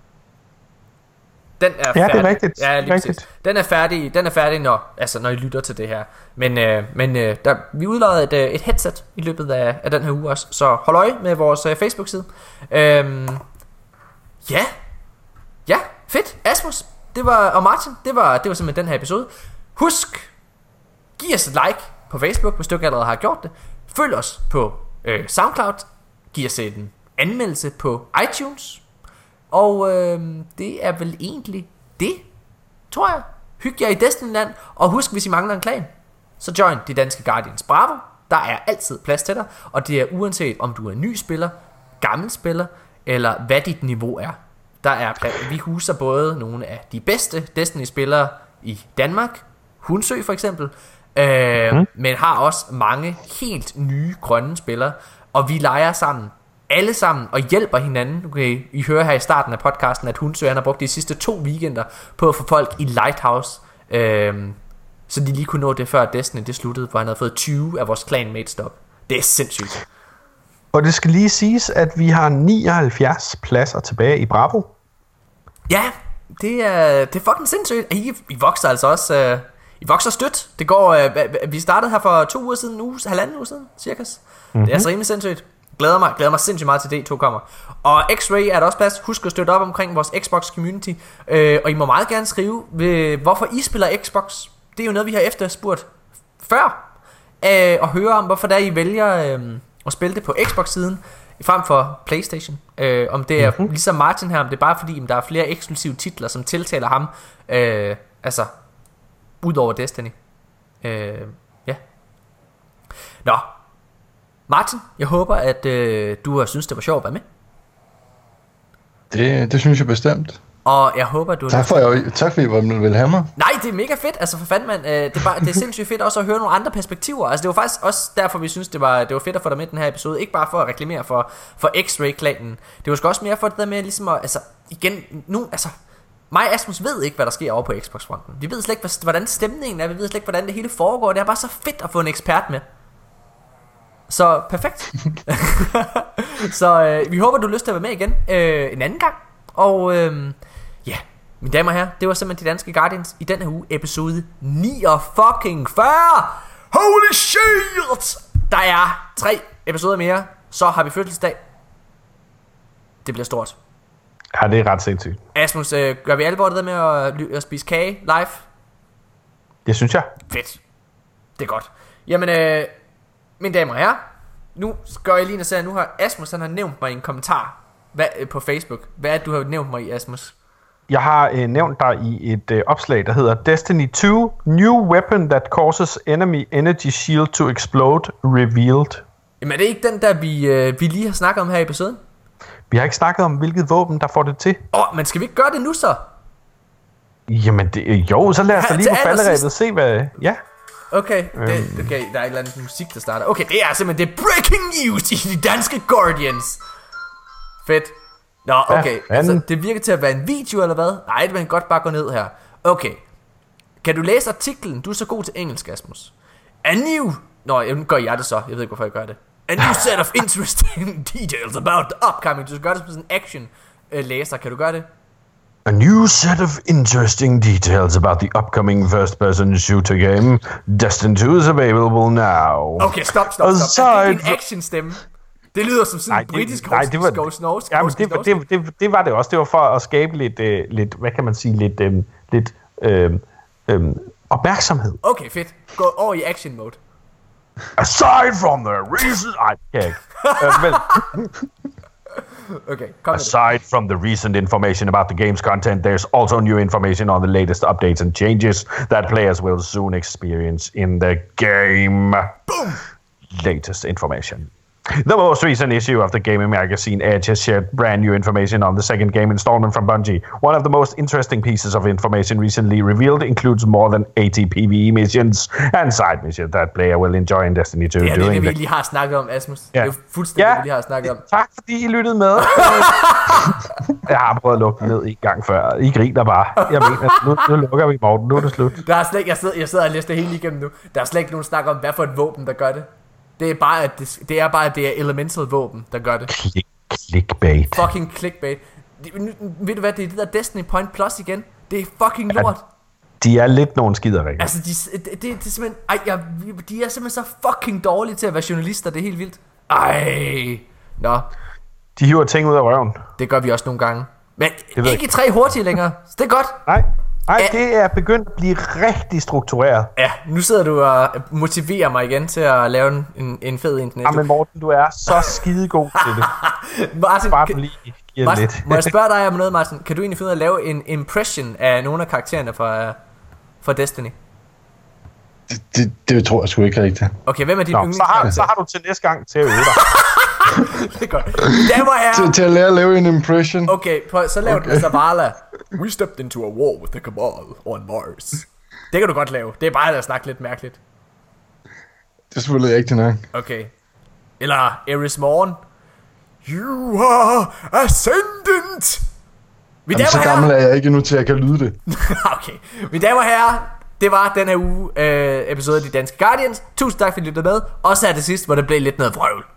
Den er ja, færdig. Det er rigtigt. Ja, lige rigtigt. præcis. Den er færdig. Den er færdig når altså når I lytter til det her. Men øh, men øh, der vi udlader et øh, et headset i løbet af, af den her uge også. Så hold øje med vores øh, Facebook side. Øhm, ja. Ja, fedt. Asmus, det var og Martin, det var det var simpelthen den her episode. Husk giv os et like på Facebook, hvis du ikke allerede har gjort det. Følg os på øh, SoundCloud. Giv os en anmeldelse på iTunes. Og øh, det er vel egentlig det, tror jeg. Hyg jer i Destinyland. Og husk, hvis I mangler en klan, så join de danske Guardians. Bravo. Der er altid plads til dig, og det er uanset om du er ny spiller, gammel spiller, eller hvad dit niveau er. Der er plads. Vi huser både nogle af de bedste Destiny-spillere i Danmark, Hunsø for eksempel, øh, mm. men har også mange helt nye grønne spillere, og vi leger sammen, alle sammen, og hjælper hinanden. Okay, I hører her i starten af podcasten, at Hunsø han har brugt de sidste to weekender på at få folk i Lighthouse, øh, så de lige kunne nå det før Destiny det sluttede, hvor han havde fået tyve af vores clanmates op. Det er sindssygt. Og det skal lige siges, at vi har nioghalvfjerds pladser tilbage i Bravo. Ja, det er, det er fucking sindssygt. I, I vokser altså også. Øh, I vokser stødt. Det går. Øh, vi startede her for to uger siden, uge, halvanden uge siden, cirka. Mm-hmm. Det er altså rimelig sindssygt. Glæder mig, glæder mig sindssygt meget til D to kommer. Og X-Ray er der også plads. Husk at støtte op omkring vores Xbox community. Øh, og I må meget gerne skrive, ved, hvorfor I spiller Xbox. Det er jo noget, vi har efterspurgt før. Øh, og høre om, hvorfor der I vælger øh, at spille det på Xbox-siden frem for PlayStation. øh, Om det er mm-hmm. ligesom Martin her, om det er bare fordi, der er flere eksklusive titler, som tiltaler ham, øh, altså udover Destiny. øh, Ja. Nå Martin, jeg håber at øh, du har synes det var sjovt at være med. Det, det synes jeg bestemt. Og jeg håber du Tak for jeg, tak fordi I vil have mig. Nej, det er mega fedt. Altså for fanden, man, øh, det, er bare, det er sindssygt fedt også at høre nogle andre perspektiver. Altså det var faktisk også derfor vi synes det var det var fedt at få dig med i den her episode. Ikke bare for at reklamere for for X-Ray-klanen. Det var sgu også mere for det der med ligesom at, altså igen nu altså mig og Asmus ved ikke hvad der sker over på Xbox-fronten. Vi ved slet ikke hvordan stemningen er. Vi ved slet ikke hvordan det hele foregår. Det er bare så fedt at få en ekspert med. Så perfekt. Så øh, vi håber du har lyst til at være med igen øh, en anden gang. Og øh, ja, mine damer og herrer, det var simpelthen de danske Guardians i denne uge, episode niogfyrre. Holy shit! Der er tre episoder mere, så har vi fødselsdag. Det bliver stort. Ja, det er ret sindssygt. Asmus, øh, gør vi alvor det der med at, at spise kage live? Det synes jeg. Fedt. Det er godt. Jamen, øh, mine damer og herrer, nu gør jeg lige en serie. Nu har Asmus, han har nævnt mig i en kommentar hvad, øh, på Facebook. Hvad er det, du har nævnt mig i, Asmus? Jeg har øh, nævnt dig i et øh, opslag, der hedder Destiny to, New Weapon that causes enemy energy shield to explode, revealed. Jamen er det ikke den der, vi, øh, vi lige har snakket om her i episoden? Vi har ikke snakket om, hvilket våben, der får det til. Åh, oh, men skal vi ikke gøre det nu så? Jamen, det, jo, så lad os da lige på falderæbet se, hvad... Ja. Okay, det, okay, der er et eller andet musik, der starter. Okay, det er simpelthen det breaking news i de danske Guardians. Fedt. Nå, okay, ja, altså, det virker til at være en video eller hvad? Nej, det vil godt bare gå ned her. Okay, kan du læse artiklen? Du er så god til engelsk, Asmus. A new... Nå, nu gør jeg det så, jeg ved ikke hvorfor jeg gør det. A new set of interesting details about the upcoming. Du skal gøre det som sådan en action uh, læser, kan du gøre det? A new set of interesting details about the upcoming first-person shooter game. Destiny to is available now. Okay, stop, stop, stop. Er det ikke en action-stemme? Det lyder som sådan en britisk nej, det var, Ghost Norse. Ja, det, det, det, det, det var det også. Det var for at skabe lidt, øh, lidt hvad kan man sige, lidt, øh, lidt øh, øh, opmærksomhed. Okay, fedt. Gå over i action mode. Aside from the recent... Nej, det kan jeg ikke. øh, men... Okay, come Aside from the recent information about the game's content, there's also new information on the latest updates and changes that players will soon experience in the game. Boom! Latest information. The most recent issue of the gaming magazine Edge has shared brand new information on the second game installment from Bungie. One of the most interesting pieces of information recently revealed includes more than eighty PvE missions and side missions that player will enjoy in Destiny two. Det er det, det vi lige har snakket om, Asmus. Ja. Det er jo fuldstændig ja. det, vi lige har snakket om. Tak fordi I lyttede med. Jeg har prøvet at lukke den ned en gang før. I griner bare. Jeg mener, nu, nu lukker vi Morten. Nu er det slut. Der er slet ikke, jeg, sidder, jeg sidder og læser det hele igennem nu. Der er slet ikke nogen snak om, hvad for et våben, der gør det. Det er bare, at det, det er bare, at det er elemental våben, der gør det. Click, clickbait. Fucking clickbait. De, ved du hvad, det er det der Destiny Point Plus igen. Det er fucking lort. Ja, de er lidt nogle skider, ikke? Altså, de, det, det, det er simpelthen... Ej, jeg, de er simpelthen så fucking dårlige til at være journalister. Det er helt vildt. Ej. Nå. De hiver ting ud af røven. Det gør vi også nogle gange. Men ikke ikke tre hurtige længere. Så det er godt. Nej. Nej, det er begyndt at blive rigtig struktureret. Ja, nu sidder du og motiverer mig igen til at lave en, en, en fed internet. Ja, men Morten, du er så skidegod til det. Martin, bare kan, lige Martin, lidt. Må jeg spørge dig om noget, Martin? Kan du egentlig finde ud af at lave en impression af nogle af karaktererne fra, fra Destiny? Det, det, det tror jeg sgu ikke rigtigt. Okay, hvem er din Nå, så, har, yndlingskarakter? så har du til næste gang til at øve dig. Det er godt. Damer og herrer. Til, til at lære at lave en impression. Okay, prøv, så lav okay. den Zavala. We stepped into a war with the Cabal on Mars. Det kan du godt lave. Det er bare at snakke lidt mærkeligt. Det er selvfølgelig rigtigt nok. Okay. Eller Eris Morn. You are ascendant. Jamen, så gammel er jeg ikke endnu til, at jeg kan lyde det. Okay. Mine damer og herrer, det var den her uge øh, episode af De Danske Guardians. Tusind tak, fordi I lyttede med. Også her til sidst, hvor det blev lidt noget vrøvl.